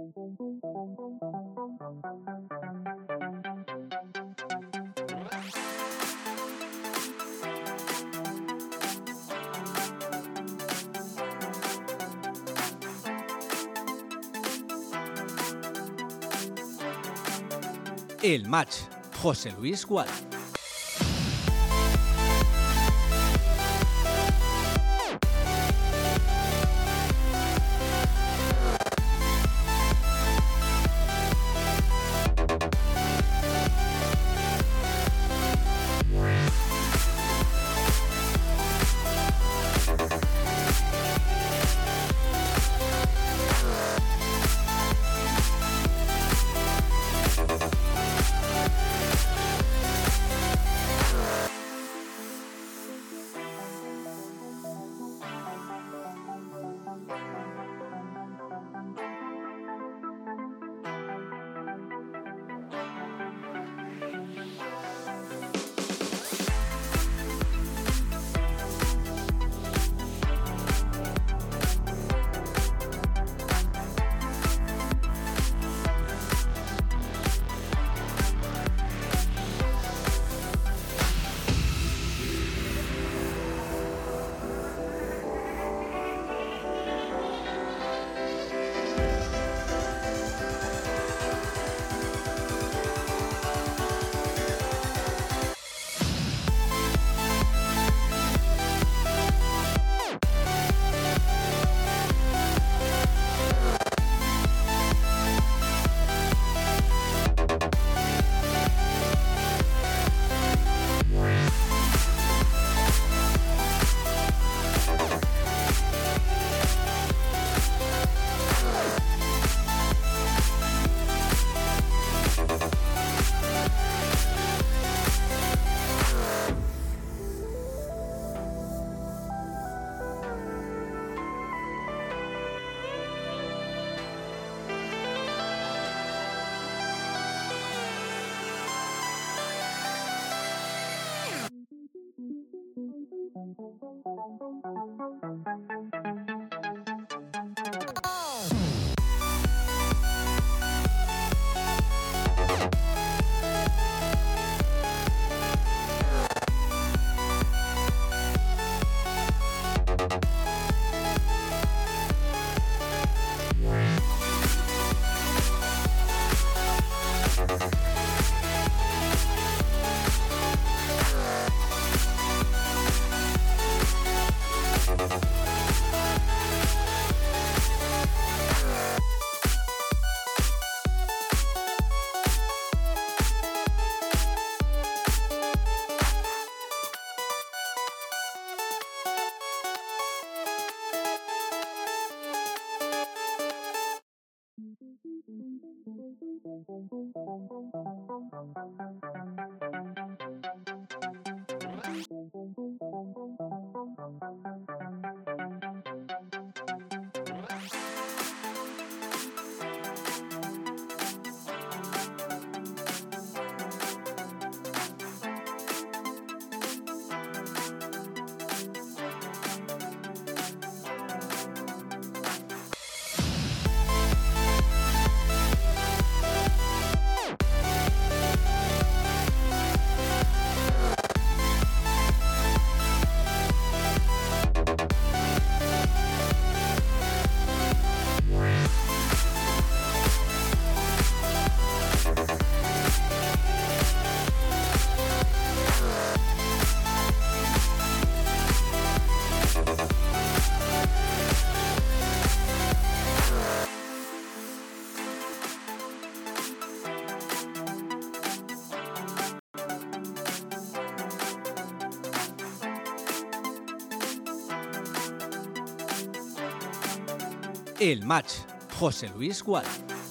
El Match, José Luis Gual. El Match, José Luis Gual.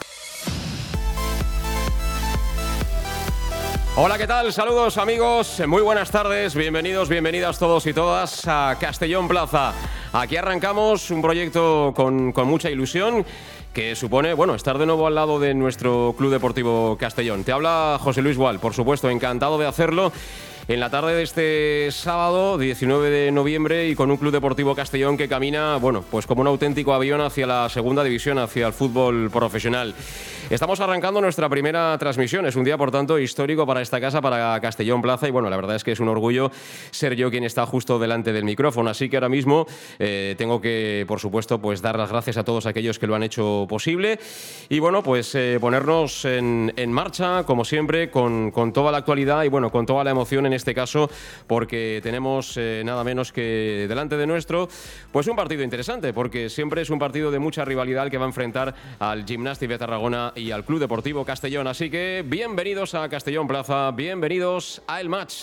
Hola, ¿qué tal? Saludos amigos, muy buenas tardes, bienvenidos, bienvenidas todos y todas a Castellón Plaza. Aquí arrancamos un proyecto con mucha ilusión que supone, bueno, estar de nuevo al lado de nuestro Club Deportivo Castellón. Te habla José Luis Gual, por supuesto, encantado de hacerlo. en la tarde de este sábado, 19 de noviembre, y con un Club Deportivo Castellón que camina, bueno, pues como un auténtico avión hacia la segunda división, hacia el fútbol profesional. Estamos arrancando nuestra primera transmisión. Es un día, por tanto, histórico para esta casa, para Castellón Plaza, y bueno, la verdad es que es un orgullo ser yo quien está justo delante del micrófono. Así que ahora mismo tengo que, por supuesto, pues dar las gracias a todos aquellos que lo han hecho posible y bueno, pues ponernos en marcha, como siempre, con toda la actualidad y bueno, con toda la emoción en este caso, porque tenemos nada menos que delante de nuestro pues un partido interesante, porque siempre es un partido de mucha rivalidad el que va a enfrentar al Gimnàstic de Tarragona y al Club Deportivo Castellón. Así que bienvenidos a Castellón Plaza, bienvenidos a El Match.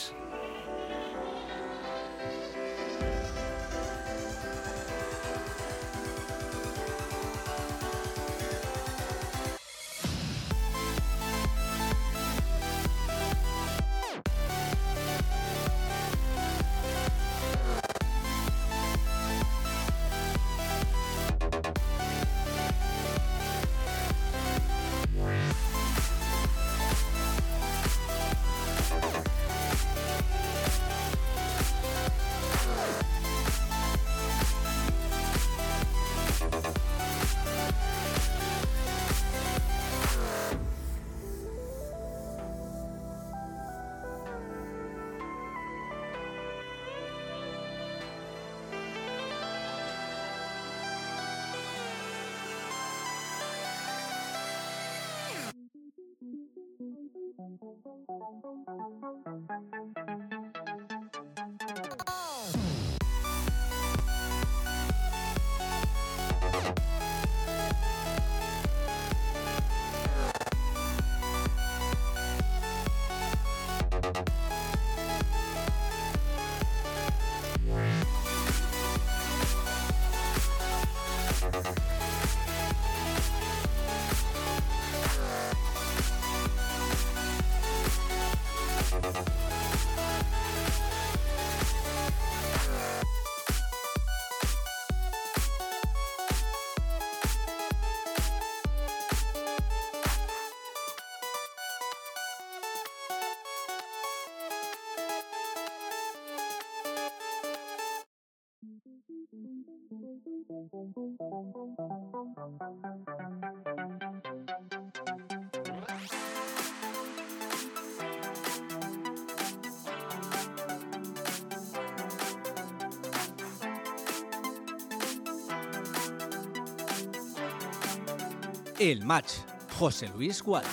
El Match, José Luis Gual.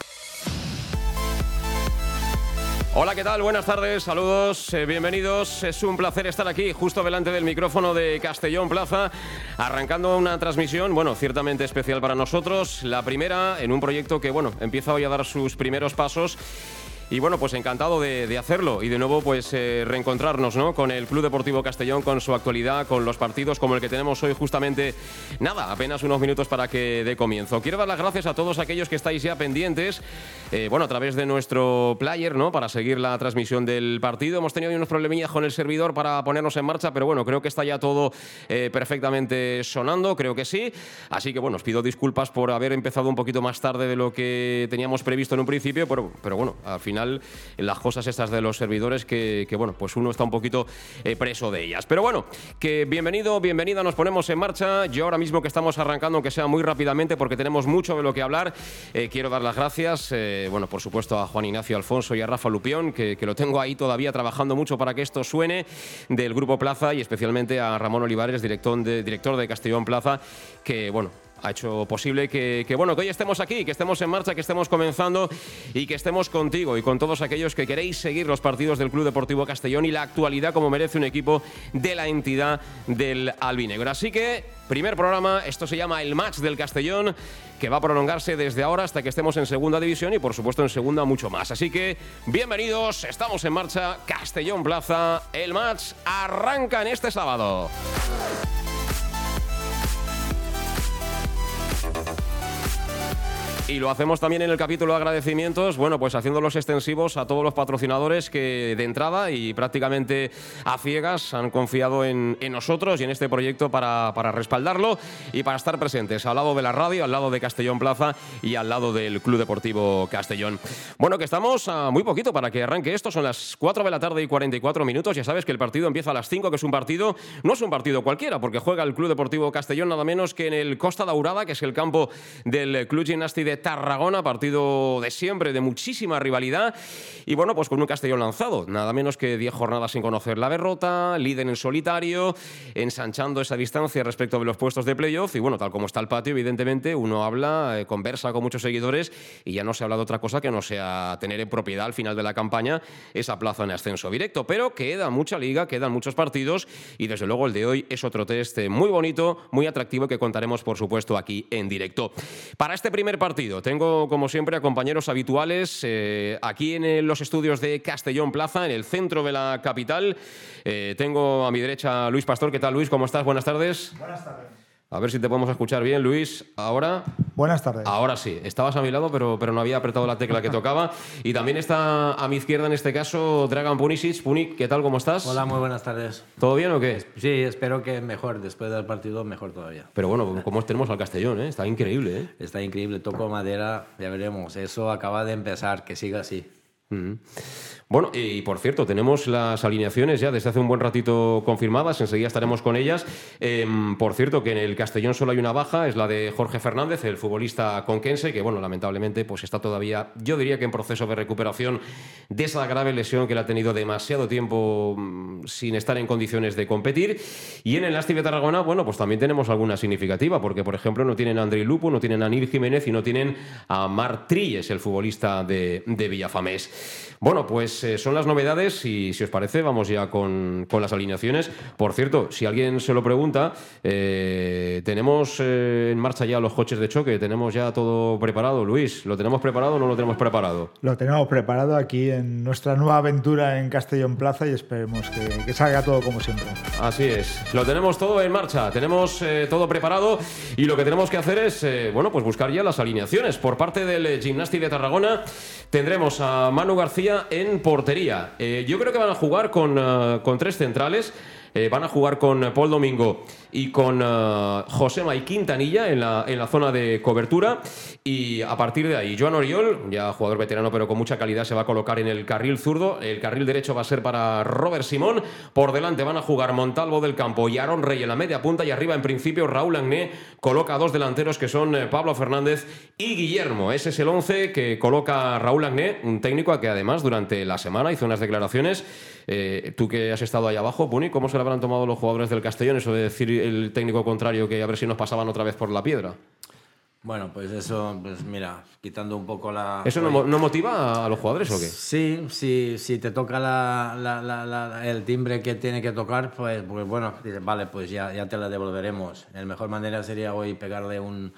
Hola, ¿qué tal? Buenas tardes, saludos, bienvenidos. Es un placer estar aquí, justo delante del micrófono de Castellón Plaza, arrancando una transmisión, bueno, ciertamente especial para nosotros. La primera en un proyecto que, bueno, empieza hoy a dar sus primeros pasos. Y bueno, pues encantado de hacerlo y de nuevo pues reencontrarnos, ¿no?, con el Club Deportivo Castellón, con su actualidad, con los partidos como el que tenemos hoy justamente, nada, apenas unos minutos para que dé comienzo. Quiero dar las gracias a todos aquellos que estáis ya pendientes, bueno, a través de nuestro player, ¿no?, para seguir la transmisión del partido. Hemos tenido unos problemillas con el servidor para ponernos en marcha, pero bueno, creo que está ya todo perfectamente sonando, creo que sí. Así que bueno, os pido disculpas por haber empezado un poquito más tarde de lo que teníamos previsto en un principio, pero bueno, al final las cosas estas de los servidores que bueno, pues uno está un poquito preso de ellas. Pero bueno, que bienvenido, bienvenida, nos ponemos en marcha. Yo ahora mismo que estamos arrancando, aunque sea muy rápidamente, porque tenemos mucho de lo que hablar, quiero dar las gracias, bueno, por supuesto a Juan Ignacio Alfonso y a Rafa Lupión, que lo tengo ahí todavía trabajando mucho para que esto suene, del Grupo Plaza, y especialmente a Ramón Olivares, director de Castellón Plaza, que bueno, ha hecho posible que hoy estemos aquí, que estemos en marcha, que estemos comenzando y que estemos contigo y con todos aquellos que queréis seguir los partidos del Club Deportivo Castellón y la actualidad como merece un equipo de la entidad del albinegro. Así que, primer programa, esto se llama El Match del Castellón, que va a prolongarse desde ahora hasta que estemos en segunda división y por supuesto en segunda mucho más. Así que, bienvenidos, estamos en marcha, Castellón Plaza, El Match arranca en este sábado. Y lo hacemos también en el capítulo de agradecimientos, bueno, pues haciéndolos extensivos a todos los patrocinadores que de entrada y prácticamente a ciegas han confiado en nosotros y en este proyecto para respaldarlo y para estar presentes al lado de la radio, al lado de Castellón Plaza y al lado del Club Deportivo Castellón. Bueno, que estamos a muy poquito para que arranque esto, son las 4 de la tarde y 44 minutos, ya sabes que el partido empieza a las 5, que es un partido, no es un partido cualquiera, porque juega el Club Deportivo Castellón nada menos que en el Costa Daurada, que es el campo del Club Gimnàstic de Tarragona, partido de siempre, de muchísima rivalidad, y bueno, pues con un Castellón lanzado, nada menos que 10 jornadas sin conocer la derrota, líder en solitario, ensanchando esa distancia respecto de los puestos de playoff, y bueno, tal como está el patio, evidentemente, uno habla, conversa con muchos seguidores, y ya no se habla de otra cosa que no sea tener en propiedad al final de la campaña esa plaza en ascenso directo, pero queda mucha liga, quedan muchos partidos, y desde luego el de hoy es otro test muy bonito, muy atractivo, que contaremos, por supuesto, aquí en directo. Para este primer partido tengo, como siempre, a compañeros habituales aquí en los estudios de Castellón Plaza, en el centro de la capital. Tengo a mi derecha a Luis Pastor. ¿Qué tal, Luis? ¿Cómo estás? Buenas tardes. Buenas tardes. A ver si te podemos escuchar bien, Luis. ¿Ahora? Buenas tardes. Ahora sí. Estabas a mi lado, pero no había apretado la tecla que tocaba. Y también está a mi izquierda, en este caso, Dragan Punisic. Punic, ¿qué tal? ¿Cómo estás? Hola, muy buenas tardes. ¿Todo bien o qué? Sí, espero que mejor. Después del partido, mejor todavía. Pero bueno, ¿cómo tenemos al Castellón? Está increíble, ¿eh? Está increíble. Toco madera, ya veremos. Eso acaba de empezar, que siga así. Bueno, y por cierto, tenemos las alineaciones ya desde hace un buen ratito confirmadas, enseguida estaremos con ellas. Por cierto, que en el Castellón solo hay una baja, es la de Jorge Fernández, el futbolista conquense, que bueno, lamentablemente pues está todavía, yo diría que en proceso de recuperación de esa grave lesión que le ha tenido demasiado tiempo sin estar en condiciones de competir. Y en el Nasti de Tarragona, bueno, pues también tenemos alguna significativa, porque por ejemplo no tienen a Andrei Lupo, no tienen a Nil Jiménez y no tienen a Marc Trilles, el futbolista de Villafamés. Bueno, pues son las novedades y si os parece vamos ya con las alineaciones. Por cierto, si alguien se lo pregunta, tenemos en marcha ya los coches de choque, tenemos ya todo preparado. Luis, ¿lo tenemos preparado o no lo tenemos preparado? Lo tenemos preparado aquí en nuestra nueva aventura en Castellón Plaza y esperemos que salga todo como siempre. Así es, lo tenemos todo en marcha, tenemos todo preparado y lo que tenemos que hacer es, bueno, pues buscar ya las alineaciones. Por parte del Gimnàstic de Tarragona tendremos a Manu García en portería. Yo creo que van a jugar con tres centrales. Van a jugar con Paul Domingo y con Josema y Quintanilla en la zona de cobertura. Y a partir de ahí, Joan Oriol, ya jugador veterano pero con mucha calidad, se va a colocar en el carril zurdo. El carril derecho va a ser para Robert Simón. Por delante van a jugar Montalvo del Campo y Aaron Rey en la media punta. Y arriba, en principio, Raúl Agné coloca a dos delanteros que son Pablo Fernández y Guillermo. Ese es el 11 que coloca Raúl Agné, un técnico a que además durante la semana hizo unas declaraciones. Tú que has estado ahí abajo, Puni, ¿cómo se lo habrán tomado los jugadores del Castellón eso de decir el técnico contrario que a ver si nos pasaban otra vez por la piedra? Bueno, pues eso, pues mira, quitando un poco la... ¿Eso no motiva a los jugadores o qué? Sí, si te toca el timbre que tiene que tocar, pues bueno, dices, vale, pues ya te la devolveremos. La mejor manera sería hoy pegarle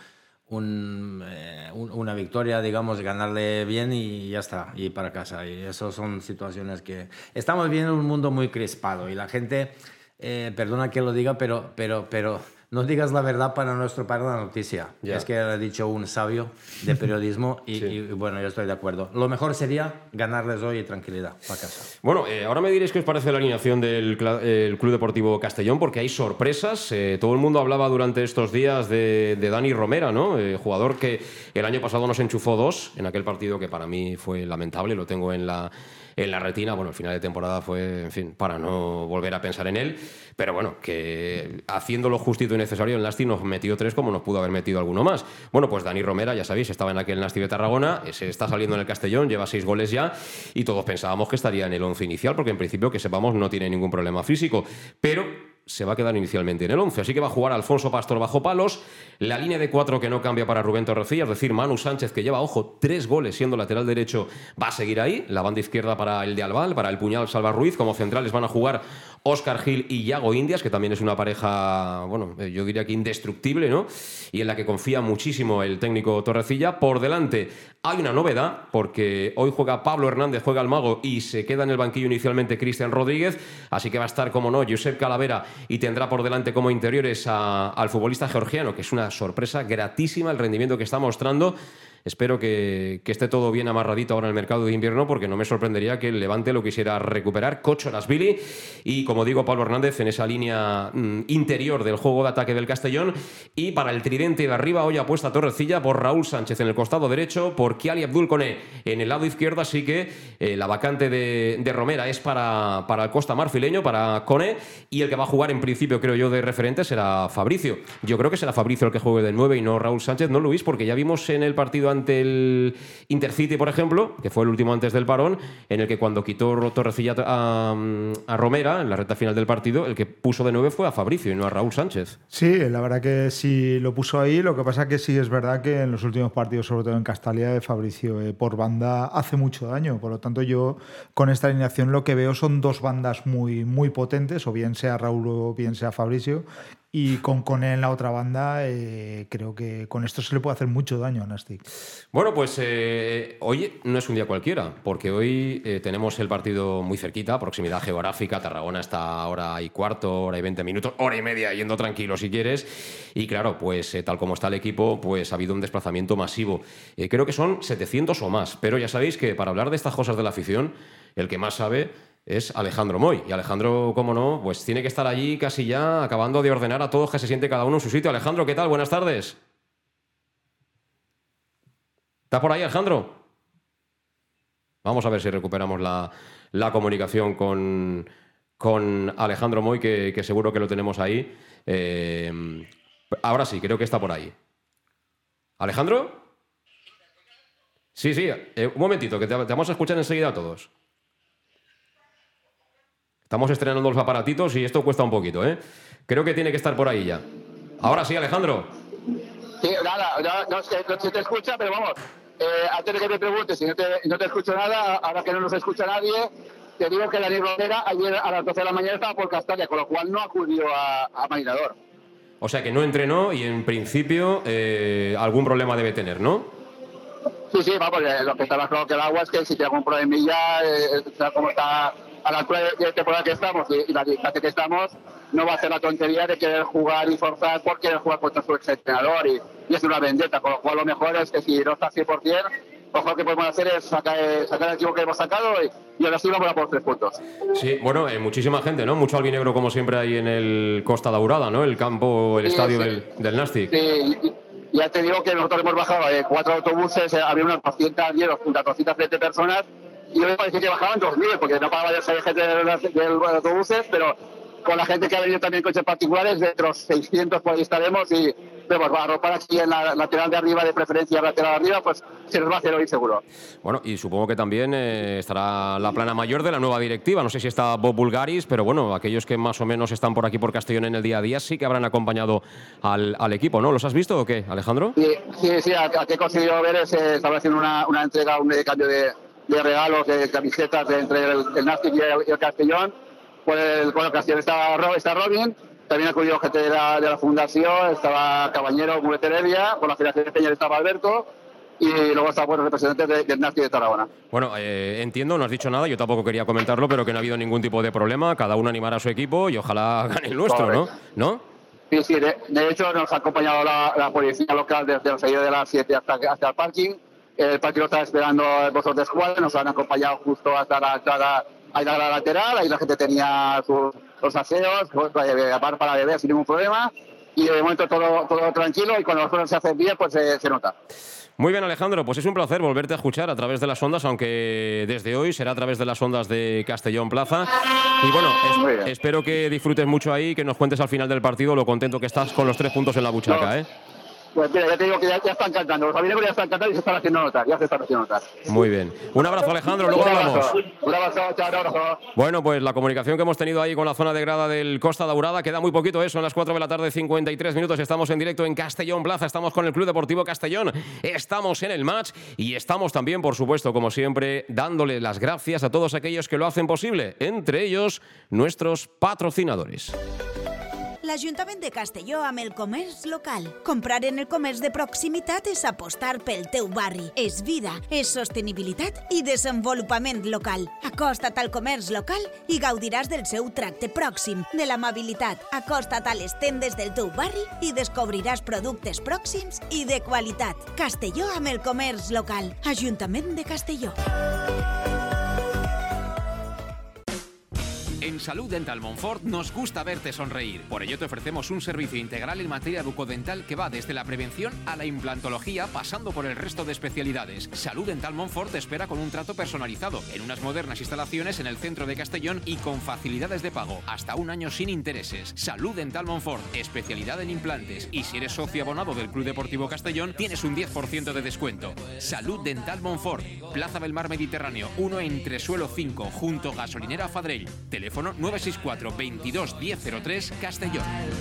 una victoria, digamos, ganarle bien y ya está, y para casa. Y eso son situaciones que... Estamos viendo un mundo muy crispado y la gente, perdona que lo diga, pero no digas la verdad para no estropar la noticia. Yeah. Es que lo ha dicho un sabio de periodismo y, sí. Y bueno, yo estoy de acuerdo. Lo mejor sería ganarles hoy y tranquilidad para casa. Bueno, ahora me diréis qué os parece la alineación del Club Deportivo Castellón, porque hay sorpresas. Todo el mundo hablaba durante estos días de Dani Romera, ¿no? Jugador que el año pasado nos enchufó 2 en aquel partido que para mí fue lamentable, lo tengo en la retina. Bueno, el final de temporada fue, en fin, para no volver a pensar en él. Pero bueno, que haciéndolo justito y necesario, el Nasti nos metió 3 como nos pudo haber metido alguno más. Bueno, pues Dani Romera, ya sabéis, estaba en aquel Nasti de Tarragona, se está saliendo en el Castellón, lleva 6 goles ya y todos pensábamos que estaría en el 11 inicial porque en principio, que sepamos, no tiene ningún problema físico. Pero se va a quedar inicialmente en el 11. Así que va a jugar Alfonso Pastor bajo palos. La línea de 4 que no cambia para Rubén Torrecilla, es decir, Manu Sánchez, que lleva, ojo, 3 goles siendo lateral derecho, va a seguir ahí. La banda izquierda para el de Albal, para el puñal Salva Ruiz. Como centrales van a jugar Óscar Gil y Yago Indias, que también es una pareja, bueno, yo diría que indestructible, ¿no? Y en la que confía muchísimo el técnico Torrecilla. Por delante hay una novedad, porque hoy juega Pablo Hernández, juega el mago, y se queda en el banquillo inicialmente Cristian Rodríguez. Así que va a estar, como no, Josep Calavera, y tendrá por delante como interiores al futbolista georgiano, que es una sorpresa gratísima el rendimiento que está mostrando. Espero que esté todo bien amarradito ahora en el mercado de invierno, porque no me sorprendería que el Levante lo quisiera recuperar. Kocho-Lasvili y, como digo, Pablo Hernández en esa línea interior del juego de ataque del Castellón. Y para el tridente de arriba, hoy apuesta Torrecilla por Raúl Sánchez en el costado derecho, por Kiali Abdul Koné en el lado izquierdo, así que la vacante de Romera es para el Costa Marfileño, para Koné, y el que va a jugar en principio, creo yo, de referente será Fabricio. Yo creo que será Fabricio el que juegue de 9 y no Raúl Sánchez, ¿no, Luis? Porque ya vimos en el partido ante el Intercity, por ejemplo, que fue el último antes del parón, en el que cuando quitó Torrecilla a Romera en la recta final del partido, el que puso de 9 fue a Fabricio y no a Raúl Sánchez. Sí, la verdad que sí lo puso ahí. Lo que pasa que sí es verdad que en los últimos partidos, sobre todo en Castalia, Fabricio por banda hace mucho daño. Por lo tanto, yo con esta alineación lo que veo son dos bandas muy, muy potentes, o bien sea Raúl o bien sea Fabricio. Y con Koné en la otra banda, creo que con esto se le puede hacer mucho daño a Nastic. Bueno, pues hoy no es un día cualquiera, porque hoy tenemos el partido muy cerquita, proximidad geográfica. Tarragona está a hora y cuarto, hora y 20 minutos, hora y media, yendo tranquilo si quieres. Y claro, pues tal como está el equipo, pues ha habido un desplazamiento masivo. Creo que son 700 o más, pero ya sabéis que para hablar de estas cosas de la afición, el que más sabe es Alejandro Moy. Y Alejandro, cómo no, pues tiene que estar allí casi ya acabando de ordenar a todos, que se siente cada uno en su sitio. Alejandro, ¿qué tal? Buenas tardes. ¿Está por ahí, Alejandro? Vamos a ver si recuperamos la comunicación con Alejandro Moy, que seguro que lo tenemos ahí. Ahora sí, creo que está por ahí. ¿Alejandro? Sí, un momentito, que te vamos a escuchar enseguida a todos. Estamos estrenando los aparatitos y esto cuesta un poquito, ¿eh? Creo que tiene que estar por ahí ya. Ahora sí, Alejandro. Sí, nada, no sé si te escucha, pero vamos, antes de que me preguntes si no te escucho nada, ahora que no nos escucha nadie, te digo que Dani Romera ayer a las 12 de la mañana estaba por Castalia, con lo cual no acudió a Marinador. O sea que no entrenó y en principio algún problema debe tener, ¿no? Sí, vamos, lo que está más claro que el agua es que si tiene algún problemilla, como está a la altura de temporada que estamos y la distancia que estamos, no va a hacer la tontería de querer jugar y forzar por querer jugar contra su exentrenador y es una vendetta, con lo cual lo mejor es que si no está 100%, lo mejor que podemos hacer es sacar el equipo que hemos sacado y ahora sí vamos a por 3 puntos. Sí, bueno, muchísima gente, ¿no? Mucho albinegro como siempre hay en el Costa Daurada, ¿no? El campo, el estadio del Nastic. Sí, ya te digo que nosotros hemos bajado 4 autobuses, había unas 220 personas. Y hoy parecía que bajaban 2.000, porque no paraba de salir gente de los autobuses, pero con la gente que ha venido también en coches particulares, de los 600 por ahí estaremos y vemos, va a arropar aquí en la lateral de arriba, de preferencia lateral de arriba, pues se nos va a hacer hoy seguro. Bueno, y supongo que también estará la plana mayor de la nueva directiva. No sé si está Bob Bulgaris, pero bueno, aquellos que más o menos están por aquí por Castellón en el día a día sí que habrán acompañado al equipo, ¿no? ¿Los has visto o qué, Alejandro? Sí, a que he conseguido ver es estaba haciendo una entrega, un cambio de regalos, de camisetas entre el Nastic y el Castellón. Con el Castellón está Robin, también acudió gente de la fundación, estaba Cabañero, Muleterelia, con la Federación de Peñas estaba Alberto, y luego está por los representantes del Nastic de Tarragona. Bueno, entiendo, no has dicho nada, yo tampoco quería comentarlo, pero que no ha habido ningún tipo de problema, cada uno animará a su equipo y ojalá gane el nuestro, correcto. ¿No? Sí, de hecho nos ha acompañado la policía local desde la salida de las 7 hasta el parking. El partido está esperando vosotros de escuadra, nos han acompañado justo hasta la entrada a la lateral, ahí la gente tenía los aseos, para beber sin ningún problema, y de momento todo tranquilo, y cuando las cosas se hacen bien, pues se nota. Muy bien, Alejandro, pues es un placer volverte a escuchar a través de las ondas, aunque desde hoy será a través de las ondas de Castellón Plaza. Y bueno, espero que disfrutes mucho ahí, que nos cuentes al final del partido lo contento que estás con los 3 puntos en la buchaca, ¿eh? Pues mira, ya te digo que ya están cantando. Los albinegros ya están cantando y se están haciendo notar. Muy bien. Un abrazo, Alejandro. Luego hablamos. Un abrazo, chao. Bueno, pues la comunicación que hemos tenido ahí con la zona de grada del Costa Daurada. Queda muy poquito, son las 4 de la tarde, 53 minutos. Estamos en directo en Castellón Plaza. Estamos con el Club Deportivo Castellón. Estamos en el match y estamos también, por supuesto, como siempre, dándole las gracias a todos aquellos que lo hacen posible. Entre ellos, nuestros patrocinadores. l'Ajuntament de Castelló amb el comerç local. Comprar en el comerç de proximitat és apostar pel teu barri. És vida, és sostenibilitat i desenvolupament local. Acosta't al comerç local i gaudiràs del seu tracte pròxim, de l'amabilitat. Acosta't a les tendes del teu barri i descobriràs productes pròxims i de qualitat. Castelló amb el comerç local. Ajuntament de Castelló. En Salud Dental Montfort nos gusta verte sonreír. Por ello te ofrecemos un servicio integral en materia bucodental que va desde la prevención a la implantología, pasando por el resto de especialidades. Salud Dental Montfort te espera con un trato personalizado, en unas modernas instalaciones en el centro de Castellón y con facilidades de pago, hasta un año sin intereses. Salud Dental Montfort, especialidad en implantes. Y si eres socio abonado del Club Deportivo Castellón, tienes un 10% de descuento. Salud Dental Montfort, Plaza del Mar Mediterráneo, 1 Entresuelo 5, junto Gasolinera Fadrell. Teléfono 964 22 1003 Castellón.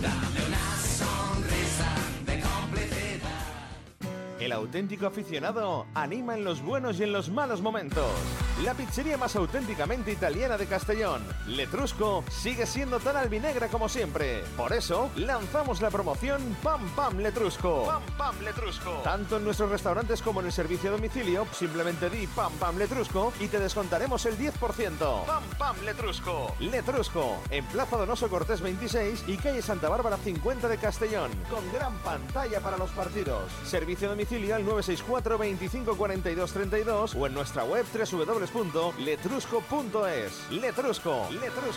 El auténtico aficionado anima en los buenos y en los malos momentos. La pizzería más auténticamente italiana de Castellón, Letrusco, sigue siendo tan albinegra como siempre. Por eso, lanzamos la promoción Pam Pam Letrusco. Pam Pam Letrusco. Tanto en nuestros restaurantes como en el servicio a domicilio, simplemente di Pam Pam Letrusco y te descontaremos el 10%. Pam Pam Letrusco. Letrusco, en Plaza Donoso Cortés 26 y calle Santa Bárbara 50 de Castellón, con gran pantalla para los partidos. Servicio a domicilio al 964 25 42 32 o en nuestra web www.letrusco.es. Letrusco.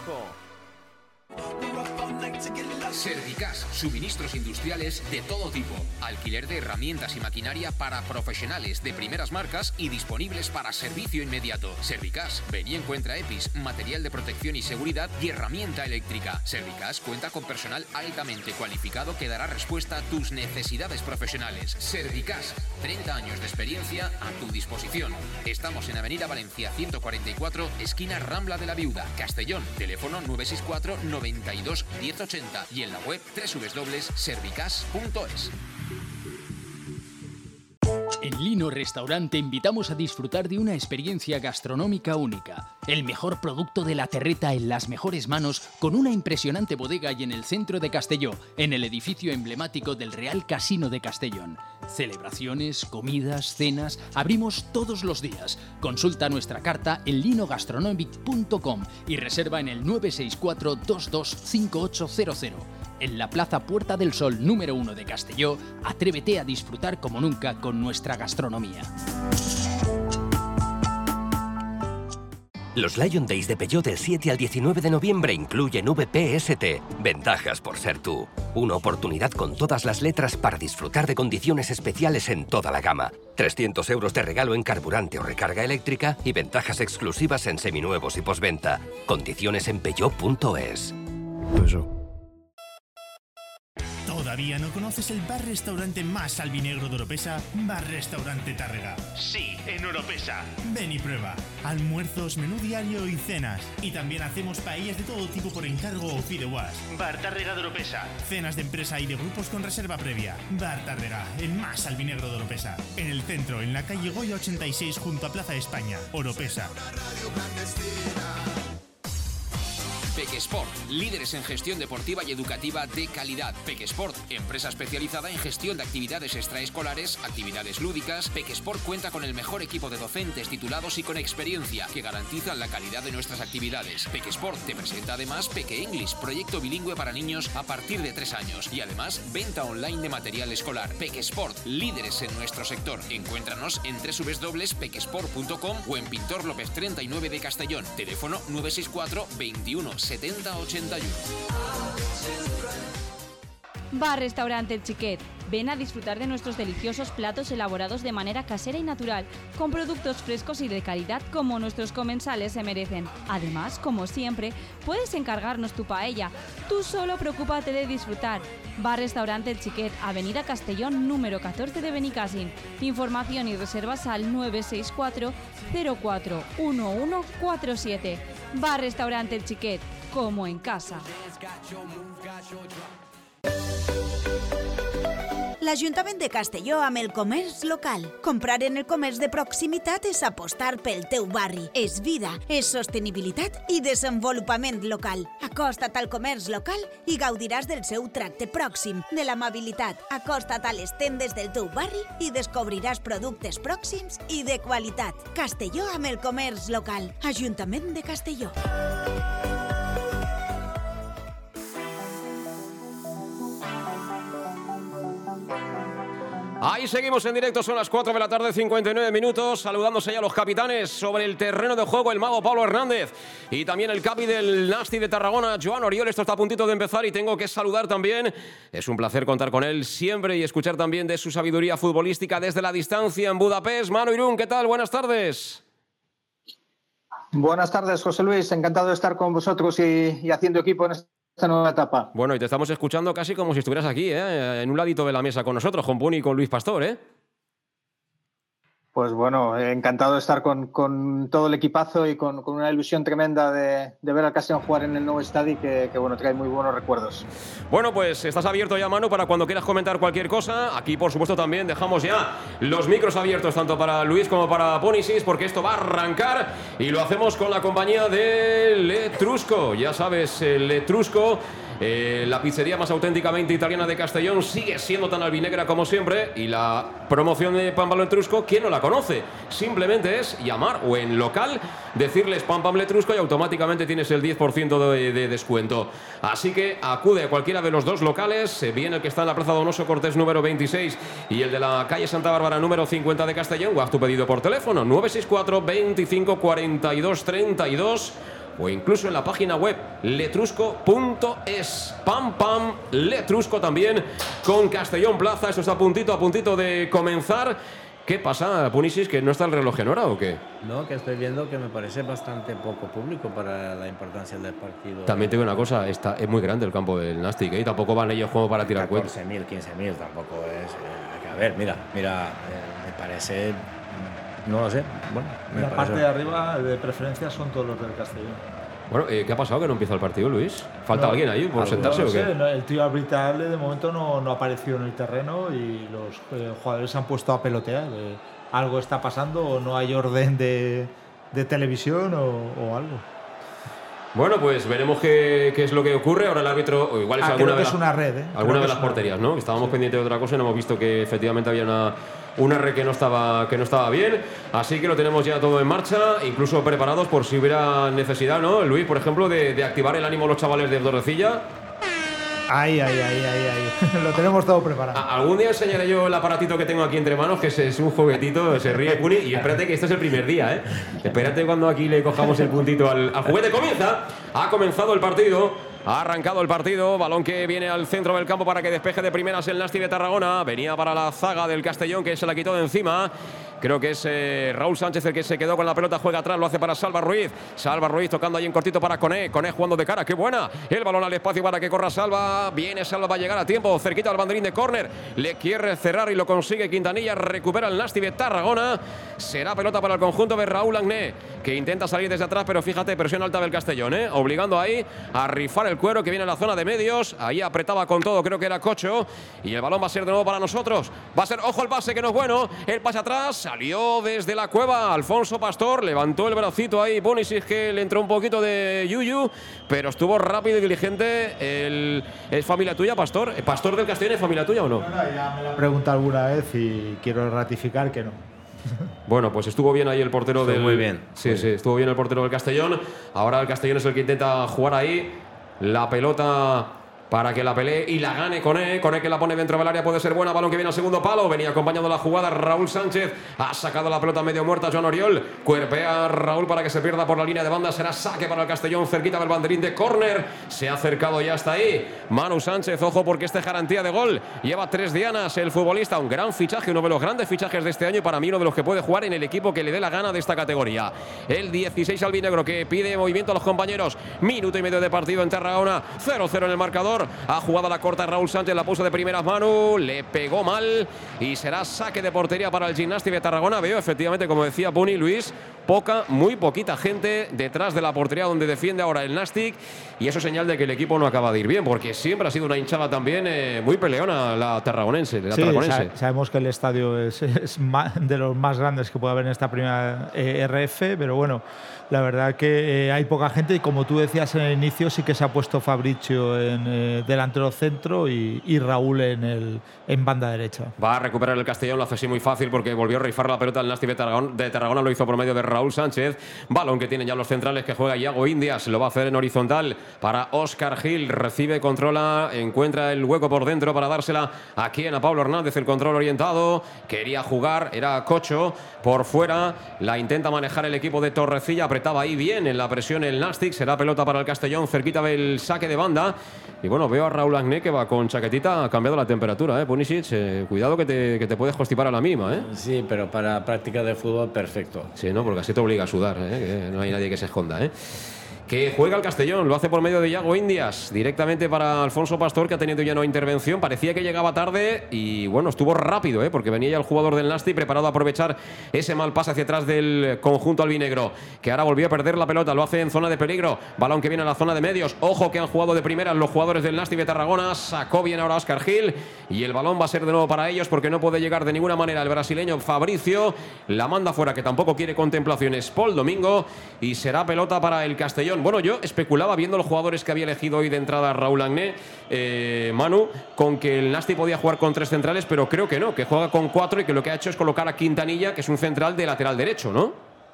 Servicas, suministros industriales de todo tipo, alquiler de herramientas y maquinaria para profesionales de primeras marcas y disponibles para servicio inmediato. Servicas, ven y encuentra EPIs, material de protección y seguridad y herramienta eléctrica. Servicas cuenta con personal altamente cualificado que dará respuesta a tus necesidades profesionales. Servicas, 30 años de experiencia a tu disposición. Estamos en Avenida Valencia 144, esquina Rambla de la Viuda, Castellón. Teléfono 964 92 1080 y en la web www.servicas.es. En Lino Restaurant te invitamos a disfrutar de una experiencia gastronómica única. El mejor producto de la terreta en las mejores manos, con una impresionante bodega y en el centro de Castelló, en el edificio emblemático del Real Casino de Castellón. Celebraciones, comidas, cenas, abrimos todos los días. Consulta nuestra carta en linogastronomic.com y reserva en el 964 22 5800. En la Plaza Puerta del Sol número 1 de Castelló, atrévete a disfrutar como nunca con nuestra gastronomía. Los Lion Days de Peugeot del 7 al 19 de noviembre incluyen VPST. Ventajas por ser tú. Una oportunidad con todas las letras para disfrutar de condiciones especiales en toda la gama. 300 euros de regalo en carburante o recarga eléctrica y ventajas exclusivas en seminuevos y postventa. Condiciones en peugeot.es. ¿Todavía no conoces el bar-restaurante más albinegro de Oropesa? Bar-restaurante Tárrega. Sí, en Oropesa. Ven y prueba. Almuerzos, menú diario y cenas. Y también hacemos paellas de todo tipo por encargo o fideuás. Bar Tárrega de Oropesa. Cenas de empresa y de grupos con reserva previa. Bar Tárrega, el más albinegro de Oropesa. En el centro, en la calle Goya 86 junto a Plaza España. Oropesa. Pequesport, líderes en gestión deportiva y educativa de calidad. Pequesport, empresa especializada en gestión de actividades extraescolares, actividades lúdicas. Pequesport cuenta con el mejor equipo de docentes titulados y con experiencia que garantizan la calidad de nuestras actividades. Pequesport te presenta además Peque English, proyecto bilingüe para niños a partir de 3 años y además venta online de material escolar. Pequesport, líderes en nuestro sector. Encuéntranos en www.pequesport.com o en Pintor López 39 de Castellón. Teléfono 964 21 70 81. Bar Restaurante El Chiquet. Ven a disfrutar de nuestros deliciosos platos elaborados de manera casera y natural, con productos frescos y de calidad como nuestros comensales se merecen. Además, como siempre, puedes encargarnos tu paella. Tú solo preocúpate de disfrutar. Bar Restaurante El Chiquet, Avenida Castellón, número 14 de Benicàssim. Información y reservas al 964 04 1147. Bar Restaurante El Chiquet, como en casa. l'Ajuntament de Castelló amb el comerç local. Comprar en el comerç de proximitat és apostar pel teu barri. És vida, és sostenibilitat i desenvolupament local. Acosta't al comerç local i gaudiràs del seu tracte pròxim, de l'amabilitat. Acosta't a les tendes del teu barri i descobriràs productes pròxims i de qualitat. Castelló amb el comerç local. Ajuntament de Castelló. Ahí seguimos en directo, son las 4 de la tarde, 59 minutos, saludándose ya los capitanes sobre el terreno de juego, el mago Pablo Hernández y también el capi del Nasti de Tarragona, Joan Oriol. Esto está a puntito de empezar y tengo que saludar también, es un placer contar con él siempre y escuchar también de su sabiduría futbolística desde la distancia en Budapest. Manu Irún, ¿qué tal? Buenas tardes. Buenas tardes, José Luis, encantado de estar con vosotros y haciendo equipo en esta nueva etapa. Bueno, y te estamos escuchando casi como si estuvieras aquí, en un ladito de la mesa con nosotros, con Puni y con Luis Pastor, ¿eh? Pues bueno, encantado de estar con todo el equipazo y con una ilusión tremenda de ver al Castellón jugar en el nuevo estadio que bueno, trae muy buenos recuerdos. Bueno, pues estás abierto ya, Manu, para cuando quieras comentar cualquier cosa. Aquí, por supuesto, también dejamos ya los micros abiertos tanto para Luis como para Ponisis, porque esto va a arrancar y lo hacemos con la compañía de Letrusco. Ya sabes, Letrusco, la pizzería más auténticamente italiana de Castellón, sigue siendo tan albinegra como siempre, y la promoción de Pam Pam Letrusco, ¿quién no la conoce? Simplemente es llamar o en local decirles Pam Pam Letrusco y automáticamente tienes el 10% de descuento. Así que acude a cualquiera de los dos locales, bien el que está en la Plaza Donoso Cortés número 26 y el de la calle Santa Bárbara número 50 de Castellón, o haz tu pedido por teléfono 964 25 42 32 o incluso en la página web letrusco.es. Pam Pam Letrusco también con Castellón Plaza. Esto está a puntito de comenzar. ¿Qué pasa, Punisis? ¿Que no está el reloj en hora o qué? No, que estoy viendo que me parece bastante poco público para la importancia del partido. También te digo una cosa, es muy grande el campo del Nastic, ¿eh? Y tampoco van ellos como para tirar cuentas. 14.000, 15.000 tampoco es... a ver, mira, me parece... No lo sé. Bueno, la parte de arriba, de preferencia, son todos los del Castellón. Bueno, ¿qué ha pasado que no empieza el partido, Luis? ¿Falta alguien ahí por sentarse o qué? El tío arbitrable de momento no ha aparecido en el terreno y los jugadores se han puesto a pelotear. Algo está pasando o no hay orden de televisión o algo. Bueno, pues veremos qué es lo que ocurre. Ahora el árbitro, o igual es alguna de las, es una red, alguna de las porterías, ¿no? Estábamos pendientes de otra cosa y no hemos visto que efectivamente había una red que no estaba bien. Así que lo tenemos ya todo en marcha, incluso preparados por si hubiera necesidad, ¿no? Luis, por ejemplo, de activar el ánimo a los chavales de Torrecilla. Ay. Lo tenemos todo preparado. Algún día enseñaré yo el aparatito que tengo aquí entre manos, que es un juguetito, se ríe Puni. Y espérate que este es el primer día, ¿eh? Espérate cuando aquí le cojamos el puntito al juguete. Ha comenzado el partido. Ha arrancado el partido, balón que viene al centro del campo para que despeje de primeras el Nasti de Tarragona. Venía para la zaga del Castellón, que se la quitó de encima. Creo que es Raúl Sánchez el que se quedó con la pelota, juega atrás, lo hace para Salva Ruiz. Salva Ruiz tocando ahí en cortito para Coné. Coné jugando de cara, qué buena. El balón al espacio para que corra Salva. Viene Salva, va a llegar a tiempo, cerquita al banderín de córner. Le quiere cerrar y lo consigue Quintanilla. Recupera el Nasti de Tarragona. Será pelota para el conjunto de Raúl Agné, que intenta salir desde atrás, pero fíjate, presión alta del Castellón, obligando ahí a rifar el cuero que viene a la zona de medios. Ahí apretaba con todo, creo que era Cocho. Y el balón va a ser de nuevo para nosotros. Va a ser, ojo el pase que no es bueno. El pase atrás, salió desde la cueva Alfonso Pastor, levantó el bracito ahí. Punisis, que le entró un poquito de yuyu, pero estuvo rápido y diligente. ¿Es familia tuya, Pastor? ¿Pastor del Castellón es familia tuya o no? No, ya me lo he preguntado alguna vez y quiero ratificar que no. Bueno, pues estuvo bien ahí el portero del... Muy bien. Sí, estuvo bien el portero del Castellón. Ahora el Castellón es el que intenta jugar ahí. La pelota para que la pelee y la gane Coné. Coné que la pone dentro del área, puede ser buena. Balón que viene al segundo palo. Venía acompañando la jugada Raúl Sánchez. Ha sacado la pelota medio muerta Joan Oriol. Cuerpea Raúl para que se pierda por la línea de banda. Será saque para el Castellón, cerquita del banderín de córner. Se ha acercado ya hasta ahí Manu Sánchez. Ojo, porque este es garantía de gol. Lleva 3 dianas el futbolista. Un gran fichaje, uno de los grandes fichajes de este año. Y para mí uno de los que puede jugar en el equipo que le dé la gana de esta categoría. El 16 albinegro, que pide movimiento a los compañeros. Minuto y medio de partido en Tarragona. 0-0 en el marcador. Pastor. Ha jugado a la corta Raúl Sánchez, la puso de primeras Manu, le pegó mal y será saque de portería para el Gimnàstic de Tarragona. Veo efectivamente, como decía Puni, Luis, muy poquita gente detrás de la portería donde defiende ahora el Nàstic, y eso es señal de que el equipo no acaba de ir bien, porque siempre ha sido una hinchada también muy peleona la tarragonense. Sabemos que el estadio es de los más grandes que puede haber en esta primera RF, pero bueno, la verdad que hay poca gente y como tú decías en el inicio, sí que se ha puesto Fabricio en delantero centro y Raúl en banda derecha. Va a recuperar el Castellón, lo hace así muy fácil porque volvió a rifar la pelota el Nàstic de Tarragona, lo hizo por medio de Raúl Sánchez. Balón que tienen ya los centrales, que juega Iago Indias, lo va a hacer en horizontal para Óscar Gil, recibe, controla, encuentra el hueco por dentro para dársela aquí a Pablo Hernández, el control orientado, quería jugar, era Cocho, por fuera, la intenta manejar el equipo de Torrecilla, apretaba ahí bien en la presión el Nàstic, será pelota para el Castellón, cerquita del saque de banda, y bueno, veo a Raúl Agné que va con chaquetita, ha cambiado la temperatura, Punisic, cuidado que te puedes constipar a la misma, Sí, pero para práctica de fútbol, perfecto. Sí, ¿no? Porque así te obliga a sudar, que no hay nadie que se esconda, Que juega el Castellón, lo hace por medio de Iago Indias, directamente para Alfonso Pastor, que ha tenido ya una intervención, parecía que llegaba tarde y bueno, estuvo rápido, porque venía ya el jugador del Nàstic preparado a aprovechar ese mal pase hacia atrás del conjunto albinegro, que ahora volvió a perder la pelota, lo hace en zona de peligro, balón que viene a la zona de medios, ojo que han jugado de primeras los jugadores del Nàstic de Tarragona, sacó bien ahora Óscar Gil y el balón va a ser de nuevo para ellos porque no puede llegar de ninguna manera el brasileño Fabricio, la manda fuera que tampoco quiere contemplaciones Paul Domingo y será pelota para el Castellón. Bueno, yo especulaba viendo los jugadores que había elegido hoy de entrada Raúl Agné, Manu, con que el Nàstic podía jugar con 3 centrales, pero creo que no, que juega con 4 y que lo que ha hecho es colocar a Quintanilla, que es un central de lateral derecho, ¿no?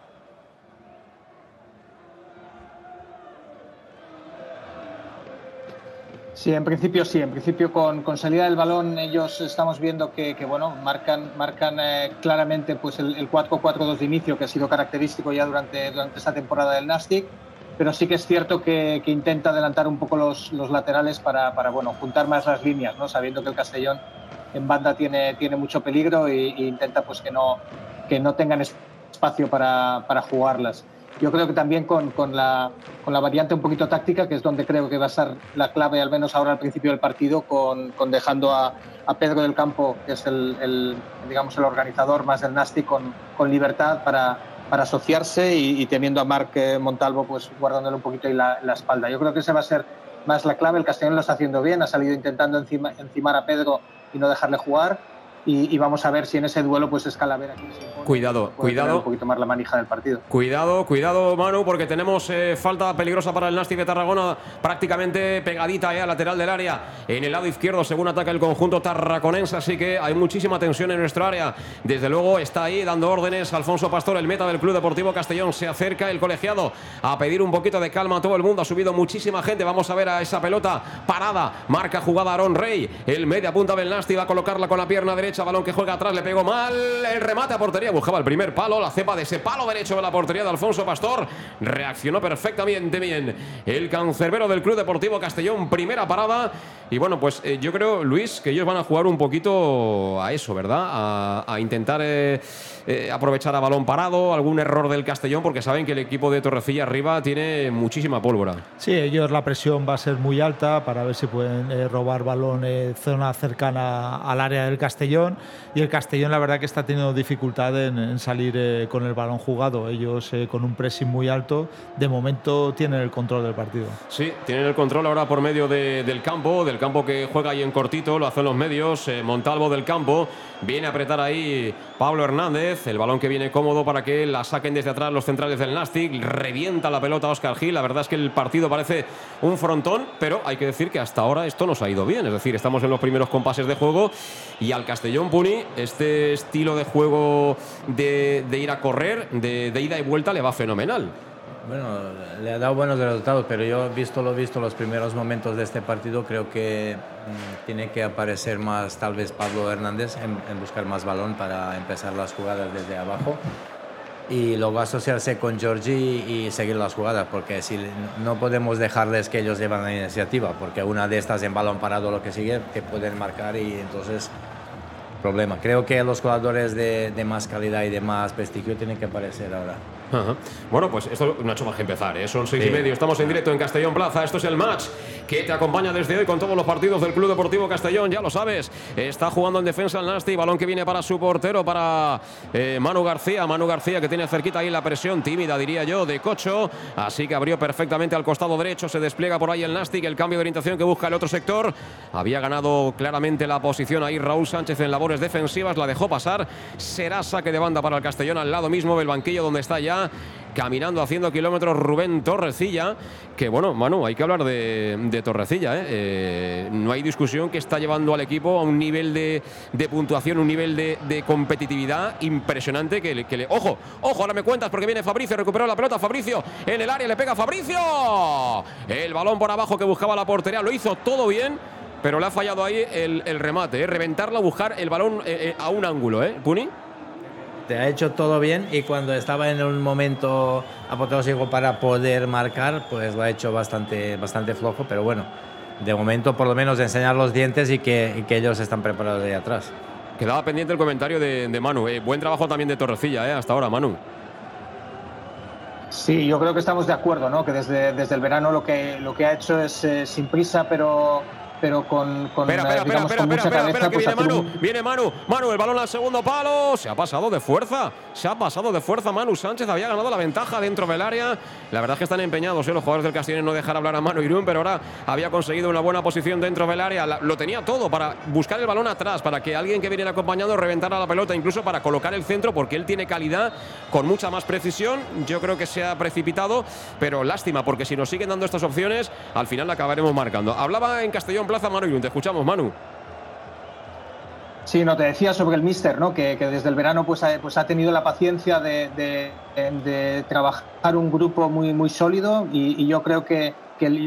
Sí, en principio con salida del balón ellos estamos viendo que bueno, marcan claramente pues el 4-4-2 de inicio, que ha sido característico ya durante esta temporada del Nàstic. Pero sí que es cierto que intenta adelantar un poco los laterales para bueno, juntar más las líneas, ¿no? Sabiendo que el Castellón en banda tiene mucho peligro e intenta pues que no tengan espacio para jugarlas. Yo creo que también con la variante un poquito táctica, que es donde creo que va a ser la clave, al menos ahora al principio del partido, con dejando a Pedro del Campo, que es el organizador más del Nàstic, con libertad para asociarse y teniendo a Marc Montalvo pues guardándole un poquito ahí la espalda. Yo creo que esa va a ser más la clave. El Castellón lo está haciendo bien, ha salido intentando encimar a Pedro y no dejarle jugar. Y vamos a ver si en ese duelo pues es Calavera quien se impone. Cuidado. Un poquito más la manija del partido. Cuidado, Manu, porque tenemos falta peligrosa para el Nàstic de Tarragona, prácticamente pegadita al lateral del área, en el lado izquierdo, según ataca el conjunto tarraconense, así que hay muchísima tensión en nuestro área. Desde luego está ahí dando órdenes Alfonso Pastor, el meta del Club Deportivo Castellón. Se acerca el colegiado a pedir un poquito de calma a todo el mundo, ha subido muchísima gente. Vamos a ver a esa pelota parada, marca jugada Aarón Rey, el media punta del Nàstic, va a colocarla con la pierna derecha. Balón que juega atrás, le pegó mal, el remate a portería, buscaba el primer palo, la cepa de ese palo derecho de la portería de Alfonso Pastor, reaccionó perfectamente bien el cancerbero del Club Deportivo Castellón, primera parada. Y bueno, pues yo creo, Luis, que ellos van a jugar un poquito a eso, ¿verdad? A intentar aprovechar a balón parado, algún error del Castellón, porque saben que el equipo de Torrecilla arriba tiene muchísima pólvora. Sí, ellos la presión va a ser muy alta para ver si pueden robar balón zona cercana al área del Castellón, y el Castellón la verdad que está teniendo dificultad en salir con el balón jugado. Ellos con un pressing muy alto, de momento tienen el control del partido. Sí, tienen el control ahora por medio del campo que juega ahí en cortito, lo hacen los medios, Montalvo del campo, viene a apretar ahí Pablo Hernández, el balón que viene cómodo para que la saquen desde atrás los centrales del Nàstic, revienta la pelota Óscar Gil. La verdad es que el partido parece un frontón, pero hay que decir que hasta ahora esto nos ha ido bien, es decir, estamos en los primeros compases de juego y al Castellón, Puni, este estilo de juego de ir a correr, de ida y vuelta, le va fenomenal. Bueno, le ha dado buenos resultados, pero yo visto los primeros momentos de este partido, creo que tiene que aparecer más tal vez Pablo Hernández en buscar más balón para empezar las jugadas desde abajo y luego asociarse con Giorgi y seguir las jugadas, porque si no podemos dejarles que ellos lleven la iniciativa, porque una de estas en balón parado lo que sigue te pueden marcar y entonces problema. Creo que los jugadores de más calidad y de más prestigio tienen que aparecer ahora. Ajá. Bueno, pues esto no ha hecho más que empezar, ¿eh? Son 6:30, estamos en directo en Castellón Plaza. Esto es el match que te acompaña desde hoy con todos los partidos del Club Deportivo Castellón, ya lo sabes. Está jugando en defensa el Nasti, balón que viene para su portero, para Manu García, que tiene cerquita ahí la presión tímida, diría yo, de Cocho, así que abrió perfectamente al costado derecho, se despliega por ahí el Nasti, que el cambio de orientación que busca el otro sector. Había ganado claramente la posición ahí Raúl Sánchez en labores defensivas, la dejó pasar. Será saque de banda para el Castellón, al lado mismo del banquillo donde está ya caminando, haciendo kilómetros, Rubén Torrecilla, que bueno, Manu, hay que hablar de Torrecilla, ¿eh? No hay discusión, que está llevando al equipo a un nivel de puntuación, un nivel de competitividad impresionante que ¡Ojo! Ahora me cuentas porque viene Fabricio, recuperó la pelota, Fabricio en el área, le pega Fabricio, el balón por abajo que buscaba la portería, lo hizo todo bien, pero le ha fallado ahí el remate, reventarla, buscar el balón a un ángulo, Puni. Te ha hecho todo bien y cuando estaba en un momento apoteósico para poder marcar, pues lo ha hecho bastante flojo, pero bueno, de momento por lo menos enseñar los dientes y que ellos están preparados de ahí atrás. Quedaba pendiente el comentario de Manu. Buen trabajo también de Torrecilla, hasta ahora, Manu. Sí, yo creo que estamos de acuerdo, ¿no? Que desde el verano lo que ha hecho es sin prisa, pero con espera, mucha cabeza, que viene Manu, el balón al segundo palo, se ha pasado de fuerza, Manu Sánchez había ganado la ventaja dentro del área. La verdad es que están empeñados los jugadores del Castellón en no dejar hablar a Manu Irún, pero ahora había conseguido una buena posición dentro del área, lo tenía todo para buscar el balón atrás, para que alguien que viene acompañando reventara la pelota, incluso para colocar el centro, porque él tiene calidad con mucha más precisión. Yo creo que se ha precipitado, pero lástima, porque si nos siguen dando estas opciones, al final la acabaremos marcando. Hablaba en Castellón Plaza Manu Irún, te escuchamos, Manu. Sí, no, te decía sobre el míster, ¿no? Que desde el verano pues ha tenido la paciencia de trabajar un grupo muy sólido y yo creo que el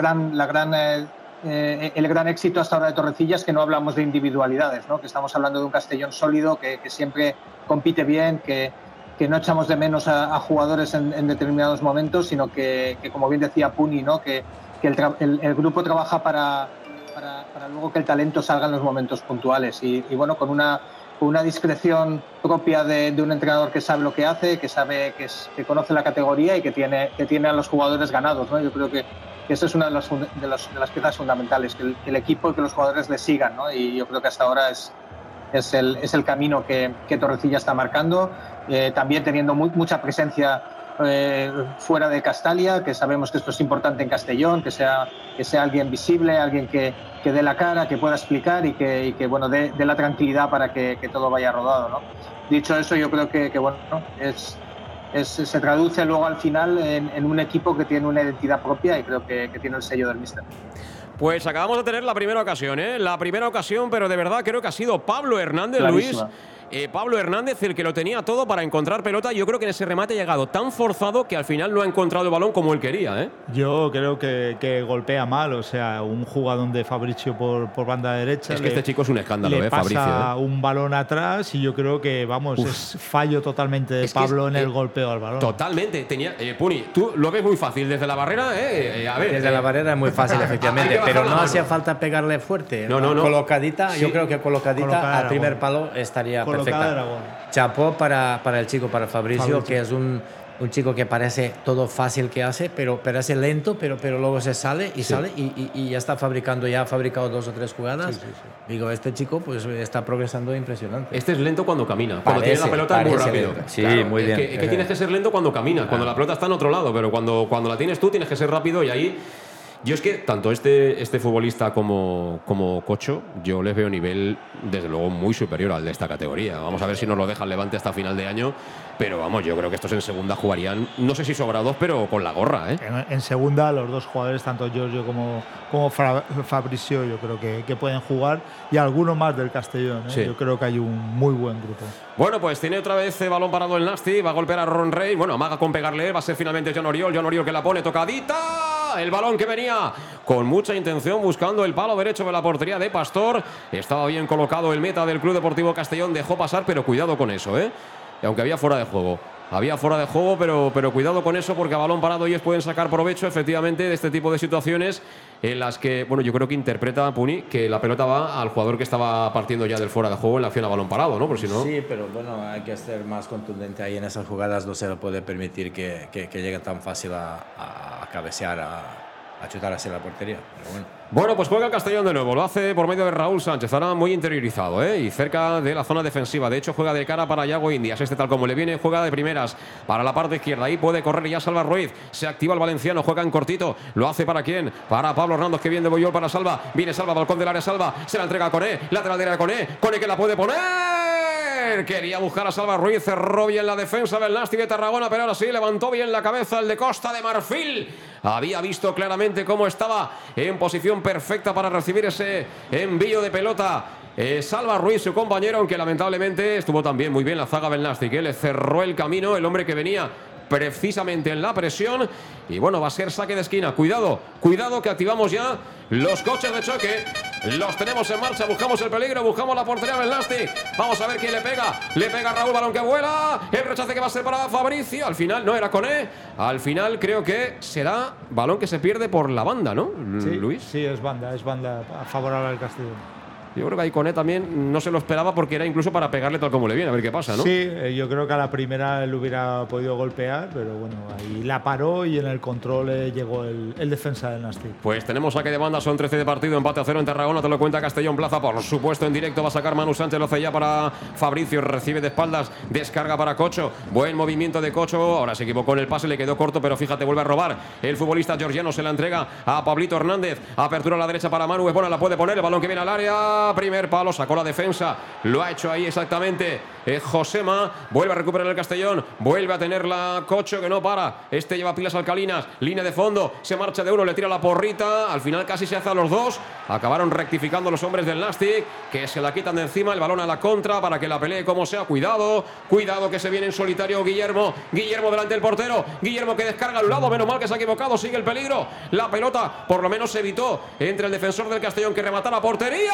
gran éxito hasta ahora de Torrecilla es que no hablamos de individualidades, ¿no? Que estamos hablando de un Castellón sólido que siempre compite bien, que no echamos de menos a jugadores en determinados momentos, sino que como bien decía Puni, ¿no? Que el grupo trabaja para luego que el talento salga en los momentos puntuales y bueno, con una discreción propia de un entrenador que sabe lo que hace, que conoce la categoría y que tiene a los jugadores ganados, ¿no? Yo creo que esa es una de las piezas fundamentales, que el equipo y que los jugadores le sigan, ¿no? Y yo creo que hasta ahora es el camino que Torrecilla está marcando, también teniendo mucha presencia fuera de Castalia, que sabemos que esto es importante en Castellón, que sea alguien visible, alguien que dé la cara, que pueda explicar y que bueno, dé la tranquilidad para que todo vaya rodado, ¿no? Dicho eso, yo creo que bueno, se traduce luego al final en un equipo que tiene una identidad propia y creo que tiene el sello del míster. Pues acabamos de tener la primera ocasión, pero de verdad creo que ha sido Pablo Hernández, clarísima. Luis. Pablo Hernández, el que lo tenía todo para encontrar pelota. Yo creo que en ese remate ha llegado tan forzado que al final no ha encontrado el balón como él quería, Yo creo que golpea mal, o sea, un jugador de Fabricio por banda derecha. Es que este chico es un escándalo, le Fabricio. Pasa un balón atrás y yo creo que, es fallo totalmente de Pablo en el golpeo al balón. Totalmente. Puni, tú lo ves muy fácil desde la barrera, a ver. Desde la barrera es muy fácil, efectivamente, pero no hacía falta pegarle fuerte. No. Colocadita, sí. Yo creo que colocadita al primer bueno. palo estaría Colocada perfecta. Bueno. Chapó para el chico, para Fabricio, que es un chico que parece todo fácil que hace, pero parece lento, pero luego se sale y ya está ha fabricado 2 o 3 jugadas. Sí. Digo, este chico pues está progresando impresionante. Este es lento cuando camina, cuando tiene la pelota es muy rápido. Lento. Sí, claro, muy bien. Es que tienes que ser lento cuando caminas, cuando la pelota está en otro lado, pero cuando la tienes tú tienes que ser rápido y ahí... Yo es que tanto este futbolista como Cocho, yo les veo nivel, desde luego, muy superior al de esta categoría. Vamos a ver si nos lo deja el Levante hasta final de año, pero vamos, yo creo que estos en segunda jugarían, no sé si sobrados, pero con la gorra, En segunda, los dos jugadores, tanto Giorgio como Fabricio, yo creo que pueden jugar, y algunos más del Castellón, Sí. Yo creo que hay un muy buen grupo. Bueno, pues tiene otra vez balón parado el Nasti, va a golpear a Ron Rey, bueno, amaga con pegarle, va a ser finalmente John Oriol que la pone tocadita, el balón que venía con mucha intención buscando el palo derecho de la portería de Pastor. Estaba bien colocado el meta del Club Deportivo Castellón, dejó pasar, pero cuidado con eso, y aunque había fuera de juego. Había fuera de juego, pero cuidado con eso, porque a balón parado ellos pueden sacar provecho efectivamente de este tipo de situaciones en las que, bueno, yo creo que interpreta Puni que la pelota va al jugador que estaba partiendo ya del fuera de juego en la acción a balón parado, ¿no? Por si no... Sí, pero bueno, hay que ser más contundente ahí en esas jugadas, no se le puede permitir que llegue tan fácil a cabecear, a chutar hacia la portería, pero bueno. Bueno, pues juega el Castellón de nuevo, lo hace por medio de Raúl Sánchez, ahora muy interiorizado, y cerca de la zona defensiva. De hecho, juega de cara para Yago Indias, tal como le viene, juega de primeras para la parte izquierda, ahí puede correr ya Salva Ruiz, se activa el valenciano, juega en cortito, lo hace para quién, para Pablo Hernández, que viene de Boyol para Salva, viene Salva, balcón del área Salva, se la entrega a Coné, lateral de área Coné que la puede poner, quería buscar a Salva Ruiz, cerró bien la defensa del Nástic de Tarragona, pero ahora sí, levantó bien la cabeza el de Costa de Marfil, había visto claramente cómo estaba en posición perfecta para recibir ese envío de pelota. Salva Ruiz, su compañero, aunque lamentablemente estuvo también muy bien la zaga del Nástic, le cerró el camino el hombre que venía precisamente en la presión. Y bueno, va a ser saque de esquina. Cuidado que activamos ya los coches de choque. Los tenemos en marcha, buscamos el peligro, buscamos la portería del Nástic. Vamos a ver quién le pega. Le pega Raúl, balón que vuela. El rechace que va a ser para Fabricio. Al final no era Coné. Al final creo que será balón que se pierde por la banda, ¿no, sí, Luis? Sí, es banda favorable al Castellón. Yo creo que ahí Coné también no se lo esperaba porque era incluso para pegarle tal como le viene, a ver qué pasa, ¿no? Sí, yo creo que a la primera le hubiera podido golpear, pero bueno, ahí la paró y en el control llegó el defensa del Nástic. Pues tenemos saque de banda, son 13 de partido, empate a 0 en Tarragona, te lo cuenta Castellón Plaza, por supuesto en directo va a sacar Manu Sánchez, lo hace ya para Fabricio, recibe de espaldas, descarga para Cocho, buen movimiento de Cocho, ahora se equivocó en el pase, le quedó corto, pero fíjate, vuelve a robar el futbolista georgiano, se la entrega a Pablito Hernández, apertura a la derecha para Manu, es buena, la puede poner, el balón que viene al área, primer palo, sacó la defensa, lo ha hecho ahí exactamente Josema, vuelve a recuperar el Castellón, vuelve a tener la Cocho que no para, este lleva pilas alcalinas, línea de fondo, se marcha de uno, le tira la porrita, al final casi se hace a los dos, acabaron rectificando los hombres del Nástic, que se la quitan de encima, el balón a la contra para que la pelee como sea, cuidado que se viene en solitario Guillermo delante del portero, Guillermo que descarga al lado, menos mal que se ha equivocado, sigue el peligro, la pelota por lo menos se evitó entre el defensor del Castellón que rematara portería.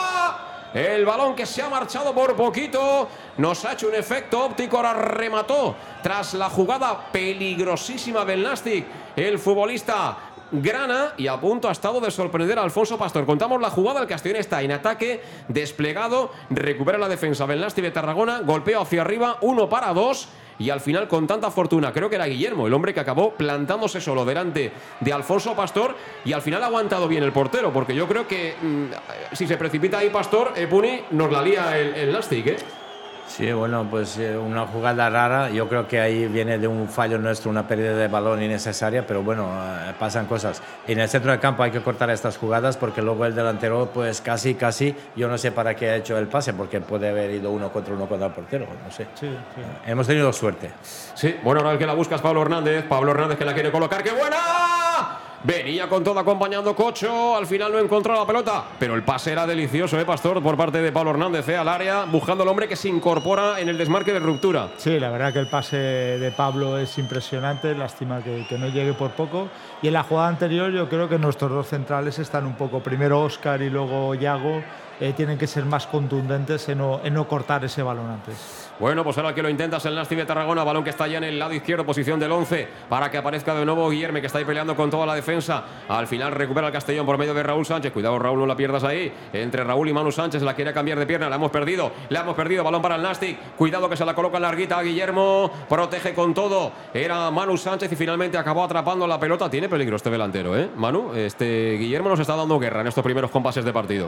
El balón que se ha marchado por poquito, nos ha hecho un efecto óptico, ahora remató tras la jugada peligrosísima del Nástic el futbolista Grana y a punto ha estado de sorprender a Alfonso Pastor. Contamos la jugada, el Castellón está en ataque, desplegado, recupera la defensa del Nástic de Tarragona, golpeo hacia arriba, 1-2 y al final con tanta fortuna, creo que era Guillermo, el hombre que acabó plantándose solo delante de Alfonso Pastor y al final ha aguantado bien el portero, porque yo creo que si se precipita ahí Pastor, Puni nos la lía el Nástic, ¿eh? Sí, bueno, pues una jugada rara, yo creo que ahí viene de un fallo nuestro, una pérdida de balón innecesaria, pero bueno, pasan cosas. En el centro del campo hay que cortar estas jugadas porque luego el delantero, pues casi, yo no sé para qué ha hecho el pase, porque puede haber ido uno contra el portero, no sé. Sí. Hemos tenido suerte. Sí, bueno, ahora el que la busca es Pablo Hernández que la quiere colocar, ¡qué buena! Venía con todo acompañando Cocho, al final no encontró la pelota, pero el pase era delicioso, Pastor, por parte de Pablo Hernández, al área, buscando al hombre que se incorpora en el desmarque de ruptura. Sí, la verdad que el pase de Pablo es impresionante, lástima que no llegue por poco. Y en la jugada anterior yo creo que nuestros dos centrales están un poco, primero Óscar y luego Yago, tienen que ser más contundentes en no cortar ese balón antes. Bueno, pues ahora que lo intentas el Nástic de Tarragona, balón que está ya en el lado izquierdo, posición del 11, para que aparezca de nuevo Guillermo, que está ahí peleando con toda la defensa. Al final recupera el Castellón por medio de Raúl Sánchez. Cuidado, Raúl, no la pierdas ahí. Entre Raúl y Manu Sánchez, la quiere cambiar de pierna, la hemos perdido, balón para el Nástic. Cuidado que se la coloca en larguita a Guillermo, protege con todo. Era Manu Sánchez y finalmente acabó atrapando la pelota. Tiene peligro este delantero, Manu, Guillermo nos está dando guerra en estos primeros compases de partido.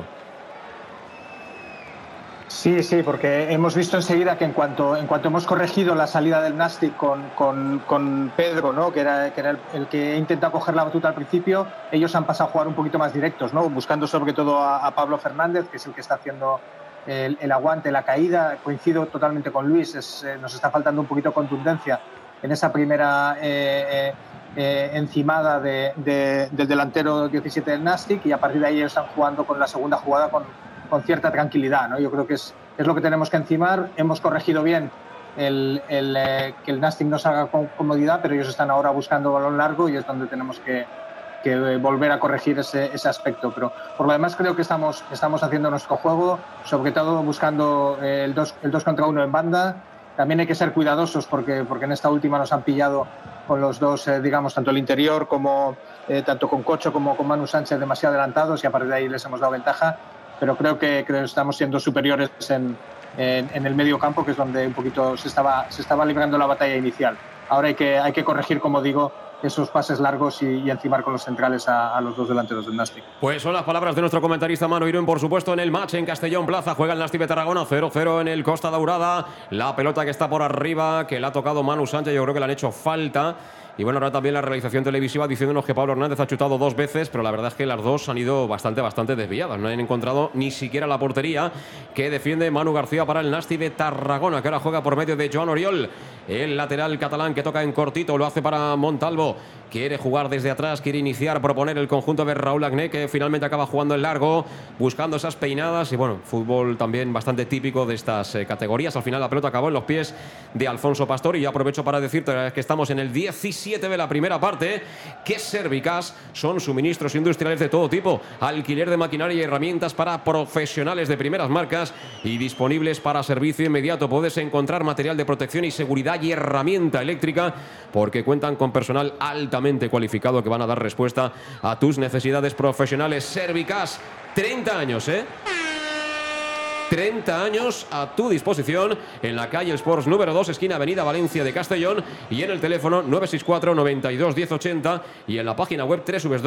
Sí, porque hemos visto enseguida que en cuanto hemos corregido la salida del Nástic con Pedro, ¿no? que era el que intenta coger la batuta al principio, ellos han pasado a jugar un poquito más directos, ¿no? Buscando sobre todo a Pablo Fernández, que es el que está haciendo el aguante, la caída. Coincido totalmente con Luis, nos está faltando un poquito de contundencia en esa primera encimada del delantero 17 del Nástic, y a partir de ahí ellos están jugando con la segunda jugada con cierta tranquilidad, ¿no? Yo creo que es lo que tenemos que encimar. Hemos corregido bien que el Nástic nos haga con comodidad, pero ellos están ahora buscando balón largo y es donde tenemos que volver a corregir ese aspecto. Pero por lo demás creo que estamos haciendo nuestro juego, sobre todo buscando el 2 contra 1 en banda también hay que ser cuidadosos porque en esta última nos han pillado con los dos, digamos, tanto el interior como tanto con Cocho como con Manu Sánchez demasiado adelantados, y a partir de ahí les hemos dado ventaja, pero creo que estamos siendo superiores en el medio campo, que es donde un poquito se estaba librando la batalla inicial. Ahora hay que corregir, como digo, esos pases largos y encimar con los centrales a los dos delanteros del Nàstic. Pues son las palabras de nuestro comentarista Manu Irún, por supuesto, en el match en Castellón Plaza. Juega el Nàstic de Tarragona, 0-0 en el Costa Daurada. La pelota que está por arriba, que le ha tocado Manu Sánchez, yo creo que le han hecho falta. Y bueno, ahora también la realización televisiva diciéndonos que Pablo Hernández ha chutado 2 veces, pero la verdad es que las dos han ido bastante desviadas. No han encontrado ni siquiera la portería que defiende Manu García para el Nàstic de Tarragona, que ahora juega por medio de Joan Oriol, el lateral catalán que toca en cortito, lo hace para Montalvo. Quiere jugar desde atrás, quiere iniciar, proponer el conjunto de Raúl Agné, que finalmente acaba jugando en largo, buscando esas peinadas. Y bueno, fútbol también bastante típico de estas categorías. Al final la pelota acabó en los pies de Alfonso Pastor. Y yo aprovecho para decirte que estamos en el 17 de la primera parte, que Servicas son suministros industriales de todo tipo, alquiler de maquinaria y herramientas para profesionales de primeras marcas y disponibles para servicio inmediato. Puedes encontrar material de protección y seguridad y herramienta eléctrica, porque cuentan con personal altamente cualificado que van a dar respuesta a tus necesidades profesionales. Servicas, 30 años, 30 años a tu disposición en la calle Sports número 2, esquina Avenida Valencia de Castellón, y en el teléfono 964 92 1080 y en la página web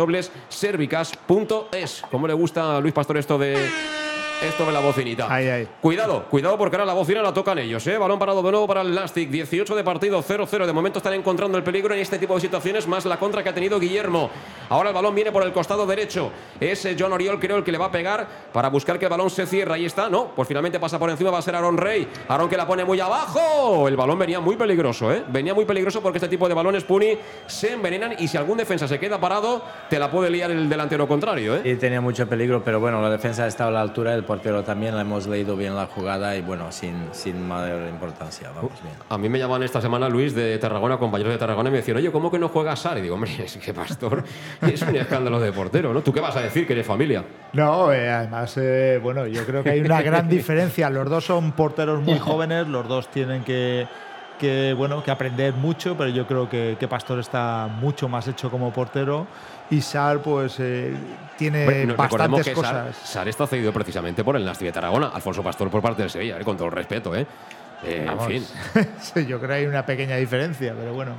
www.servicas.es. ¿Cómo le gusta a Luis Pastor esto de la bocinita? Cuidado porque ahora la bocina la tocan ellos, Balón parado de nuevo para el Nàstic. 18 de partido, 0-0. De momento están encontrando el peligro en este tipo de situaciones, más la contra que ha tenido Guillermo. Ahora el balón viene por el costado derecho. Es Joan Oriol, creo, el que le va a pegar para buscar que el balón se cierre. Ahí está, no, pues finalmente pasa por encima, va a ser Aaron Rey. Aaron, que la pone muy abajo. El balón venía muy peligroso, venía muy peligroso, porque este tipo de balones, Puni, se envenenan, y si algún defensa se queda parado, te la puede liar el delantero contrario, Y tenía mucho peligro, pero bueno, la defensa ha estado a la altura del portero también, la hemos leído bien la jugada y bueno, sin mayor importancia, vamos bien. A mí me llaman esta semana, Luis, de Tarragona, compañeros de Tarragona, y me decían, oye, ¿cómo que no juega Sar? Y digo, hombre, es que Pastor es un escándalo de portero, ¿no? ¿Tú qué vas a decir, que eres familia? No, además, bueno, yo creo que hay una gran diferencia. Los dos son porteros muy jóvenes, los dos tienen que aprender mucho, pero yo creo que Pastor está mucho más hecho como portero, y Sar pues tiene bastantes cosas. Sar está cedido precisamente por el Nàstic de Tarragona. Alfonso Pastor por parte del Sevilla, con todo el respeto, en fin. Sí, yo creo que hay una pequeña diferencia, pero bueno.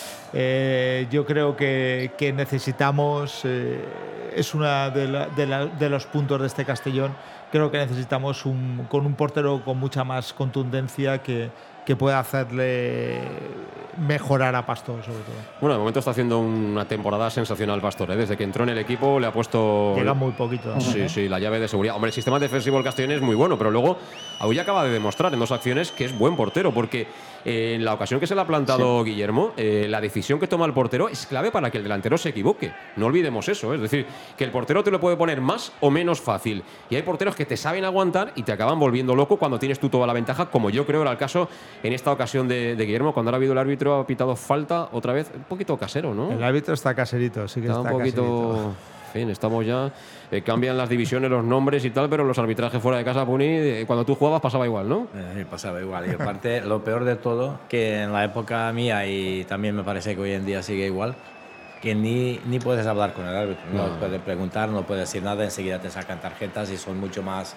Yo creo que necesitamos, es uno de los puntos de este Castellón. Creo que necesitamos con un portero con mucha más contundencia que pueda hacerle mejorar a Pastor, sobre todo. Bueno, de momento está haciendo una temporada sensacional Pastor, Desde que entró en el equipo le ha puesto... Llega muy poquito. Sí, la llave de seguridad. Hombre, el sistema defensivo del Castellón es muy bueno, pero luego hoy acaba de demostrar en 2 acciones que es buen portero, porque en la ocasión que se le ha plantado Guillermo, la decisión que toma el portero es clave para que el delantero se equivoque. No olvidemos eso, es decir, que el portero te lo puede poner más o menos fácil. Y hay porteros que te saben aguantar y te acaban volviendo loco cuando tienes tú toda la ventaja, como yo creo era el caso en esta ocasión de Guillermo, cuando ha habido el árbitro, ha pitado falta otra vez, un poquito casero, ¿no? El árbitro está caserito, sí que está un poquito caserito. En fin, estamos ya, cambian las divisiones, los nombres y tal, pero los arbitrajes fuera de casa, Puni, cuando tú jugabas pasaba igual, ¿no? Pasaba igual, y aparte lo peor de todo, que en la época mía, y también me parece que hoy en día sigue igual, que ni puedes hablar con el árbitro, no puedes preguntar, no puedes decir nada, enseguida te sacan tarjetas y son mucho más...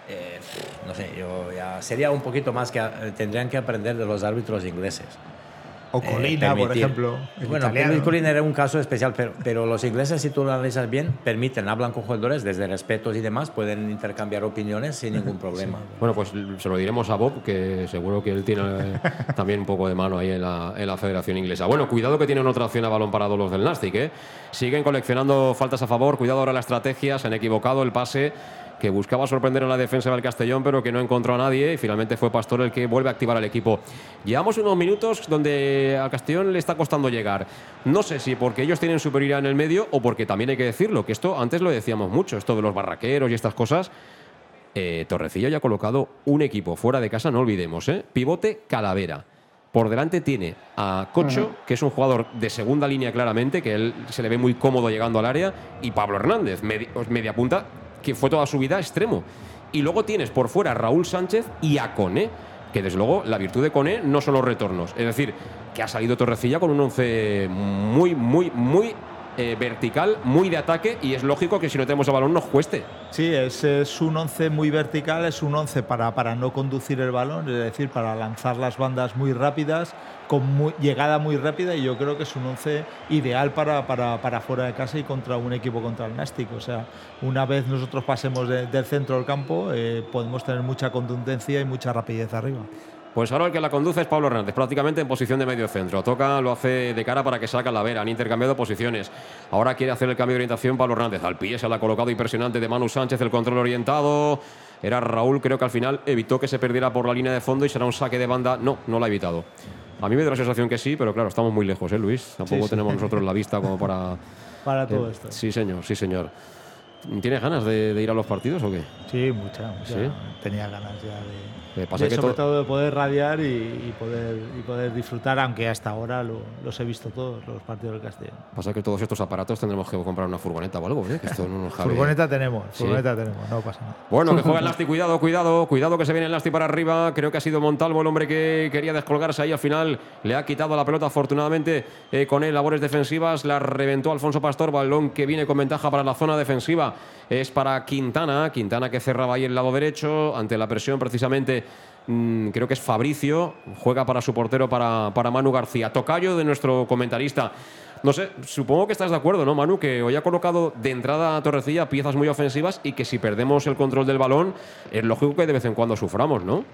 no sé, yo ya sería un poquito más que tendrían que aprender de los árbitros ingleses. O Colina, por ejemplo. Bueno, Colina era un caso especial, pero los ingleses, si tú lo analizas bien, hablan con jugadores desde respetos y demás, pueden intercambiar opiniones sin ningún problema. Sí. Bueno, pues se lo diremos a Bob, que seguro que él tiene también un poco de mano ahí en la Federación Inglesa. Bueno, cuidado que tienen otra opción a balón parado los del Nàstic, Siguen coleccionando faltas a favor, cuidado ahora la estrategia, se han equivocado el pase, que buscaba sorprender a la defensa del Castellón, pero que no encontró a nadie, y finalmente fue Pastor el que vuelve a activar al equipo. Llevamos unos minutos donde al Castellón le está costando llegar. No sé si porque ellos tienen superioridad en el medio o porque también hay que decirlo, que esto antes lo decíamos mucho, esto de los barraqueros y estas cosas. Torrecilla ya ha colocado un equipo fuera de casa, no olvidemos, pivote Calavera. Por delante tiene a Cocho, que es un jugador de segunda línea claramente, que él se le ve muy cómodo llegando al área, y Pablo Hernández, media punta, que fue toda su vida extremo. Y luego tienes por fuera a Raúl Sánchez y a Koné. que desde luego la virtud de Koné no son los retornos. Es decir, que ha salido Torrecilla con un 11 muy vertical, muy de ataque, y es lógico que si no tenemos el balón nos cueste. Sí, es un 11 muy vertical, es un 11 para no conducir el balón, es decir, para lanzar las bandas muy rápidas, con llegada muy rápida, y yo creo que es un 11 ideal para fuera de casa y contra un equipo contra el Nastic. O sea, una vez nosotros pasemos del centro del campo, podemos tener mucha contundencia y mucha rapidez arriba. Pues ahora el que la conduce es Pablo Hernández, prácticamente en posición de medio centro. Toca, lo hace de cara para que saque a la vera. Han intercambiado posiciones. Ahora quiere hacer el cambio de orientación Pablo Hernández. Al pie se la ha colocado impresionante de Manu Sánchez, el control orientado. Era Raúl, creo que al final evitó que se perdiera por la línea de fondo y será un saque de banda. No lo ha evitado. A mí me da la sensación que sí, pero claro, estamos muy lejos, Luis. Tampoco tenemos nosotros la vista como para... para todo esto. Sí, señor, sí, señor. ¿Tienes ganas de ir a los partidos o qué? Sí, mucha. ¿Sí? Tenía ganas ya sobre todo de poder radiar y poder disfrutar, aunque hasta ahora los he visto todos, los partidos del Castellón. Pasa que todos estos aparatos tendremos que comprar una furgoneta o algo, que esto no nos cabe. Furgoneta tenemos, no pasa nada. Bueno, que juega el Nastic, cuidado que se viene el Nastic para arriba. Creo que ha sido Montalvo el hombre que quería descolgarse ahí, al final le ha quitado la pelota, afortunadamente con él labores defensivas, la reventó Alfonso Pastor, balón que viene con ventaja para la zona defensiva. Es para Quintana que cerraba ahí el lado derecho, ante la presión precisamente, creo que es Fabricio, juega para su portero, para Manu García, tocayo de nuestro comentarista. No sé, supongo que estás de acuerdo, ¿no, Manu? Que hoy ha colocado de entrada a Torrecilla piezas muy ofensivas y que si perdemos el control del balón, es lógico que de vez en cuando suframos, ¿no?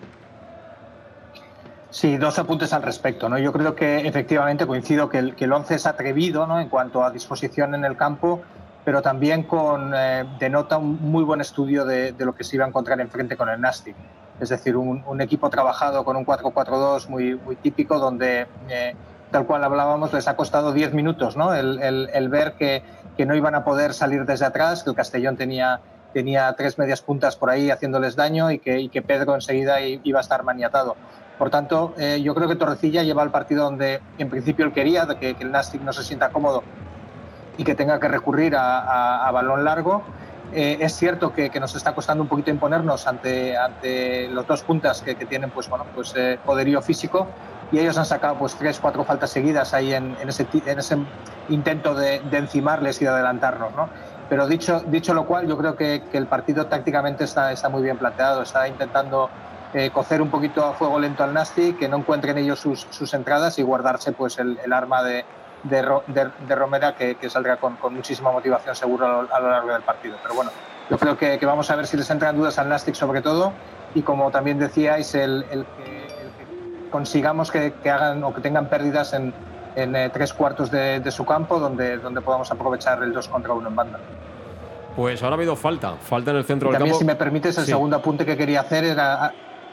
Sí, dos apuntes al respecto, ¿no? Yo creo que efectivamente coincido que el 11 es atrevido, ¿no?, en cuanto a disposición en el campo, pero también denota un muy buen estudio de lo que se iba a encontrar enfrente con el Nastic. Es decir, un equipo trabajado con un 4-4-2 muy típico, donde, tal cual hablábamos, les ha costado 10 minutos, ¿no? El ver que no iban a poder salir desde atrás, que el Castellón tenía 3 medias puntas por ahí haciéndoles daño y que Pedro enseguida iba a estar maniatado. Por tanto, yo creo que Torrecilla lleva el partido donde en principio él quería, de que el Nastic no se sienta cómodo y que tenga que recurrir a balón largo. Es cierto que nos está costando un poquito imponernos ante los dos puntas que tienen poderío físico, y ellos han sacado 3-4 faltas seguidas ahí en ese intento de encimarles y de adelantarnos, ¿no? Pero dicho lo cual, yo creo que el partido tácticamente está muy bien planteado. Está intentando cocer un poquito a fuego lento al Nastic, que no encuentren ellos sus entradas y guardarse el arma de Romera, que saldrá con muchísima motivación seguro a lo largo del partido. Pero bueno, yo creo que vamos a ver si les entran dudas al Nastic sobre todo, y como también decíais, el que consigamos que hagan o que tengan pérdidas en 3/4 de su campo, donde podamos aprovechar el 2 contra 1 en banda. Pues ahora ha habido falta en el centro del campo. También, si me permites, el segundo apunte que quería hacer era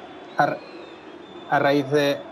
a raíz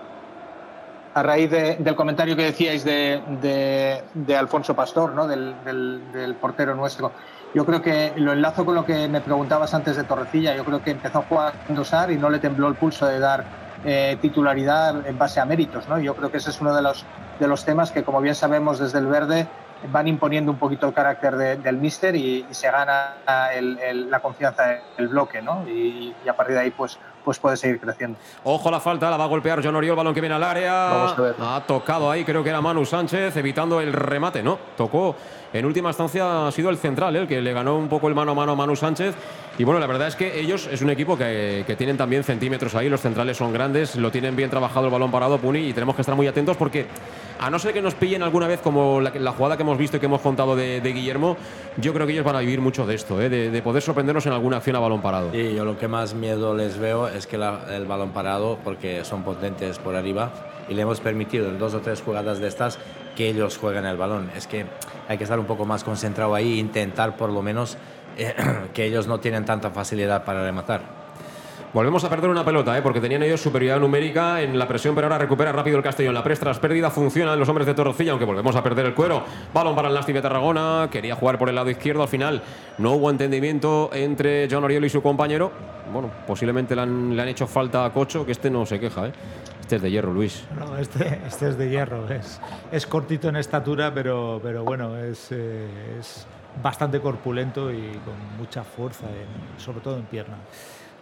del comentario que decíais de Alfonso Pastor, ¿no?, del portero nuestro. Yo creo que lo enlazo con lo que me preguntabas antes de Torrecilla. Yo creo que empezó jugando SAR y no le tembló el pulso de dar titularidad en base a méritos, ¿no? Yo creo que ese es uno de los temas que, como bien sabemos desde el verde, van imponiendo un poquito el carácter del míster y se gana la confianza del bloque, ¿no? Y a partir de ahí pues puede seguir creciendo. Ojo a la falta, la va a golpear John Oriol, balón que viene al área. Vamos a ver. Ha tocado ahí, creo que era Manu Sánchez, evitando el remate, ¿no? Tocó, en última instancia ha sido el central, el que le ganó un poco el mano a mano a Manu Sánchez. Y bueno, la verdad es que ellos es un equipo que tienen también centímetros ahí, los centrales son grandes, lo tienen bien trabajado el balón parado, Puni, y tenemos que estar muy atentos porque, a no ser que nos pillen alguna vez como la jugada que hemos visto y que hemos contado de Guillermo, yo creo que ellos van a vivir mucho de esto, de poder sorprendernos en alguna acción a balón parado. Sí, yo lo que más miedo les veo es que el balón parado, porque son potentes por arriba y le hemos permitido en 2 o 3 jugadas de estas que ellos jueguen el balón. Es que hay que estar un poco más concentrado ahí e intentar por lo menos que ellos no tienen tanta facilidad para rematar. Volvemos a perder una pelota, porque tenían ellos superioridad numérica en la presión, pero ahora recupera rápido el Castellón. La presta, las pérdidas funcionan los hombres de Torrecilla, aunque volvemos a perder el cuero. Balón para el Nastic de Tarragona, quería jugar por el lado izquierdo, al final no hubo entendimiento entre John Oriol y su compañero. Bueno, posiblemente le han hecho falta a Cocho, que este no se queja, Este es de hierro, Luis. No, este es de hierro, es cortito en estatura, pero bueno, es bastante corpulento y con mucha fuerza, sobre todo en pierna.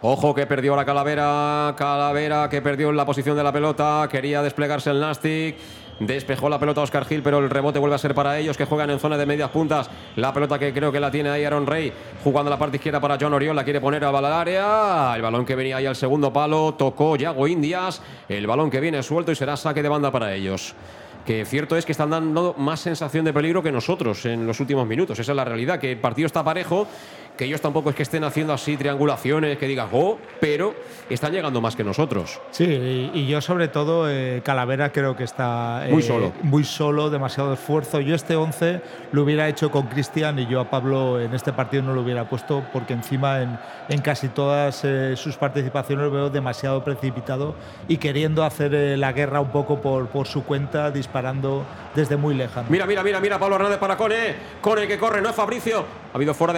Ojo que perdió la Calavera que perdió la posición de la pelota, quería desplegarse el Nastic, despejó la pelota Óscar Gil, pero el rebote vuelve a ser para ellos, que juegan en zona de medias puntas. La pelota que creo que la tiene ahí Aaron Rey, jugando a la parte izquierda para John Oriol, la quiere poner al área, el balón que venía ahí al segundo palo, tocó Yago Indias, el balón que viene suelto y será saque de banda para ellos. Que cierto es que están dando más sensación de peligro que nosotros en los últimos minutos. Esa es la realidad, que el partido está parejo, que ellos tampoco es que estén haciendo así triangulaciones, que digas, pero están llegando más que nosotros. Sí, y yo sobre todo, Calavera creo que está muy solo, demasiado esfuerzo. Yo este 11 lo hubiera hecho con Cristian y yo a Pablo en este partido no lo hubiera puesto porque encima en casi todas sus participaciones lo veo demasiado precipitado y queriendo hacer la guerra un poco por su cuenta, disparando desde muy lejano. Mira, Pablo Hernández para Cone que corre, no es Fabricio. Ha habido fuera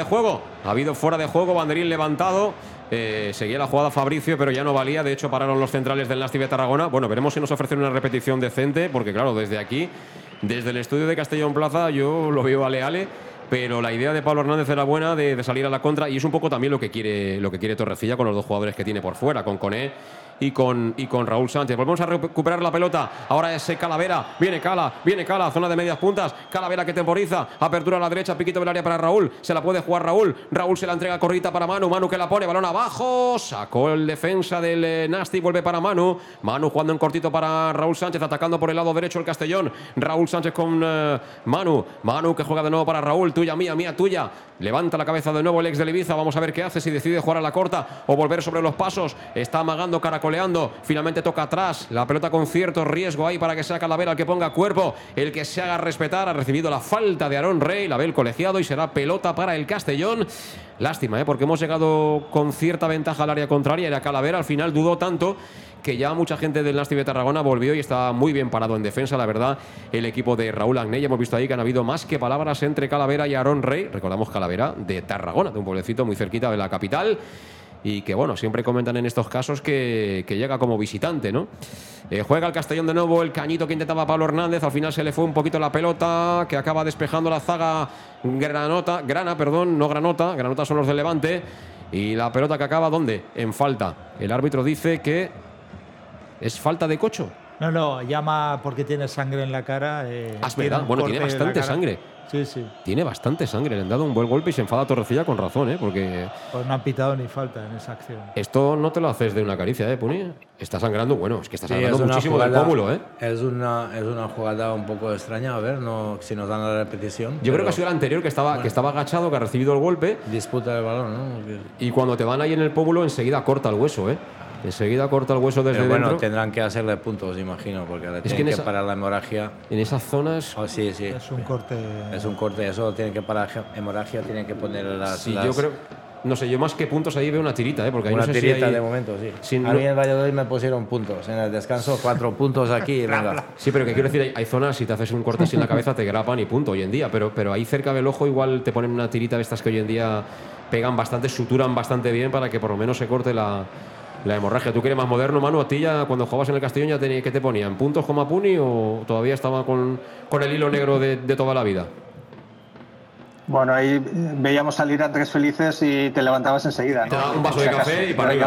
de juego, banderín levantado. Seguía la jugada Fabricio, pero ya no valía. De hecho, pararon los centrales del Nastic de Tarragona. Bueno, veremos si nos ofrecen una repetición decente, porque claro, desde aquí, desde el estudio de Castellón Plaza, yo lo veo ale. Pero la idea de Pablo Hernández era buena, de salir a la contra, y es un poco también lo que quiere Torrecilla con los dos jugadores que tiene por fuera, con Cone y con Raúl Sánchez. Volvemos a recuperar la pelota. Ahora es Calavera. Viene Cala, zona de medias puntas. Calavera que temporiza. Apertura a la derecha, piquito del área para Raúl. Se la puede jugar Raúl. Raúl se la entrega corrida para Manu. Manu que la pone, balón abajo. Sacó el defensa del Nastic, vuelve para Manu. Manu jugando en cortito para Raúl Sánchez, atacando por el lado derecho el Castellón. Raúl Sánchez con Manu. Manu que juega de nuevo para Raúl. Tuya, mía, tuya. Levanta la cabeza de nuevo el ex del Ibiza. Vamos a ver qué hace, si decide jugar a la corta o volver sobre los pasos. Está amagando, caracoleando. Finalmente toca atrás. La pelota con cierto riesgo ahí para que sea Calavera el que ponga cuerpo, el que se haga respetar. Ha recibido la falta de Aaron Rey, la ve el colegiado y será pelota para el Castellón. Lástima, porque hemos llegado con cierta ventaja al área contraria. Era Calavera, al final dudó tanto que ya mucha gente del Nastic de Tarragona volvió y está muy bien parado en defensa, la verdad, el equipo de Raúl Agné. Ya hemos visto ahí que han habido más que palabras entre Calavera y Aaron Rey. Recordamos Calavera de Tarragona, de un pueblecito muy cerquita de la capital. Y que, bueno, siempre comentan en estos casos que llega como visitante, ¿no? Juega el Castellón de nuevo, el cañito que intentaba Pablo Hernández. Al final se le fue un poquito la pelota, que acaba despejando la zaga Granota son los del Levante. Y la pelota que acaba, ¿dónde? En falta. El árbitro dice que es falta de Cocho. No, llama porque tiene sangre en la cara. Es verdad, bueno, tiene bastante sangre. Sí. Tiene bastante sangre, le han dado un buen golpe y se enfada Torrecilla con razón, porque… Pues no han pitado ni falta en esa acción. Esto no te lo haces de una caricia, Puni. Está sangrando, es que está sangrando muchísimo del pómulo, Es una jugada un poco extraña, a ver, si nos dan la repetición. Yo creo que ha sido el anterior, que estaba agachado, que ha recibido el golpe. Disputa el balón, ¿no? Y cuando te van ahí en el pómulo, enseguida corta el hueso, Enseguida corta el hueso desde dentro. Bueno, tendrán que hacerle puntos, imagino, porque le tienen que parar la hemorragia. En esas zonas… Sí. Es un corte. Es un corte, eso tienen que parar hemorragia, tienen que poner las… Sí, yo creo… No sé, yo más que puntos ahí veo una tirita, porque ahí una no sé tirita si hay… de momento, sí. A mí en Valladolid me pusieron puntos. En el descanso, 4 puntos aquí y venga. Sí, pero que quiero decir, hay zonas, si te haces un corte así en la cabeza, te grapan y punto hoy en día. Pero ahí cerca del ojo igual te ponen una tirita de estas que hoy en día pegan bastante, suturan bastante bien para que por lo menos se corte la hemorragia. ¿Tú que eres más moderno, Manu? ¿A ti ya cuando jugabas en el Castellón ya ¿qué te ponían? ¿Puntos como a Puni o todavía estaba con el hilo negro de toda la vida? Bueno, ahí veíamos salir a Tres Felices y te levantabas enseguida, ¿no? Te daban un vaso de café y para arriba,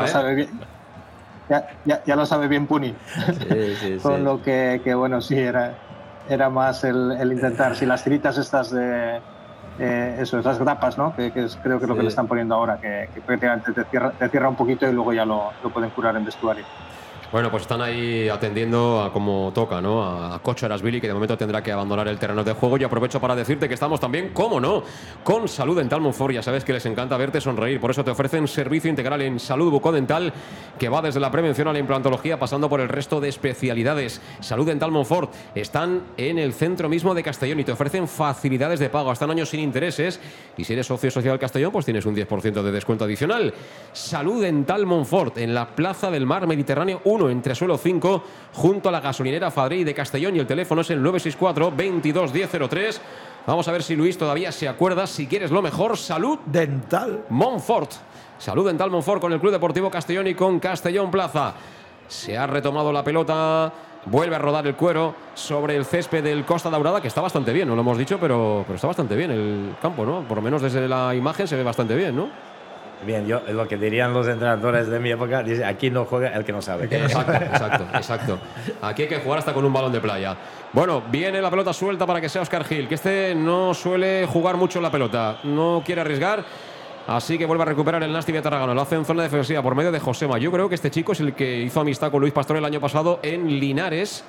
Ya lo sabe bien Puni. Sí. Con lo que bueno, sí, era más el intentar. Si las tiritas estas de… esas grapas, ¿no? Que creo que es lo que le están poniendo ahora, que prácticamente te cierra un poquito y luego ya lo pueden curar en vestuario. Bueno, pues están ahí atendiendo a como toca, ¿no? A Cocho Arasvili, que de momento tendrá que abandonar el terreno de juego. Y aprovecho para decirte que estamos también, cómo no, con Salud Dental Monfort. Ya sabes que les encanta verte sonreír, por eso te ofrecen servicio integral en salud bucodental, que va desde la prevención a la implantología, pasando por el resto de especialidades. Salud Dental Monfort están en el centro mismo de Castellón y te ofrecen facilidades de pago hasta un año sin intereses. Y si eres socio social Castellón, pues tienes un 10% de descuento adicional. Salud Dental Monfort, en la Plaza del Mar Mediterráneo 1, entre suelo 5, junto a la gasolinera Fadrey de Castellón, y el teléfono es el 964 22 1003. Vamos a ver si Luis todavía se acuerda. Si quieres lo mejor, Salud Dental Monfort. Salud Dental Monfort con el Club Deportivo Castellón y con Castellón Plaza. Se ha retomado la pelota, vuelve a rodar el cuero sobre el césped del Costa Daurada, que está bastante bien, no lo hemos dicho, pero está bastante bien el campo, ¿no? Por lo menos desde la imagen se ve bastante bien, ¿no? Bien, yo lo que dirían los entrenadores de mi época, dice, aquí no juega el que no sabe. Exacto. Aquí hay que jugar hasta con un balón de playa. Bueno, viene la pelota suelta para que sea Óscar Gil, que este no suele jugar mucho la pelota, no quiere arriesgar, así que vuelve a recuperar el Nasti de Tarragona. Lo hace en zona defensiva por medio de Josema. Yo creo que este chico es el que hizo amistad con Luis Pastor el año pasado en Linares.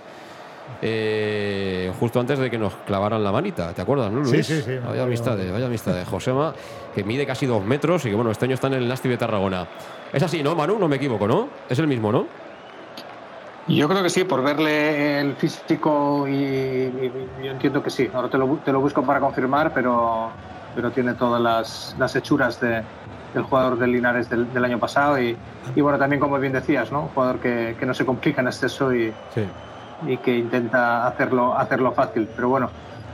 Justo antes de que nos clavaran la manita, ¿te acuerdas, no, Luis? Sí. Vaya amistad de Josema, que mide casi 2 metros y que bueno, este año está en el Nasti de Tarragona. Es así, ¿no, Manu? No me equivoco, ¿no? Es el mismo, ¿no? Yo creo que sí, por verle el físico y yo entiendo que sí. Ahora te lo busco para confirmar, pero tiene todas las hechuras del jugador del Linares del año pasado y bueno, también como bien decías, ¿no? Un jugador que no se complica en exceso y que intenta hacerlo fácil. Pero bueno,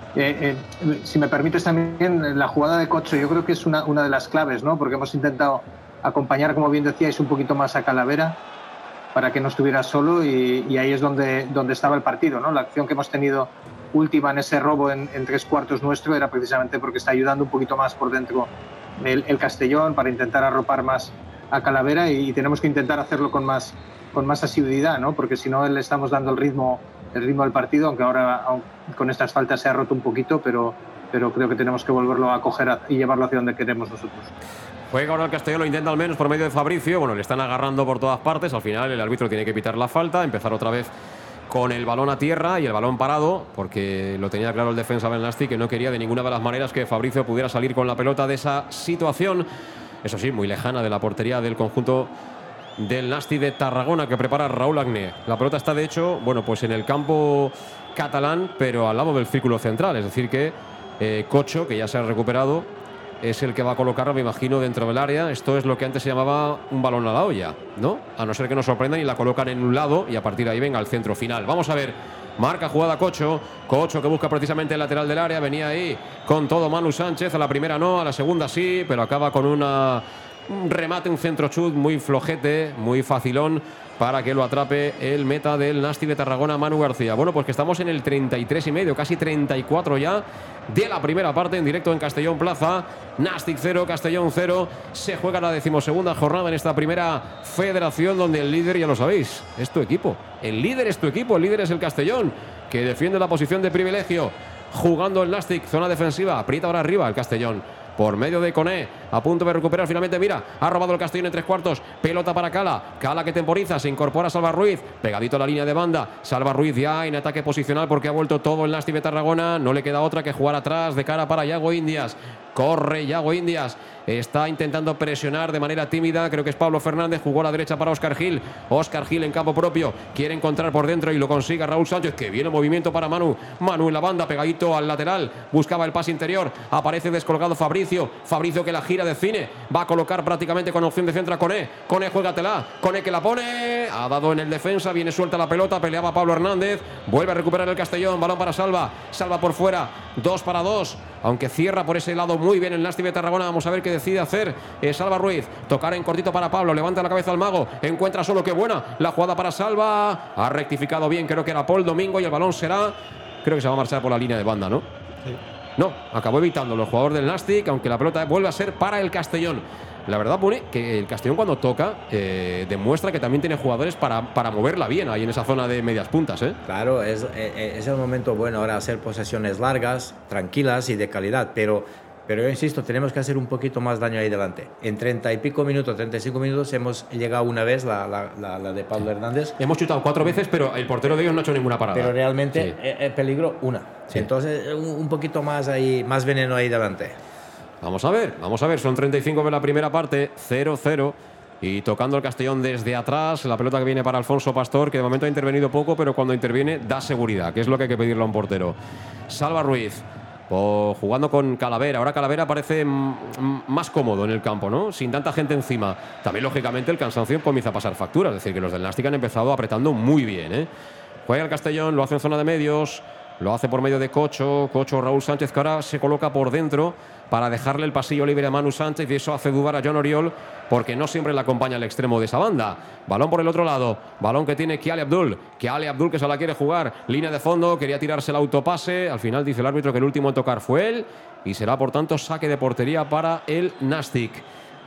si me permites también, la jugada de Cocho yo creo que es una de las claves, ¿no? Porque hemos intentado acompañar, como bien decíais, un poquito más a Calavera para que no estuviera solo y ahí es donde estaba el partido, ¿no? La acción que hemos tenido última en ese robo en 3/4 nuestro era precisamente porque está ayudando un poquito más por dentro el Castellón para intentar arropar más a Calavera y tenemos que intentar hacerlo con más asiduidad, ¿no? Porque si no le estamos dando el ritmo del partido, aunque ahora con estas faltas se ha roto un poquito, pero creo que tenemos que volverlo a coger y llevarlo hacia donde queremos nosotros. Juega ahora el Castellón, lo intenta al menos por medio de Fabricio. Bueno, le están agarrando por todas partes. Al final el árbitro tiene que pitar la falta, empezar otra vez con el balón a tierra y el balón parado, porque lo tenía claro el defensa Ben Nasti, que no quería de ninguna de las maneras que Fabricio pudiera salir con la pelota de esa situación. Eso sí, muy lejana de la portería del conjunto del Nasti de Tarragona, que prepara Raúl Agné. La pelota está, de hecho, bueno, pues en el campo catalán, pero al lado del círculo central. Es decir que Cocho, que ya se ha recuperado, es el que va a colocarlo, me imagino, dentro del área. Esto es lo que antes se llamaba un balón a la olla, ¿no? A no ser que nos sorprendan y la colocan en un lado y a partir de ahí venga al centro final. Vamos a ver. Marca jugada Cocho que busca precisamente el lateral del área. Venía ahí con todo Manu Sánchez. A la primera no, a la segunda sí, pero acaba con un remate, un centro chut muy flojete, muy facilón para que lo atrape el meta del Nasti de Tarragona, Manu García. Bueno, pues que estamos en el 33,5, casi 34 ya de la primera parte en directo en Castellón Plaza. Nastic 0, Castellón 0. Se juega la 12ª jornada en esta primera federación, donde el líder, ya lo sabéis, es tu equipo. El líder es tu equipo, el líder es el Castellón, que defiende la posición de privilegio. Jugando el Nastic, zona defensiva, aprieta ahora arriba el Castellón. Por medio de Coné, a punto de recuperar finalmente, mira, ha robado el Castellón en 3/4, pelota para Cala que temporiza, se incorpora Salva Ruiz, pegadito a la línea de banda, Salva Ruiz ya en ataque posicional porque ha vuelto todo el Nasti de Tarragona, no le queda otra que jugar atrás de cara para Yago Indias. Corre Yago Indias, está intentando presionar de manera tímida, creo que es Pablo Fernández, jugó a la derecha para Óscar Gil en campo propio, quiere encontrar por dentro y lo consigue Raúl Sánchez, que viene movimiento para Manu en la banda, pegadito al lateral, buscaba el pase interior, aparece descolgado Fabricio que la gira de cine, va a colocar prácticamente con opción de centro a Coné, juégatela, Coné que la pone, ha dado en el defensa, viene suelta la pelota, peleaba Pablo Hernández, vuelve a recuperar el Castellón, balón para Salva por fuera, 2 para 2, aunque cierra por ese lado muy bien el Nasti de Tarragona. Vamos a ver qué decide hacer Salva Ruiz, tocar en cortito para Pablo, levanta la cabeza al mago, encuentra solo, qué buena la jugada para Salva, ha rectificado bien, creo que era Paul Domingo y el balón será, creo que se va a marchar por la línea de banda, ¿no? Sí. No, acabó evitándolo el jugador del Nastic, aunque la pelota vuelve a ser para el Castellón. La verdad, pone que el Castellón cuando toca demuestra que también tiene jugadores para moverla bien ahí en esa zona de medias puntas, ¿eh? Claro, es el momento bueno ahora hacer posesiones largas, tranquilas y de calidad, pero yo insisto, tenemos que hacer un poquito más daño ahí delante. En 30 y pico minutos, 35 minutos, hemos llegado una vez, la de Pablo Hernández. Hemos chutado 4 veces, pero el portero de ellos no ha hecho ninguna parada. Pero realmente el peligro, una. Sí. Entonces, un poquito más ahí, más veneno ahí delante. Vamos a ver, son 35 de la primera parte, 0-0. Y tocando el Castellón desde atrás, la pelota que viene para Alfonso Pastor, que de momento ha intervenido poco, pero cuando interviene da seguridad, que es lo que hay que pedirle a un portero. Salva Ruiz, jugando con Calavera. Ahora Calavera parece más cómodo en el campo, ¿no? Sin tanta gente encima. También, lógicamente, el cansancio comienza a pasar factura. Es decir, que los del Nastic han empezado apretando muy bien, ¿eh? Juega el Castellón, lo hace en zona de medios, lo hace por medio de Cocho, Raúl Sánchez, que ahora se coloca por dentro para dejarle el pasillo libre a Manu Sánchez, y eso hace dudar a John Oriol, porque no siempre le acompaña el extremo de esa banda. Balón por el otro lado, balón que tiene Kiale Abdul, que se la quiere jugar, línea de fondo, quería tirarse el autopase, al final dice el árbitro que el último en tocar fue él, y será por tanto saque de portería para el Nastic.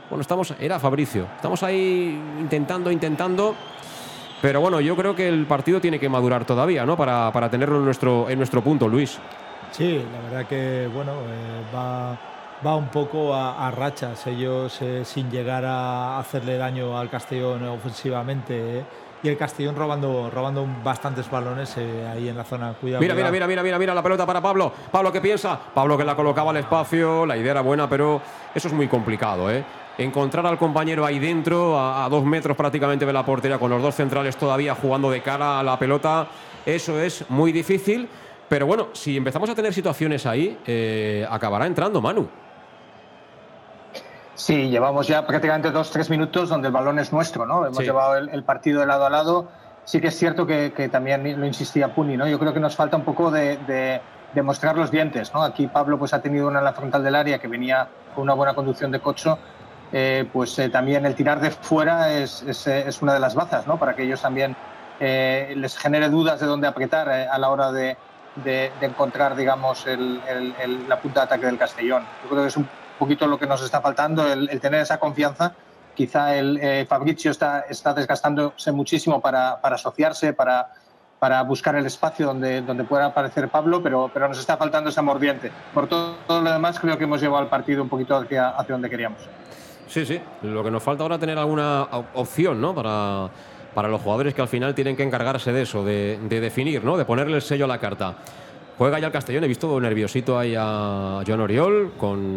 Bueno, era Fabricio. Estamos ahí intentando. Pero bueno, yo creo que el partido tiene que madurar todavía, ¿no? Para tenerlo en nuestro punto, Luis. Sí, la verdad que, bueno, va un poco a rachas. Ellos sin llegar a hacerle daño al Castellón ofensivamente, y el Castellón robando bastantes balones ahí en la zona. Cuidado. Mira la pelota para Pablo. Pablo, ¿qué piensa? Pablo, que la colocaba al espacio. La idea era buena, pero eso es muy complicado, ¿eh? Encontrar al compañero ahí dentro, a 2 metros prácticamente de la portería, con los dos centrales todavía jugando de cara a la pelota, eso es muy difícil. Pero bueno, si empezamos a tener situaciones ahí, acabará entrando Manu. Sí, llevamos ya prácticamente 2-3 minutos donde el balón es nuestro, ¿no? Hemos llevado el partido de lado a lado. Sí que es cierto que también lo insistía Puni, ¿no? Yo creo que nos falta un poco de mostrar los dientes, ¿no? Aquí Pablo pues ha tenido una en la frontal del área que venía con una buena conducción de Cocho. También el tirar de fuera es una de las bazas, ¿no? Para que ellos también les genere dudas de dónde apretar a la hora de encontrar, digamos, la punta de ataque del Castellón. Yo creo que es un poquito lo que nos está faltando, el tener esa confianza. Quizá Fabricio está desgastándose muchísimo para asociarse, para buscar el espacio donde pueda aparecer Pablo, pero nos está faltando esa mordiente. Por todo lo demás, creo que hemos llevado el partido un poquito hacia donde queríamos. Sí. Lo que nos falta ahora es tener alguna opción, ¿no? Para los jugadores que al final tienen que encargarse de eso, de definir, ¿no? De ponerle el sello a la carta. Juega ya el Castellón, he visto nerviosito ahí a Joan Oriol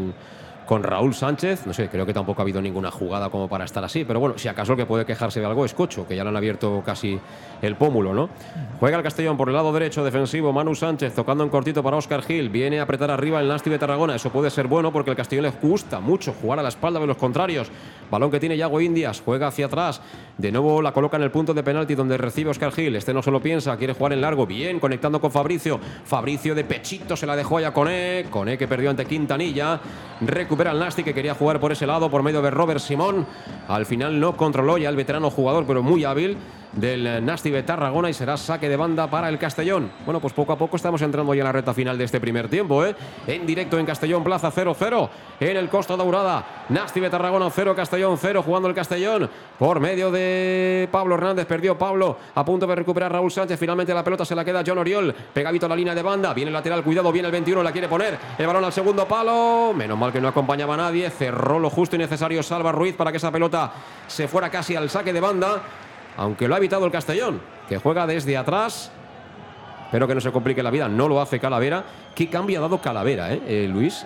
con Raúl Sánchez. No sé, creo que tampoco ha habido ninguna jugada como para estar así, pero bueno, si acaso el que puede quejarse de algo es Cocho, que ya le han abierto casi el pómulo, ¿no? Juega el Castellón por el lado derecho defensivo, Manu Sánchez tocando en cortito para Óscar Gil, viene a apretar arriba el Nasti de Tarragona. Eso puede ser bueno porque el Castellón les gusta mucho jugar a la espalda de los contrarios. Balón que tiene Yago Indias, juega hacia atrás, de nuevo la coloca en el punto de penalti donde recibe Óscar Gil. Este no se lo piensa, quiere jugar en largo, bien, conectando con Fabricio de pechito se la dejó a Koné que perdió ante Quintanilla. Recupera el Nasti, que quería jugar por ese lado por medio de Robert Simón. Al final no controló ya el veterano jugador, pero muy hábil, del Nasti de Tarragona, y será saque de banda para el Castellón. Bueno, pues poco a poco estamos entrando ya en la recta final de este primer tiempo, ¿eh? En directo en Castellón Plaza, 0-0 en el Costa Daurada. Nasti de Tarragona 0, Castellón 0, jugando el Castellón por medio de Pablo Hernández. Perdió Pablo, a punto de recuperar Raúl Sánchez. Finalmente la pelota se la queda Joan Oriol, pegadito a la línea de banda. Viene el lateral, cuidado, viene el 21, la quiere poner. El balón al segundo palo. Menos mal que no acompañaba a nadie. Cerró lo justo y necesario Salva Ruiz para que esa pelota se fuera casi al saque de banda. Aunque lo ha evitado el Castellón, que juega desde atrás. Espero que no se complique la vida. No lo hace Calavera. ¿Qué cambio ha dado Calavera, Luis?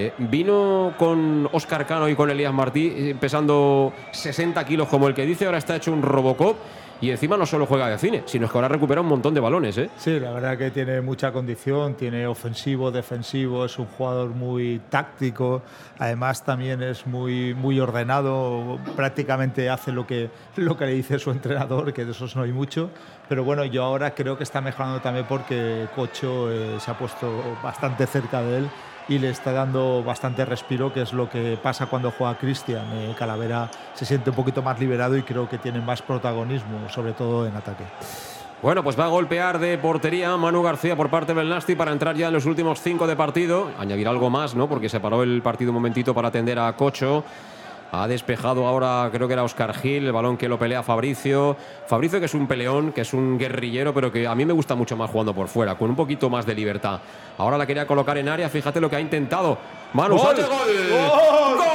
Vino con Óscar Cano y con Elías Martí pesando 60 kilos como el que dice. Ahora está hecho un Robocop. Y encima no solo juega de cine, sino que ahora recupera un montón de balones, ¿eh? Sí, la verdad que tiene mucha condición, tiene ofensivo, defensivo, es un jugador muy táctico, además también es muy ordenado, prácticamente hace lo que le dice su entrenador, que de esos no hay mucho, pero bueno, yo ahora creo que está mejorando también porque Cocho se ha puesto bastante cerca de él y le está dando bastante respiro, que es lo que pasa cuando juega Cristian. Calavera se siente un poquito más liberado y creo que tiene más protagonismo, sobre todo en ataque. Bueno, pues va a golpear de portería Manu García por parte del Nasti para entrar ya en los últimos 5 de partido. Añadir algo más, ¿no? Porque se paró el partido un momentito para atender a Cocho. Ha despejado ahora, creo que era Óscar Gil, el balón que lo pelea Fabricio. Fabricio, que es un peleón, que es un guerrillero, pero que a mí me gusta mucho más jugando por fuera, con un poquito más de libertad. Ahora la quería colocar en área, fíjate lo que ha intentado. Manu Sánchez, ¡gol! ¡Gol! ¡Gol!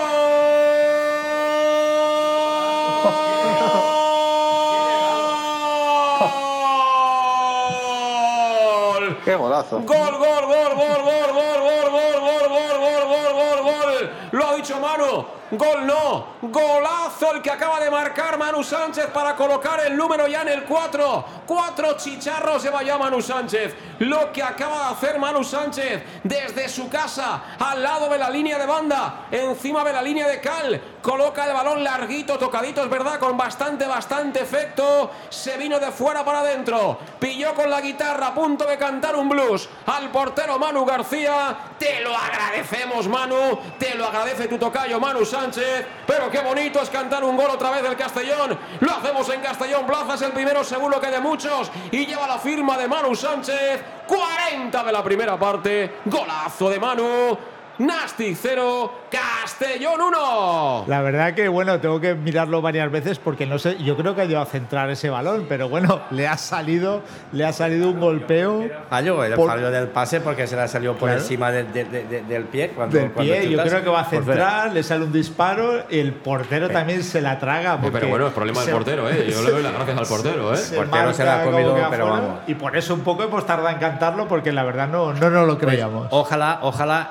¡Qué golazo! ¡Gol, gol, gol, gol, gol, gol, gol, gol, gol, gol, gol, gol, gol, gol! Lo ha dicho Manu. Gol no, golazo el que acaba de marcar Manu Sánchez para colocar el número ya en el 4. 4 chicharros lleva ya Manu Sánchez. Lo que acaba de hacer Manu Sánchez desde su casa, al lado de la línea de banda, encima de la línea de cal. Coloca el balón larguito, tocadito, es verdad, con bastante efecto. Se vino de fuera para adentro. Pilló con la guitarra a punto de cantar un blues al portero Manu García. Te lo agradecemos, Manu. Te lo agradece tu tocayo Manu Sánchez, pero qué bonito es cantar un gol otra vez del Castellón. Lo hacemos en Castellón Plaza, es el primero seguro que de muchos, y lleva la firma de Manu Sánchez. 40 de la primera parte, golazo de Manu. Nasti 0, Castellón 1. La verdad que, bueno, tengo que mirarlo varias veces porque no sé, yo creo que ha ido a centrar ese balón, pero bueno, le ha salido un golpeo. Fallo del pase porque se le ha salido por encima del pie. Cuando pie, chutas, yo creo que va a centrar, le sale un disparo, el portero también se la traga. Pero bueno, es problema del portero, Yo le doy las gracias al portero, El portero se la ha comido, pero vamos. Y por eso un poco hemos tardado en cantarlo porque la verdad no lo creíamos. Pues, ojalá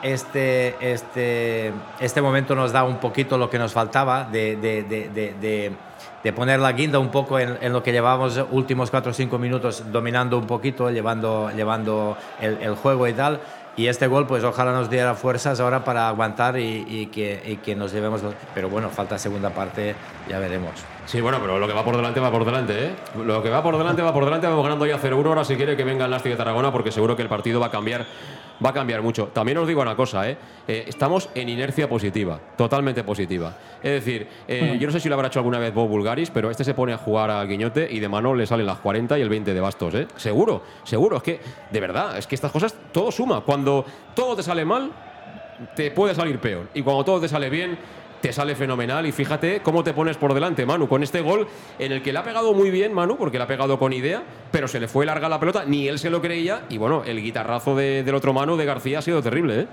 este momento nos da un poquito lo que nos faltaba de poner la guinda un poco en lo que llevábamos últimos 4 o 5 minutos dominando un poquito, llevando el juego y tal. Y este gol, pues ojalá nos diera fuerzas ahora para aguantar y que nos llevemos. Pero bueno, falta segunda parte, ya veremos. Sí, bueno, pero lo que va por delante, ¿eh? Lo que va por delante, vamos ganando ya 0-1. Ahora si quiere que venga el Nastic de Tarragona porque seguro que el partido va a cambiar mucho. También os digo una cosa, estamos en inercia positiva, totalmente positiva. Es decir, yo no sé si lo habrá hecho alguna vez Bob Bulgaris, pero este se pone a jugar al Guiñote y de mano le salen las 40 y el 20 de Bastos, Seguro. Es que, de verdad, es que estas cosas todo suma. Cuando todo te sale mal, te puede salir peor. Y cuando todo te sale bien, te sale fenomenal. Y fíjate cómo te pones por delante, Manu, con este gol en el que le ha pegado muy bien Manu, porque le ha pegado con idea, pero se le fue larga la pelota, ni él se lo creía. Y bueno, el guitarrazo del otro Manu, de García, ha sido terrible,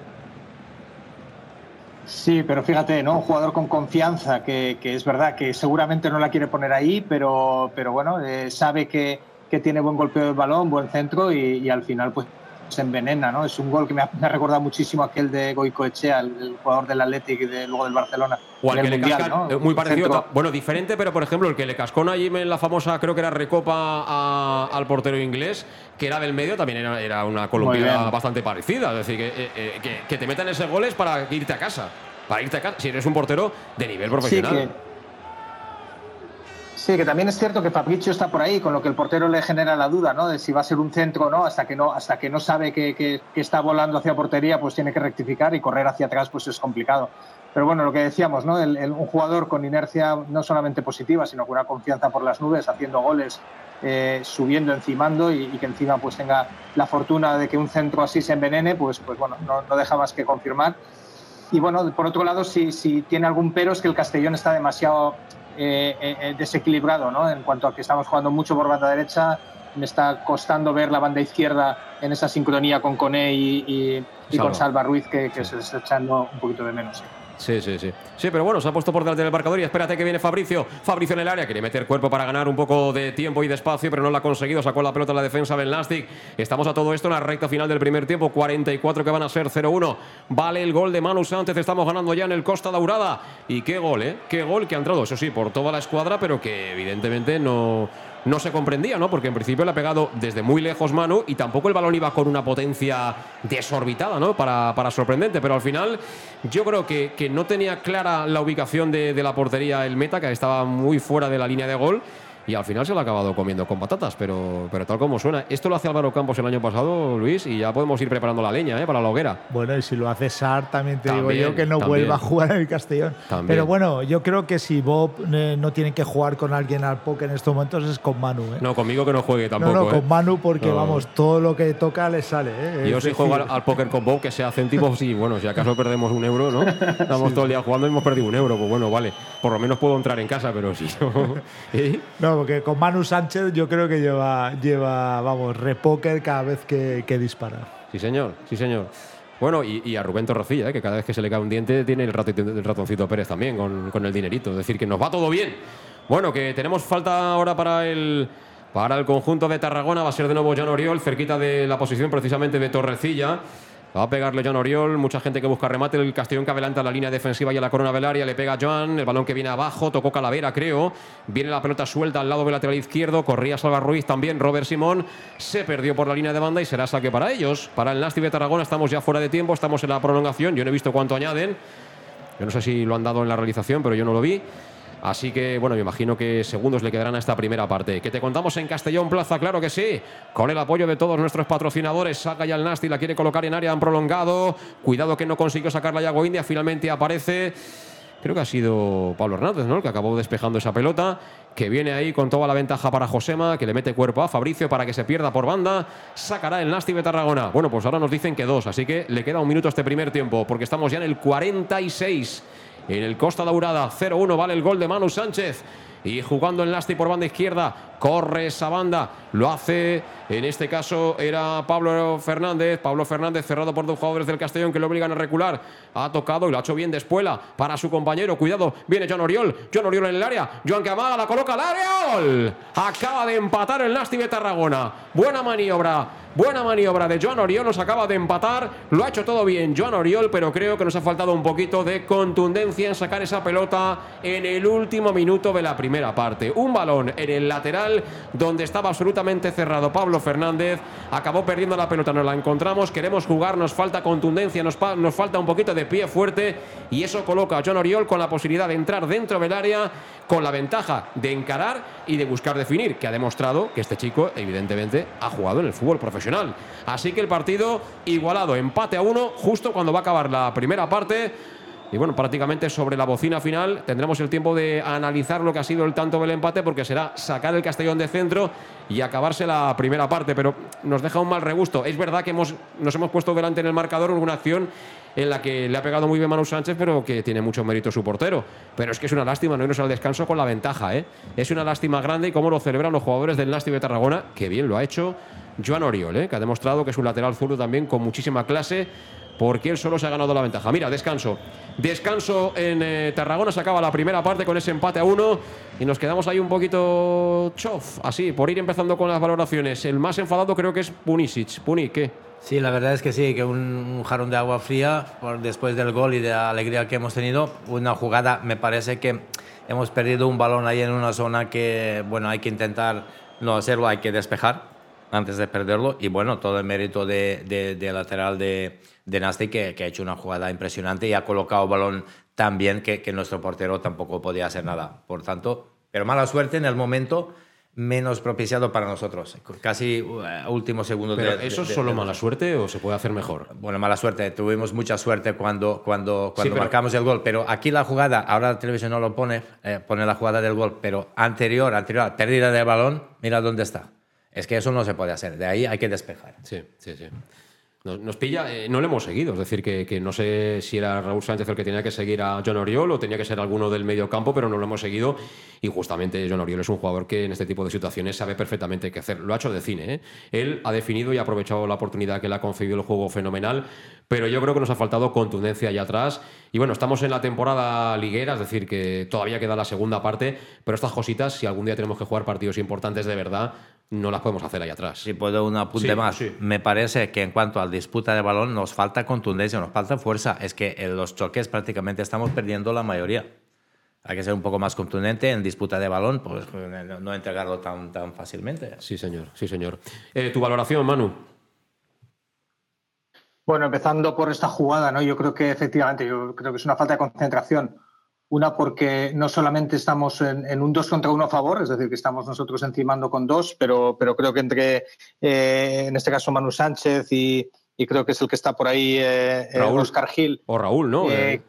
Sí, pero fíjate, ¿no? Un jugador con confianza que es verdad que seguramente no la quiere poner ahí, pero bueno, sabe que tiene buen golpeo del balón, buen centro y al final pues se envenena, ¿no? Es un gol que me ha recordado muchísimo aquel de Goicoechea, el jugador del Athletic y luego del Barcelona. O al que le cascan, ¿no? Muy parecido, centro. Bueno, diferente, pero por ejemplo el que le cascó allí en la famosa, creo que era recopa al portero inglés, que era del medio, también era una colombiana bastante parecida. Es decir, que te metan ese gol es para irte a casa. Si eres un portero de nivel profesional. Sí, que también es cierto que Fabricio está por ahí, con lo que el portero le genera la duda, ¿no? De si va a ser un centro o no, hasta que no sabe que está volando hacia portería, pues tiene que rectificar y correr hacia atrás, pues es complicado. Pero bueno, lo que decíamos, ¿no? Un jugador con inercia no solamente positiva, sino con una confianza por las nubes, haciendo goles, subiendo, encimando y que encima pues tenga la fortuna de que un centro así se envenene, pues bueno, no deja más que confirmar. Y bueno, por otro lado, si tiene algún pero es que el Castellón está demasiado desequilibrado, ¿no? En cuanto a que estamos jugando mucho por banda derecha, me está costando ver la banda izquierda en esa sincronía con Koné y con Salva Ruiz que se está echando un poquito de menos. Sí, pero bueno, se ha puesto por delante del marcador y espérate que viene Fabricio en el área, quiere meter cuerpo para ganar un poco de tiempo y de espacio, pero no lo ha conseguido, sacó la pelota en la defensa del Nastic. Estamos a todo esto en la recta final del primer tiempo, 44 que van a ser 0-1, vale el gol de Manu Sánchez, estamos ganando ya en el Costa Daurada. Y qué gol, qué gol que ha entrado, eso sí, por toda la escuadra, pero que evidentemente no se comprendía, ¿no? Porque en principio le ha pegado desde muy lejos Manu y tampoco el balón iba con una potencia desorbitada, ¿no? Para sorprendente, pero al final yo creo que no tenía clara la ubicación de la portería el meta, que estaba muy fuera de la línea de gol. Y al final se lo ha acabado comiendo con patatas, pero tal como suena. Esto lo hace Álvaro Campos el año pasado, Luis, y ya podemos ir preparando la leña para la hoguera. Bueno, y si lo hace Sar, también digo yo que no vuelva a jugar en el Castellón. También. Pero bueno, yo creo que si Bob no tiene que jugar con alguien al póker en estos momentos es con Manu. No, conmigo que no juegue tampoco. No, con Manu porque, vamos, todo lo que toca le sale. Yo si juego al póker con Bob, que sea céntimos, sí, bueno, si acaso perdemos €1, ¿no? Estamos todo el día jugando y hemos perdido €1, pues bueno, vale. Por lo menos puedo entrar en casa, pero sí. No, porque con Manu Sánchez yo creo que lleva vamos, repóker cada vez que dispara. Sí, señor. Bueno, y a Rubén Torrecilla, que cada vez que se le cae un diente tiene el ratoncito Pérez también con el dinerito. Es decir, que nos va todo bien. Bueno, que tenemos falta ahora para el conjunto de Tarragona. Va a ser de nuevo Jan Oriol, cerquita de la posición precisamente de Torrecilla. Va a pegarle Jan Oriol, mucha gente que busca remate. El Castellón que adelanta la línea defensiva y a la corona del área. Le pega a Joan, el balón que viene abajo, tocó Calavera, creo. Viene la pelota suelta al lado del lateral izquierdo. Corría Salva Ruiz también. Robert Simón se perdió por la línea de banda y será saque para ellos. Para el Nastic de Tarragona estamos ya fuera de tiempo, estamos en la prolongación. Yo no he visto cuánto añaden. Yo no sé si lo han dado en la realización, pero yo no lo vi. Así que, bueno, me imagino que segundos le quedarán a esta primera parte. Que te contamos en Castellón Plaza, claro que sí. Con el apoyo de todos nuestros patrocinadores. Saca ya el Nastic, la quiere colocar en área, han prolongado. Cuidado que no consiguió sacarla Yago India, finalmente aparece. creo que ha sido Pablo Hernández, ¿no?, el que acabó despejando esa pelota, que viene ahí con toda la ventaja para Josema, que le mete cuerpo a Fabricio para que se pierda por banda. Sacará el Nasti de Tarragona. Bueno, pues ahora nos dicen que 2, así que le queda un minuto a este primer tiempo, porque estamos ya en el 46. En el Costa Daurada, 0-1, vale el gol de Manu Sánchez. Y jugando el Nasti por banda izquierda, corre esa banda, lo hace, en este caso era Pablo Fernández cerrado por 2 jugadores del Castellón que lo obligan a recular, ha tocado y lo ha hecho bien de Espuela para su compañero, cuidado, viene Joan Oriol en el área, Joan que amaga, la coloca al área, ¡gol! Acaba de empatar el Nasti de Tarragona, buena maniobra de Joan Oriol, nos acaba de empatar, lo ha hecho todo bien Joan Oriol, pero creo que nos ha faltado un poquito de contundencia en sacar esa pelota en el último minuto de la primera parte. Un balón en el lateral donde estaba absolutamente cerrado Pablo Fernández, acabó perdiendo la pelota, nos la encontramos, queremos jugar, nos falta contundencia, nos falta un poquito de pie fuerte y eso coloca a Joan Oriol con la posibilidad de entrar dentro del área, con la ventaja de encarar y de buscar definir, que ha demostrado que este chico evidentemente ha jugado en el fútbol profesional. Así que el partido igualado, empate a 1 justo cuando va a acabar la primera parte. Y bueno, prácticamente sobre la bocina final tendremos el tiempo de analizar lo que ha sido el tanto del empate, porque será sacar el Castellón de centro y acabarse la primera parte, pero nos deja un mal regusto. Es verdad que nos hemos puesto delante en el marcador una acción en la que le ha pegado muy bien Manu Sánchez, pero que tiene mucho mérito su portero. Pero es que es una lástima no irnos al descanso con la ventaja, ¿eh? Es una lástima grande y cómo lo celebran los jugadores del Nasti de Tarragona, que bien lo ha hecho Joan Oriol, que ha demostrado que es un lateral zurdo también con muchísima clase, porque él solo se ha ganado la ventaja. Mira, descanso en Tarragona, se acaba la primera parte con ese empate a 1 y nos quedamos ahí un poquito chof, así, por ir empezando con las valoraciones. El más enfadado creo que es Punisic. Puni, ¿qué? Sí, la verdad es que sí, que un jarrón de agua fría después del gol y de la alegría que hemos tenido. Una jugada, me parece que hemos perdido un balón ahí en una zona que, bueno, hay que intentar no hacerlo, hay que despejar antes de perderlo. Y bueno, todo el mérito de lateral de Nasti, que ha hecho una jugada impresionante y ha colocado el balón tan bien que nuestro portero tampoco podía hacer nada. Por tanto, pero mala suerte en el momento menos propiciado para nosotros. Casi último segundo. ¿Pero eso es solo mala suerte o se puede hacer mejor? Bueno, mala suerte. Tuvimos mucha suerte cuando marcamos el gol. Pero aquí la jugada, ahora la televisión no lo pone la jugada del gol, pero anterior, pérdida del balón, mira dónde está. Es que eso no se puede hacer. De ahí hay que despejar. Sí. Nos pilla, no le hemos seguido, es decir, que no sé si era Raúl Sánchez el que tenía que seguir a Joan Oriol o tenía que ser alguno del medio campo, pero no lo hemos seguido y justamente Joan Oriol es un jugador que en este tipo de situaciones sabe perfectamente qué hacer. Lo ha hecho de cine, ¿eh? Él ha definido y ha aprovechado la oportunidad que le ha concedido el juego fenomenal, pero yo creo que nos ha faltado contundencia allá atrás y bueno, estamos en la temporada liguera, es decir, que todavía queda la segunda parte, pero estas cositas, si algún día tenemos que jugar partidos importantes de verdad, no las podemos hacer ahí atrás. Si puedo un apunte más. Sí. Me parece que en cuanto a la disputa de balón nos falta contundencia, nos falta fuerza. Es que en los choques prácticamente estamos perdiendo la mayoría. Hay que ser un poco más contundente en disputa de balón, pues no entregarlo tan fácilmente. Sí, señor. ¿Tu valoración, Manu? Bueno, empezando por esta jugada, ¿no? Yo creo que efectivamente, que es una falta de concentración. Una, porque no solamente estamos en un 2 contra 1 a favor, es decir, que estamos nosotros encimando con 2, pero creo que entre, en este caso, Manu Sánchez y creo que es el que está por ahí, Óscar Gil. O Raúl, ¿no?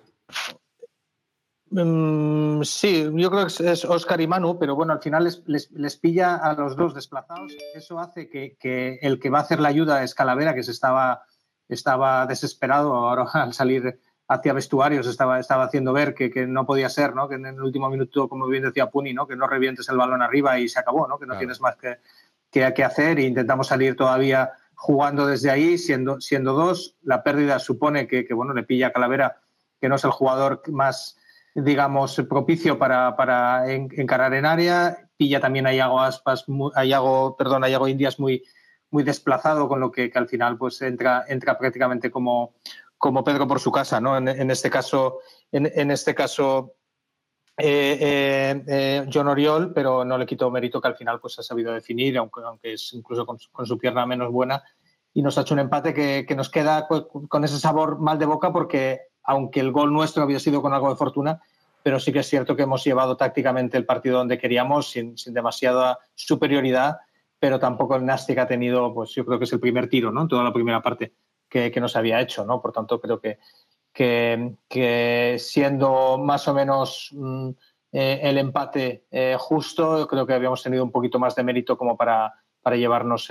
Sí, yo creo que es Óscar y Manu, pero bueno, al final les pilla a los dos desplazados. Eso hace que el que va a hacer la ayuda es Calavera, que estaba desesperado ahora al salir hacia vestuarios, estaba haciendo ver que no podía ser, ¿no? Que en el último minuto, como bien decía Puni, ¿no? Que no revientes el balón arriba y se acabó, ¿no? Que no tienes más que hacer e intentamos salir todavía jugando desde ahí, siendo 2. La pérdida supone que bueno, le pilla a Calavera, que no es el jugador más, digamos, propicio para encarar en área. Pilla también a Iago Indias muy desplazado, con lo que al final pues entra prácticamente como Pedro por su casa, ¿no? En este caso Joan Oriol, pero no le quito mérito que al final pues ha sabido definir, aunque es incluso con su pierna menos buena, y nos ha hecho un empate que nos queda con ese sabor mal de boca, porque aunque el gol nuestro había sido con algo de fortuna, pero sí que es cierto que hemos llevado tácticamente el partido donde queríamos, sin demasiada superioridad, pero tampoco el Nasti ha tenido, pues yo creo que es el primer tiro, ¿no? En toda la primera parte que nos había hecho, ¿no? Por tanto, creo que que siendo más o menos el empate justo, creo que habíamos tenido un poquito más de mérito como para llevarnos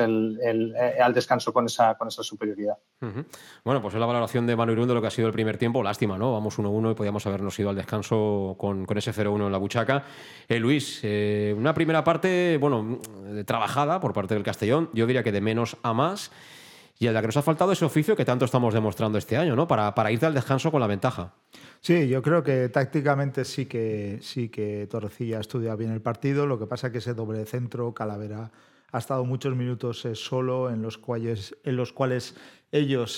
al descanso con esa superioridad. Bueno, pues es la valoración de Manu Irún de lo que ha sido el primer tiempo. Lástima, ¿no? Vamos 1-1 y podíamos habernos ido al descanso con ese 0-1 en la buchaca. Luis, una primera parte, bueno, trabajada por parte del Castellón. Yo diría que de menos a más. Y a la que nos ha faltado ese oficio que tanto estamos demostrando este año, ¿no? Para irte al descanso con la ventaja. Sí, yo creo que tácticamente sí que Torrecilla ha estudiado bien el partido. Lo que pasa es que ese doble centro, Calavera ha estado muchos minutos solo, en los cuales ellos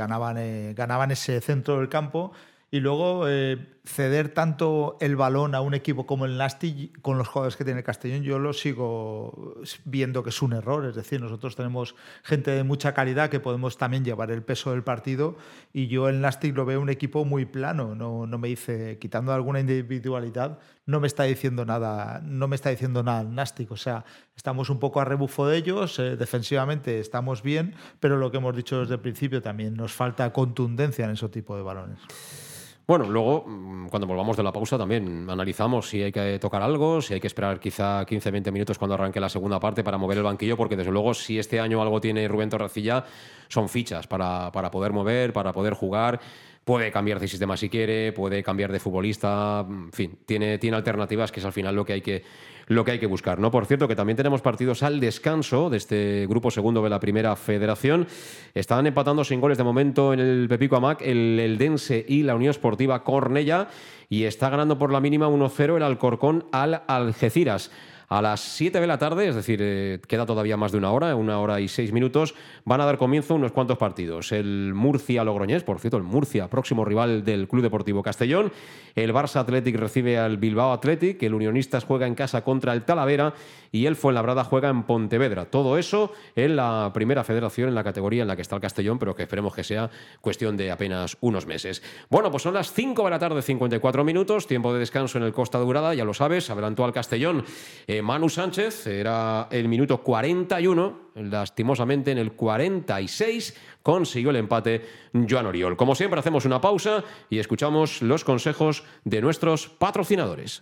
ganaban ese centro del campo. Y luego ceder tanto el balón a un equipo como el Nasti con los jugadores que tiene Castellón, yo lo sigo viendo que es un error. Es decir, nosotros tenemos gente de mucha calidad que podemos también llevar el peso del partido, y yo el Nasti lo veo un equipo muy plano. No me dice, quitando alguna individualidad, no me está diciendo nada el Nasti. O sea, estamos un poco a rebufo de ellos, defensivamente estamos bien, pero lo que hemos dicho desde el principio, también nos falta contundencia en ese tipo de balones. Bueno, luego, cuando volvamos de la pausa, también analizamos si hay que tocar algo, si hay que esperar quizá 15-20 minutos cuando arranque la segunda parte para mover el banquillo, porque desde luego si este año algo tiene Rubén Torrecilla, son fichas para poder mover, para poder jugar. Puede cambiar de sistema si quiere, puede cambiar de futbolista, en fin, tiene alternativas, que es al final lo que hay que buscar, ¿no? Por cierto, que también tenemos partidos al descanso de este grupo segundo de la Primera Federación. Están empatando sin goles de momento en el Pepico Amac el Eldense y la Unión Esportiva Cornellá, y está ganando por la mínima 1-0 el Alcorcón al Algeciras. A las 7 de la tarde, es decir, queda todavía más de 1 hora y 6 minutos, van a dar comienzo unos cuantos partidos. El Murcia-Logroñés, por cierto, el Murcia, próximo rival del Club Deportivo Castellón. El Barça Athletic recibe al Bilbao Athletic, el Unionistas juega en casa contra el Talavera y el Fuenlabrada juega en Pontevedra. Todo eso en la Primera Federación, en la categoría en la que está el Castellón, pero que esperemos que sea cuestión de apenas unos meses. Bueno, pues son las 5 de la tarde, 54 minutos, tiempo de descanso en el Costa Dourada, ya lo sabes, adelantó al Castellón Manu Sánchez, era el minuto 41, lastimosamente en el 46 consiguió el empate Joan Oriol. Como siempre, hacemos una pausa y escuchamos los consejos de nuestros patrocinadores.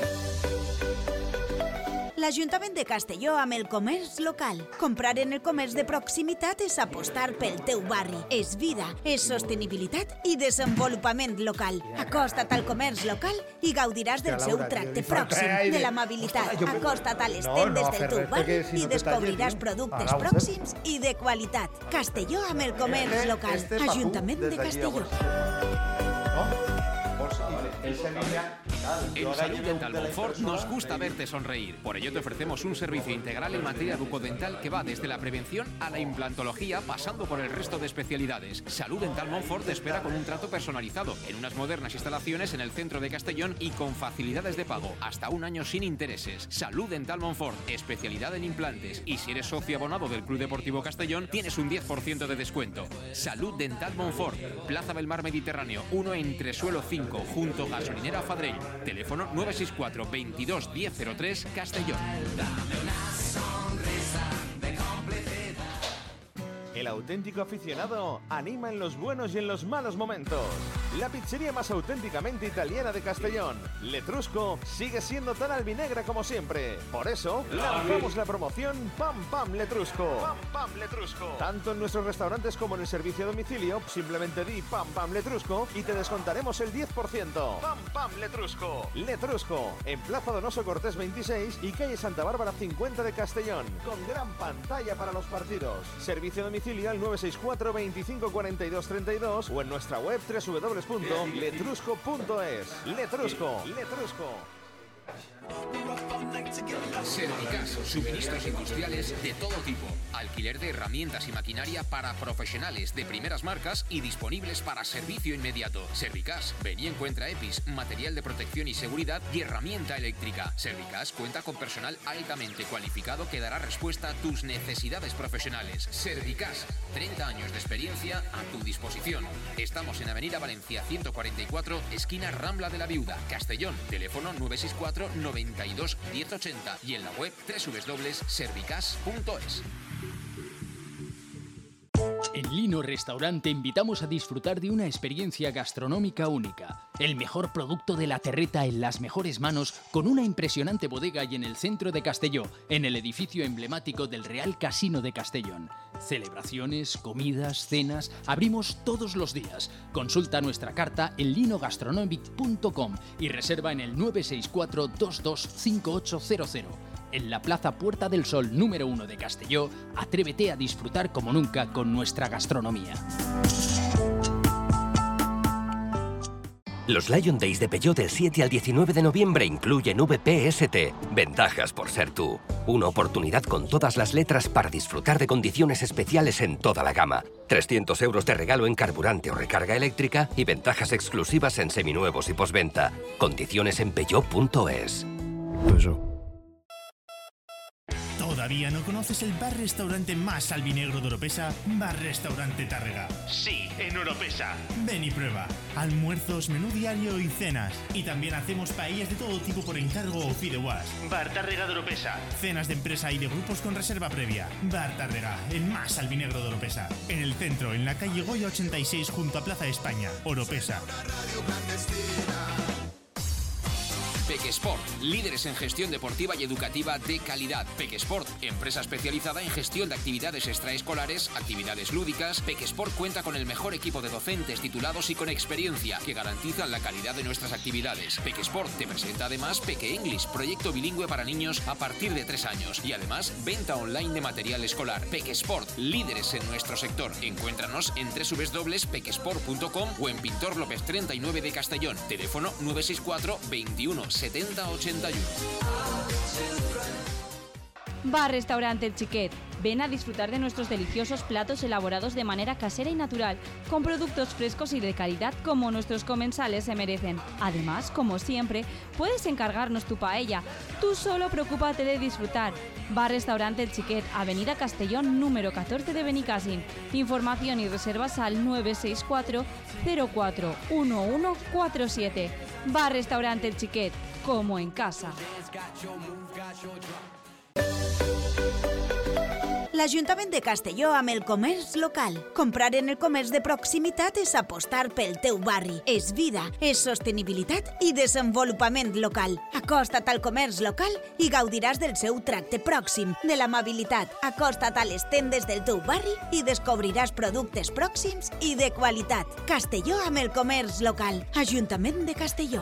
L'Ajuntament de Castelló amb el comerç local. Comprar en el comerç de proximitat és apostar pel teu barri. És vida, és sostenibilitat i desenvolupament local. Acosta't al comerç local i gaudiràs del seu tracte pròxim, de l'amabilitat. Acosta't a les tendes del teu barri i descobriràs productes pròxims i de qualitat. Castelló amb el comerç local. Ajuntament de Castelló. En Salud Dental Monfort nos gusta verte sonreír. Por ello te ofrecemos un servicio integral en materia bucodental que va desde la prevención a la implantología, pasando por el resto de especialidades. Salud Dental Monfort te espera con un trato personalizado, en unas modernas instalaciones en el centro de Castellón y con facilidades de pago, hasta 1 año sin intereses. Salud Dental Monfort, especialidad en implantes. Y si eres socio abonado del Club Deportivo Castellón, tienes un 10% de descuento. Salud Dental Monfort, Plaza del Mar Mediterráneo, 1 Entresuelo 5, junto a Gasolinera Fadrell. Teléfono 964 22 1003 Castellón. El auténtico aficionado anima en los buenos y en los malos momentos. La pizzería más auténticamente italiana de Castellón, Letrusco, sigue siendo tan albinegra como siempre. Por eso, lanzamos la promoción Pam Pam Letrusco. Pam Pam Letrusco. Tanto en nuestros restaurantes como en el servicio a domicilio, simplemente di Pam Pam Letrusco y te descontaremos el 10%. Pam Pam Letrusco. Letrusco, en Plaza Donoso Cortés 26 y calle Santa Bárbara 50 de Castellón, con gran pantalla para los partidos. Servicio a domicilio al 964 25 42 32 o en nuestra web www.letrusco.es. Letrusco. Servicas, suministros industriales de todo tipo, alquiler de herramientas y maquinaria para profesionales de primeras marcas y disponibles para servicio inmediato. Servicas, ven y encuentra EPIs, material de protección y seguridad y herramienta eléctrica. Servicas cuenta con personal altamente cualificado que dará respuesta a tus necesidades profesionales. Servicas, 30 años de experiencia a tu disposición. Estamos en Avenida Valencia 144, esquina Rambla de la Viuda, Castellón. Teléfono 964 92 1080 y en la web www.servicas.es. En Lino Restaurant te invitamos a disfrutar de una experiencia gastronómica única. El mejor producto de la terreta en las mejores manos, con una impresionante bodega y en el centro de Castelló, en el edificio emblemático del Real Casino de Castellón. Celebraciones, comidas, cenas, abrimos todos los días. Consulta nuestra carta en linogastronomic.com y reserva en el 964 225800. En la Plaza Puerta del Sol número 1 de Castelló, atrévete a disfrutar como nunca con nuestra gastronomía. Los Lion Days de Peugeot del 7 al 19 de noviembre incluyen VPST. Ventajas por ser tú. Una oportunidad con todas las letras para disfrutar de condiciones especiales en toda la gama. 300 euros de regalo en carburante o recarga eléctrica y ventajas exclusivas en seminuevos y postventa. Condiciones en peugeot.es. ¿Todavía no conoces el bar-restaurante más albinegro de Oropesa? Bar-restaurante Tárrega. Sí, en Oropesa. Ven y prueba. Almuerzos, menú diario y cenas. Y también hacemos paellas de todo tipo por encargo o fideuás. Bar Tárrega de Oropesa. Cenas de empresa y de grupos con reserva previa. Bar Tárrega, el más albinegro de Oropesa. En el centro, en la calle Goya 86 junto a Plaza España. Oropesa. Pequesport, líderes en gestión deportiva y educativa de calidad. Pequesport, empresa especializada en gestión de actividades extraescolares, actividades lúdicas. Pequesport cuenta con el mejor equipo de docentes titulados y con experiencia que garantizan la calidad de nuestras actividades. Pequesport te presenta además Peque English, proyecto bilingüe para niños a partir de 3 años y además venta online de material escolar. Pequesport, líderes en nuestro sector. Encuéntranos en www.pequesport.com o en Pintor López 39 de Castellón. Teléfono 964 21 70 81. Bar Restaurante El Xiquet. Ven a disfrutar de nuestros deliciosos platos elaborados de manera casera y natural, con productos frescos y de calidad como nuestros comensales se merecen. Además, como siempre, puedes encargarnos tu paella. Tú solo preocúpate de disfrutar. Bar Restaurante El Xiquet, Avenida Castellón, número 14 de Benicàssim. Información y reservas al 964 04 1147. Bar Restaurante El Xiquet, como en casa. L'Ajuntament de Castelló amb el comerç local. Comprar en el comerç de proximitat és apostar pel teu barri. És vida, és sostenibilitat i desenvolupament local. Acosta't al comerç local i gaudiràs del seu tracte pròxim, de l'amabilitat. Acosta't a les tendes del teu barri i descobriràs productes pròxims i de qualitat. Castelló amb el comerç local. Ajuntament de Castelló.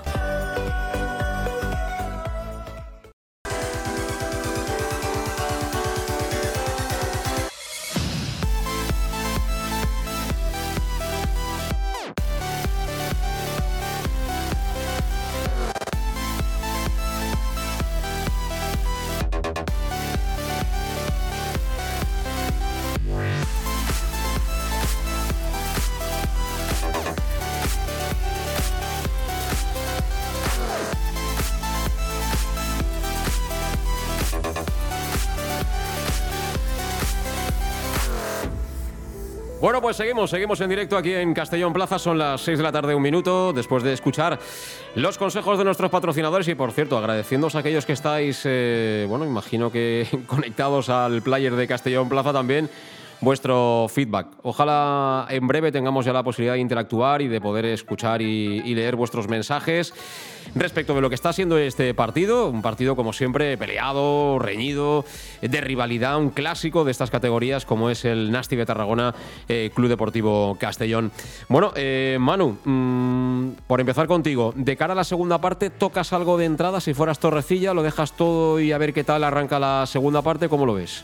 Bueno, pues seguimos en directo aquí en Castellón Plaza. Son las 6 de la tarde, 1 minuto, después de escuchar los consejos de nuestros patrocinadores. Y, por cierto, agradeciéndoos a aquellos que estáis, imagino que conectados al player de Castellón Plaza también, vuestro feedback. Ojalá en breve tengamos ya la posibilidad de interactuar y de poder escuchar y leer vuestros mensajes respecto de lo que está siendo este partido. Un partido, como siempre, peleado, reñido, de rivalidad, un clásico de estas categorías como es el Nasti de Tarragona, Club Deportivo Castellón. Bueno, Manu, por empezar contigo, de cara a la segunda parte, ¿tocas algo de entrada? Si fueras Torrecilla, ¿lo dejas todo y a ver qué tal arranca la segunda parte? ¿Cómo lo ves?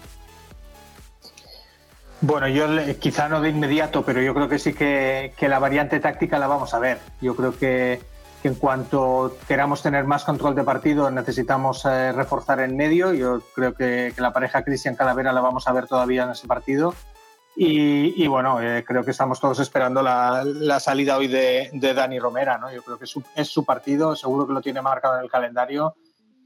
Bueno, yo quizá no de inmediato, pero yo creo que sí que la variante táctica la vamos a ver. Yo creo que en cuanto queramos tener más control de partido necesitamos reforzar en medio. Yo creo que la pareja Cristian Calavera la vamos a ver todavía en ese partido. Y bueno, creo que estamos todos esperando la salida hoy de Dani Romera, ¿no? Yo creo que es su partido, seguro que lo tiene marcado en el calendario.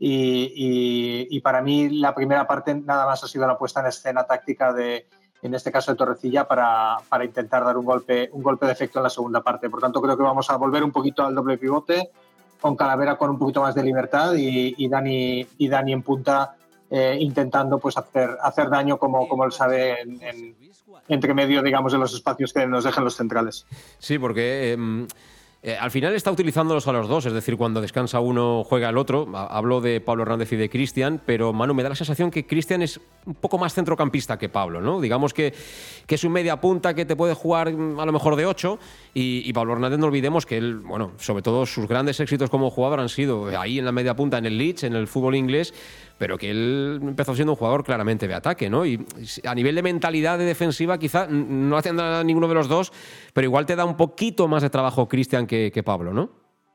Y para mí la primera parte nada más ha sido la puesta en escena táctica en este caso de Torrecilla para intentar dar un golpe de efecto en la segunda parte. Por tanto, creo que vamos a volver un poquito al doble pivote, con Calavera con un poquito más de libertad y Dani en punta intentando pues hacer daño como él sabe entre medio, digamos, de los espacios que nos dejan los centrales. Sí, porque al final está utilizándolos a los dos, es decir, cuando descansa uno juega el otro. Hablo de Pablo Hernández y de Cristian, pero Manu, me da la sensación que Cristian es un poco más centrocampista que Pablo, ¿no? Digamos que es un media punta que te puede jugar a lo mejor de 8 y Pablo Hernández, no olvidemos que él, bueno, sobre todo sus grandes éxitos como jugador han sido ahí en la media punta en el Leeds, en el fútbol inglés, pero que él empezó siendo un jugador claramente de ataque, ¿no? Y a nivel de mentalidad de defensiva quizá no hace nada ninguno de los dos, pero igual te da un poquito más de trabajo Cristian que Pablo, ¿no?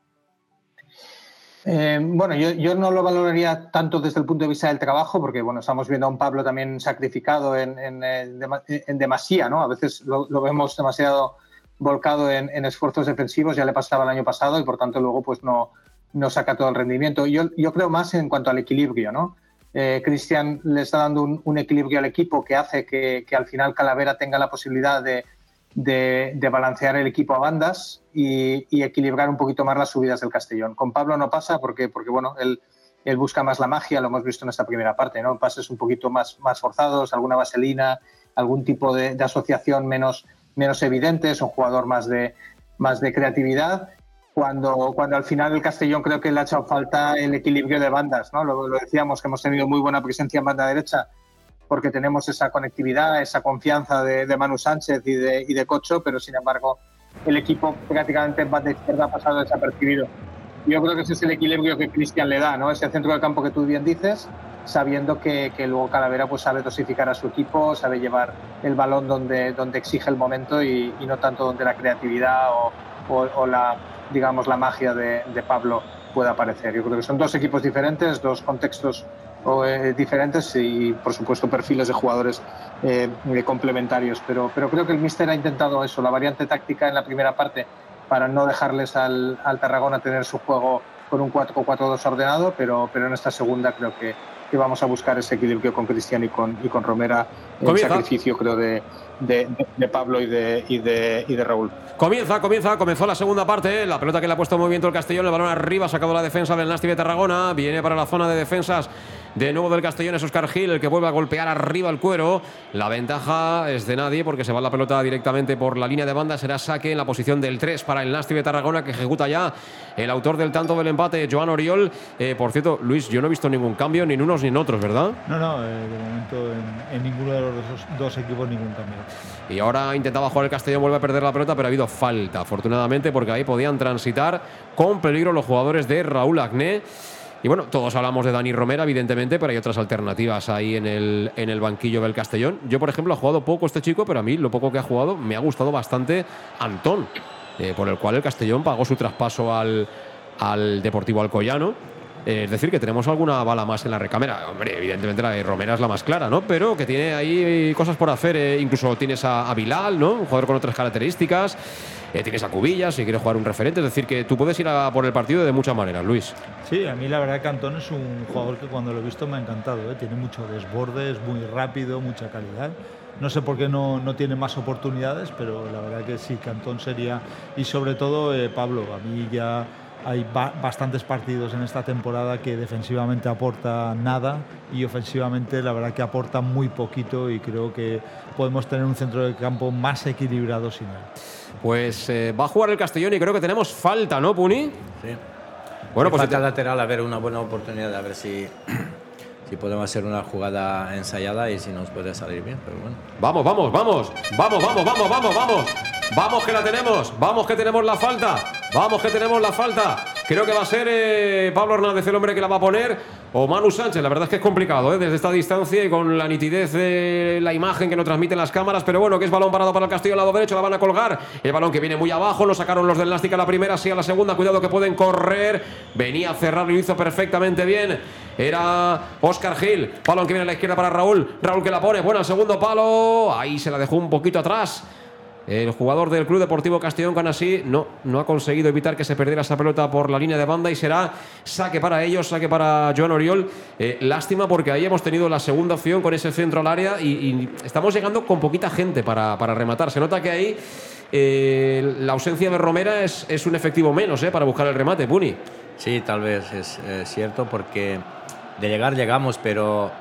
Bueno, yo no lo valoraría tanto desde el punto de vista del trabajo, porque bueno, estamos viendo a un Pablo también sacrificado en demasía, ¿no? A veces lo vemos demasiado volcado en esfuerzos defensivos, ya le pasaba el año pasado y por tanto luego pues no saca todo el rendimiento. Yo creo más en cuanto al equilibrio, ¿no? Cristian le está dando un equilibrio al equipo que hace que al final Calavera tenga la posibilidad de balancear el equipo a bandas y equilibrar un poquito más las subidas del Castellón. Con Pablo no pasa porque bueno, él busca más la magia, lo hemos visto en esta primera parte, ¿no? Pases un poquito más forzados, alguna vaselina, algún tipo de asociación menos evidente, es un jugador más de creatividad. Cuando al final el Castellón creo que le ha echado falta el equilibrio de bandas, ¿no? Lo decíamos que hemos tenido muy buena presencia en banda derecha porque tenemos esa conectividad, esa confianza de Manu Sánchez y de Cocho, pero sin embargo el equipo prácticamente en banda izquierda ha pasado desapercibido. Yo creo que ese es el equilibrio que Cristian le da, ¿no? Ese centro del campo que tú bien dices, sabiendo que luego Calavera pues sabe dosificar a su equipo, sabe llevar el balón donde exige el momento y no tanto donde la creatividad o la, digamos, la magia de Pablo pueda aparecer. Yo creo que son dos equipos diferentes, dos contextos diferentes y, por supuesto, perfiles de jugadores complementarios. Pero creo que el míster ha intentado eso, la variante táctica en la primera parte para no dejarles al Tarragona tener su juego con un 4-4-2 ordenado, pero en esta segunda creo que vamos a buscar ese equilibrio con Cristian y con Romera, el sacrificio creo de Pablo y de Raúl. Comenzó la segunda parte, la pelota que le ha puesto en movimiento el Castellón, el balón arriba, ha sacado la defensa del Nasti de Tarragona, viene para la zona de defensas de nuevo del Castellón, es Óscar Gil el que vuelve a golpear arriba el cuero. La ventaja es de nadie porque se va la pelota directamente por la línea de banda, será saque en la posición del 3 para el Nasti de Tarragona, que ejecuta ya el autor del tanto del empate, Joan Oriol. Por cierto, Luis, yo no he visto ningún cambio ni en unos ni en otros, ¿verdad? No, de momento en ninguno de los dos equipos ningún cambio. Y ahora intentaba jugar el Castellón, vuelve a perder la pelota, pero ha habido falta, afortunadamente, porque ahí podían transitar con peligro los jugadores de Raúl Agné. Y bueno, todos hablamos de Dani Romera, evidentemente, pero hay otras alternativas ahí en el banquillo del Castellón. Yo, por ejemplo, ha jugado poco este chico, pero a mí lo poco que ha jugado me ha gustado bastante Antón, por el cual el Castellón pagó su traspaso al Deportivo Alcoyano. Es decir, que tenemos alguna bala más en la recámara. Hombre, evidentemente la de Romera es la más clara, ¿no? Pero que tiene ahí cosas por hacer. Incluso tienes a Bilal, ¿no? Un jugador con otras características. Tienes a Cubillas, si quieres jugar un referente. Es decir, que tú puedes ir a por el partido de muchas maneras, Luis. Sí, a mí la verdad que Antón es un jugador que cuando lo he visto me ha encantado, ¿eh? Tiene mucho desborde, es muy rápido, mucha calidad. No sé por qué no tiene más oportunidades, pero la verdad que sí, que Antón sería... Y sobre todo Pablo, a mí ya... Hay bastantes partidos en esta temporada que defensivamente aporta nada y ofensivamente la verdad que aporta muy poquito y creo que podemos tener un centro de campo más equilibrado sin él. Pues va a jugar el Castellón y creo que tenemos falta, ¿no, Puni? Sí. Bueno, pues falta lateral, a ver, una buena oportunidad, a ver si podemos hacer una jugada ensayada y si nos puede salir bien, pero bueno. Vamos, que la tenemos, vamos que tenemos la falta, creo que va a ser Pablo Hernández el hombre que la va a poner, o Manu Sánchez. La verdad es que es complicado, desde esta distancia y con la nitidez de la imagen que nos transmiten las cámaras, pero bueno, que es balón parado para el Castillo al lado derecho, la van a colgar, el balón que viene muy abajo, lo sacaron los del Nástic a la primera, sí a la segunda, cuidado que pueden correr, venía a cerrar y lo hizo perfectamente bien, era Óscar Gil, balón que viene a la izquierda para Raúl que la pone, bueno, al segundo palo, ahí se la dejó un poquito atrás. El jugador del Club Deportivo Castellón, que aún así no ha conseguido evitar que se perdiera esa pelota por la línea de banda y será saque para ellos, saque para Joan Oriol. Lástima porque ahí hemos tenido la segunda opción con ese centro al área y estamos llegando con poquita gente para rematar. Se nota que ahí la ausencia de Romera es un efectivo menos para buscar el remate, Puni. Sí, tal vez es cierto porque de llegar llegamos, pero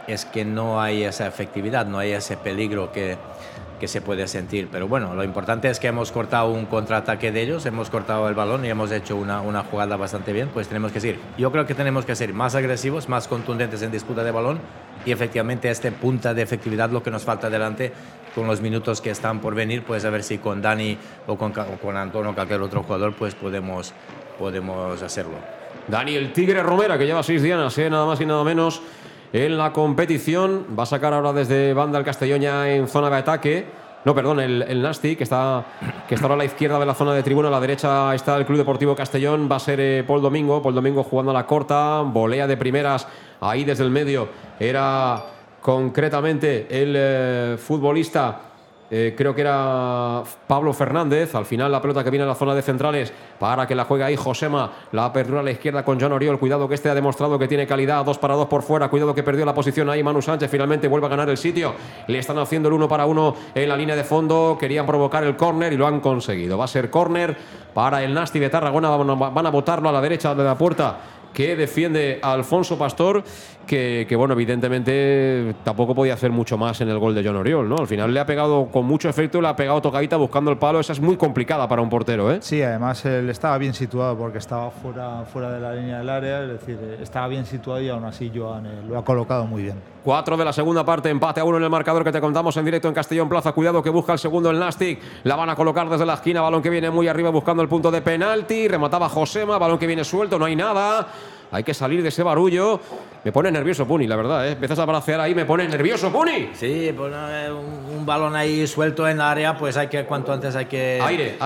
es que no hay esa efectividad, no hay ese peligro que se puede sentir. Pero bueno, lo importante es que hemos cortado un contraataque de ellos, hemos cortado el balón y hemos hecho una jugada bastante bien. Pues tenemos que seguir. Yo creo que tenemos que ser más agresivos, más contundentes en disputa de balón, y efectivamente este punta de efectividad lo que nos falta delante con los minutos que están por venir, pues a ver si con Dani o con Antonio o cualquier otro jugador pues podemos hacerlo. Dani el Tigre Romera, que lleva 6 dianas, nada más y nada menos en la competición. Va a sacar ahora desde banda el Castellón ya en zona de ataque. No, perdón, el Nasti, que está ahora a la izquierda de la zona de tribuna. A la derecha está el Club Deportivo Castellón. Va a ser Paul Domingo. Paul Domingo jugando a la corta. Volea de primeras ahí desde el medio. Era concretamente el futbolista, creo que era Pablo Fernández. Al final la pelota que viene a la zona de centrales para que la juegue ahí Josema. La apertura a la izquierda con John Oriol. Cuidado que ha demostrado que tiene calidad. 2 para 2 por fuera. Cuidado que perdió la posición ahí Manu Sánchez. Finalmente vuelve a ganar el sitio. Le están haciendo el 1 para 1 en la línea de fondo. Querían provocar el córner y lo han conseguido. Va a ser córner para el Nasti de Tarragona. Van a botarlo a la derecha de la puerta que defiende a Alfonso Pastor, que bueno, evidentemente tampoco podía hacer mucho más en el gol de John Oriol, ¿no? Al final le ha pegado con mucho efecto, le ha pegado tocadita buscando el palo. Esa es muy complicada para un portero, ¿eh? Sí, además él estaba bien situado porque estaba fuera de la línea del área, es decir, estaba bien situado y aún así Joan lo ha colocado muy bien. 4 de la segunda parte, empate a 1 en el marcador que te contamos en directo en Castellón Plaza. Cuidado que busca el segundo el Nastic. La van a colocar desde la esquina, balón que viene muy arriba buscando el punto de penalti. Remataba Josema, balón que viene suelto, no hay nada. Hay que salir de ese barullo. Me pone nervioso Puni, la verdad, ¿eh? Empiezas a bracear ahí, me pone nervioso Puni. Sí, pues un balón ahí suelto en la área, pues cuanto antes hay que...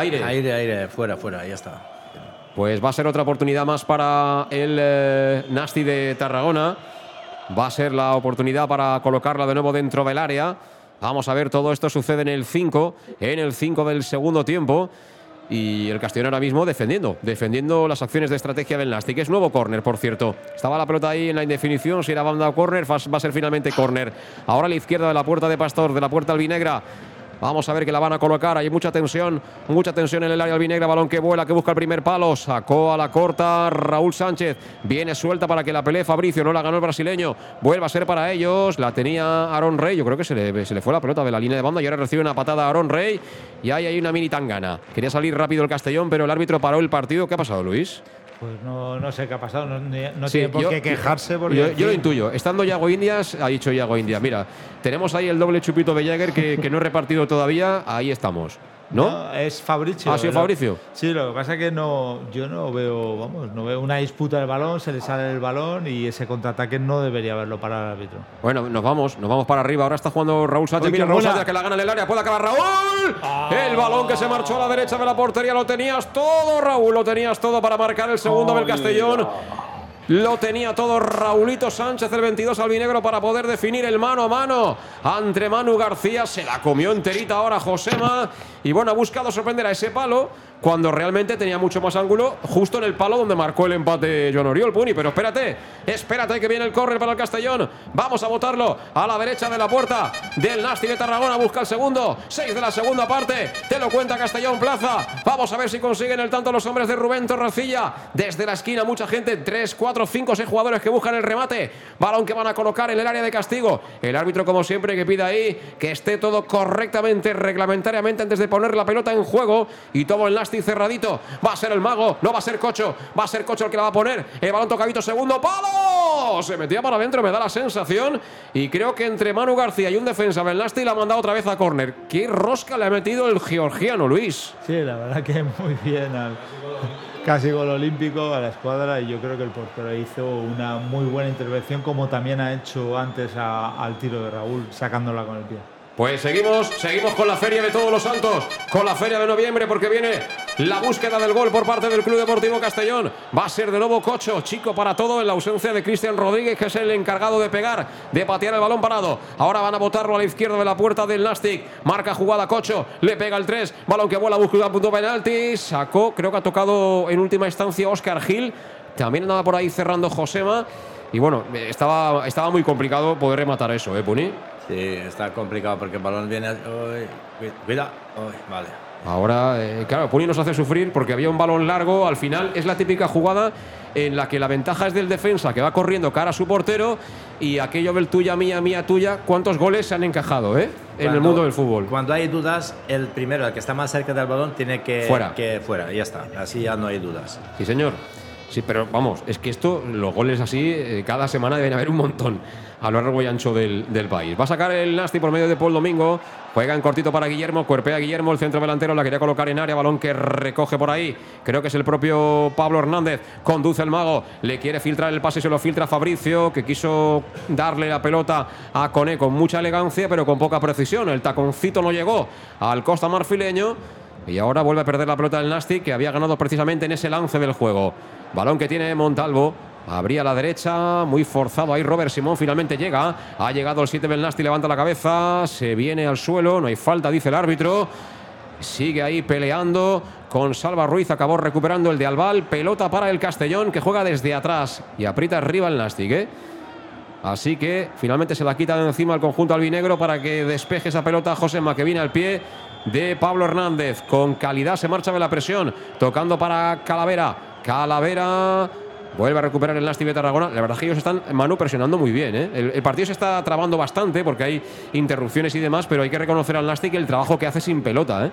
Aire, fuera, ya está. Pues va a ser otra oportunidad más para el Nasti de Tarragona. Va a ser la oportunidad para colocarla de nuevo dentro del área. Vamos a ver, todo esto sucede en el 5 del segundo tiempo. Y el Castellón ahora mismo defendiendo las acciones de estrategia del Nasti, que es nuevo córner, por cierto. Estaba la pelota ahí en la indefinición, si era banda o córner, va a ser finalmente córner. Ahora a la izquierda de la puerta de Pastor, de la puerta albinegra. Vamos a ver que la van a colocar. Hay mucha tensión en el área albinegra. Balón que vuela, que busca el primer palo. Sacó a la corta Raúl Sánchez. Viene suelta para que la pelee Fabricio. No la ganó el brasileño. Vuelve a ser para ellos. La tenía Aaron Rey. Yo creo que se le fue la pelota de la línea de banda y ahora recibe una patada a Aaron Rey. Y ahí hay una mini tangana. Quería salir rápido el Castellón, pero el árbitro paró el partido. ¿Qué ha pasado, Luis? Pues no sé qué ha pasado, no sí, tiene por qué quejarse. Porque yo lo intuyo. Estando Yago Indias, ha dicho Yago Indias. Mira, tenemos ahí el doble chupito de Jagger que no he repartido todavía. Ahí estamos. ¿No? Es Fabricio. ¿Ha sido Fabricio? Sí, lo que pasa es que yo no veo una disputa del balón, se le sale el balón y ese contraataque no debería haberlo parado el árbitro. Bueno, nos vamos para arriba. Ahora está jugando Raúl Sánchez. Mira, Raúl Sánchez que la gana en el área. Puede acabar Raúl. El balón que se marchó a la derecha de la portería. Lo tenías todo, Raúl. Lo tenías todo para marcar el segundo del Castellón. Lo tenía todo Raulito Sánchez, el 22 albinegro, para poder definir el mano a mano entre Manu García. Se la comió enterita ahora Josema. Y bueno, ha buscado sorprender a ese palo cuando realmente tenía mucho más ángulo justo en el palo donde marcó el empate John Oriol, Puni. Pero espérate que viene el córner para el Castellón. Vamos a botarlo a la derecha de la puerta del Nasti de Tarragona. Busca el segundo, 6 de la segunda parte. Te lo cuenta Castellón Plaza. Vamos a ver si consiguen el tanto los hombres de Rubén Torrecilla. Desde la esquina mucha gente, 3, 4, 5, 6 jugadores que buscan el remate. Balón que van a colocar en el área de castigo. El árbitro, como siempre, que pide ahí que esté todo correctamente, reglamentariamente, antes de poner la pelota en juego. Y todo el Nasti cerradito. Va a ser el mago, no va a ser Cocho. Va a ser Cocho el que la va a poner. El balón tocadito, segundo palo. Se metía para adentro, me da la sensación. Y creo que entre Manu García y un defensa del Nasti la ha mandado otra vez a córner. Qué rosca le ha metido el georgiano, Luis. Sí, la verdad que muy bien. Casi gol olímpico a la escuadra, y yo creo que el portero hizo una muy buena intervención, como también ha hecho antes al tiro de Raúl, sacándola con el pie. Pues seguimos con la Feria de Todos los Santos, con la Feria de noviembre, porque viene la búsqueda del gol por parte del Club Deportivo Castellón. Va a ser de nuevo Cocho, chico para todo, en la ausencia de Cristian Rodríguez, que es el encargado de pegar, de patear el balón parado. Ahora van a botarlo a la izquierda de la puerta del Nastic. Marca jugada Cocho, le pega el 3, balón que vuela, busca el punto penalti. Sacó, creo que ha tocado en última instancia Óscar Gil. También andaba por ahí cerrando Josema. Y bueno, estaba muy complicado poder rematar eso, ¿eh, Puni? Sí, está complicado porque el balón viene... Cuidado. Vale. Ahora, claro, Puni nos hace sufrir porque había un balón largo. Al final es la típica jugada en la que la ventaja es del defensa, que va corriendo cara a su portero, y aquello del tuya, mía, tuya. ¿Cuántos goles se han encajado en el mundo del fútbol? Cuando hay dudas, el primero, el que está más cerca del balón, tiene que fuera, ya está. Así ya no hay dudas. Sí, señor. Sí, pero vamos, es que los goles así, cada semana deben haber un montón a lo largo y ancho del país. Va a sacar el Nasty por medio de Paul Domingo. Juega en cortito para Guillermo, cuerpea Guillermo, el centro delantero, la quería colocar en área, balón que recoge por ahí. Creo que es el propio Pablo Hernández. Conduce el mago, le quiere filtrar el pase, se lo filtra Fabricio, que quiso darle la pelota a Koné con mucha elegancia, pero con poca precisión. El taconcito no llegó al costa marfileño. Y ahora vuelve a perder la pelota del Nasty, que había ganado precisamente en ese lance del juego. Balón que tiene Montalvo. Abría a la derecha, muy forzado ahí Robert Simón, finalmente llega. Ha llegado el 7 del Nasty, levanta la cabeza, se viene al suelo, no hay falta, dice el árbitro. Sigue ahí peleando con Salva Ruiz, acabó recuperando el de Albal. Pelota para el Castellón, que juega desde atrás y aprieta arriba el Nasty, Así que finalmente se la quita de encima el conjunto albinegro para que despeje esa pelota Josema, que viene al pie de Pablo Hernández. Con calidad se marcha de la presión, tocando para Calavera. Calavera vuelve a recuperar el Nasty de Tarragona. La verdad es que ellos están, Manu, presionando muy bien. El partido se está trabando bastante porque hay interrupciones y demás, pero hay que reconocer al Nasty que el trabajo que hace sin pelota.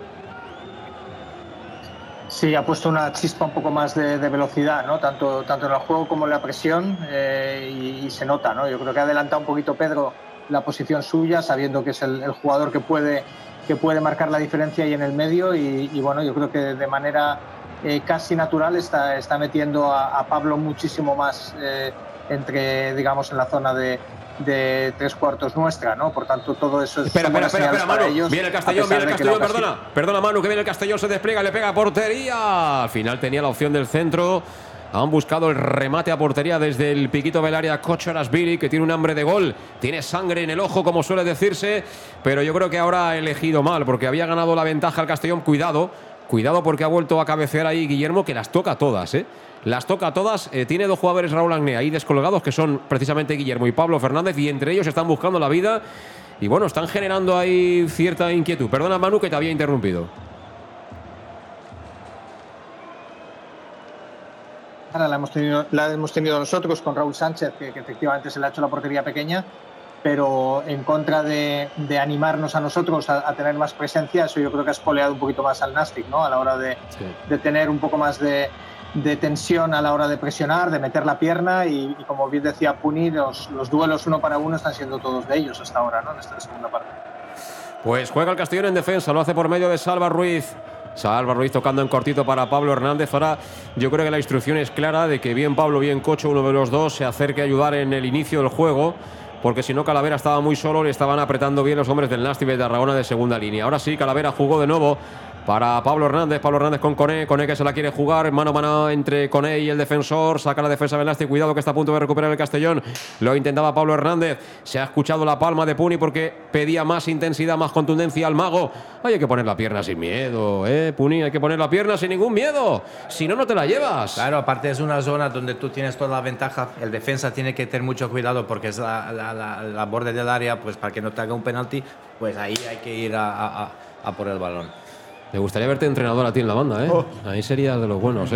Sí, ha puesto una chispa un poco más de velocidad, ¿no? Tanto en el juego como en la presión, y se nota, ¿no? Yo creo que ha adelantado un poquito Pedro la posición suya, sabiendo que es el jugador que puede marcar la diferencia ahí en el medio, y bueno, yo creo que de manera casi natural está metiendo a Pablo muchísimo más digamos, en la zona de tres cuartos nuestra, ¿no? Por tanto, todo eso es... Espera, Manu, viene el Castellón, perdona Manu, que viene el Castellón, se despliega, le pega a portería. Al final tenía la opción del centro. Han buscado el remate a portería desde el piquito del área Kochorashvili, que tiene un hambre de gol, tiene sangre en el ojo, como suele decirse, pero yo creo que ahora ha elegido mal, porque había ganado la ventaja el Castellón. Cuidado porque ha vuelto a cabecear ahí Guillermo, que las toca todas, Las toca todas. Tiene dos jugadores, Raúl Agné, ahí descolgados, que son precisamente Guillermo y Pablo Fernández, y entre ellos están buscando la vida. Y bueno, están generando ahí cierta inquietud. Perdona, Manu, que te había interrumpido. Ahora la hemos tenido nosotros con Raúl Sánchez, que efectivamente se le ha hecho la portería pequeña, pero en contra de animarnos a nosotros a tener más presencia, eso yo creo que ha espoleado un poquito más al Nastic, ¿no? A la hora de tener un poco más de tensión a la hora de presionar, de meter la pierna, y como bien decía Puni, los duelos uno para uno están siendo todos de ellos hasta ahora, ¿no? En esta segunda parte. Pues juega el Castellón en defensa, lo hace por medio de Salva Ruiz. Salva Ruiz tocando en cortito para Pablo Hernández. Ahora yo creo que la instrucción es clara de que bien Pablo, bien Cocho, uno de los dos, se acerque a ayudar en el inicio del juego, porque si no Calavera estaba muy solo, le estaban apretando bien los hombres del Nasty de Tarragona de segunda línea. Ahora sí, Calavera jugó de nuevo para Pablo Hernández con Koné que se la quiere jugar, mano a mano entre Koné y el defensor, saca la defensa del Nasty, cuidado que está a punto de recuperar el Castellón, lo intentaba Pablo Hernández, se ha escuchado la palma de Puni porque pedía más intensidad, más contundencia al mago. Hay que poner la pierna sin miedo, Puni, hay que poner la pierna sin ningún miedo, si no, no te la llevas. Claro, aparte es una zona donde tú tienes toda la ventaja, el defensa tiene que tener mucho cuidado porque es la borde del área, pues para que no te haga un penalti, pues ahí hay que ir a por el balón. Me gustaría verte entrenador a ti en la banda, Ahí sería de los buenos,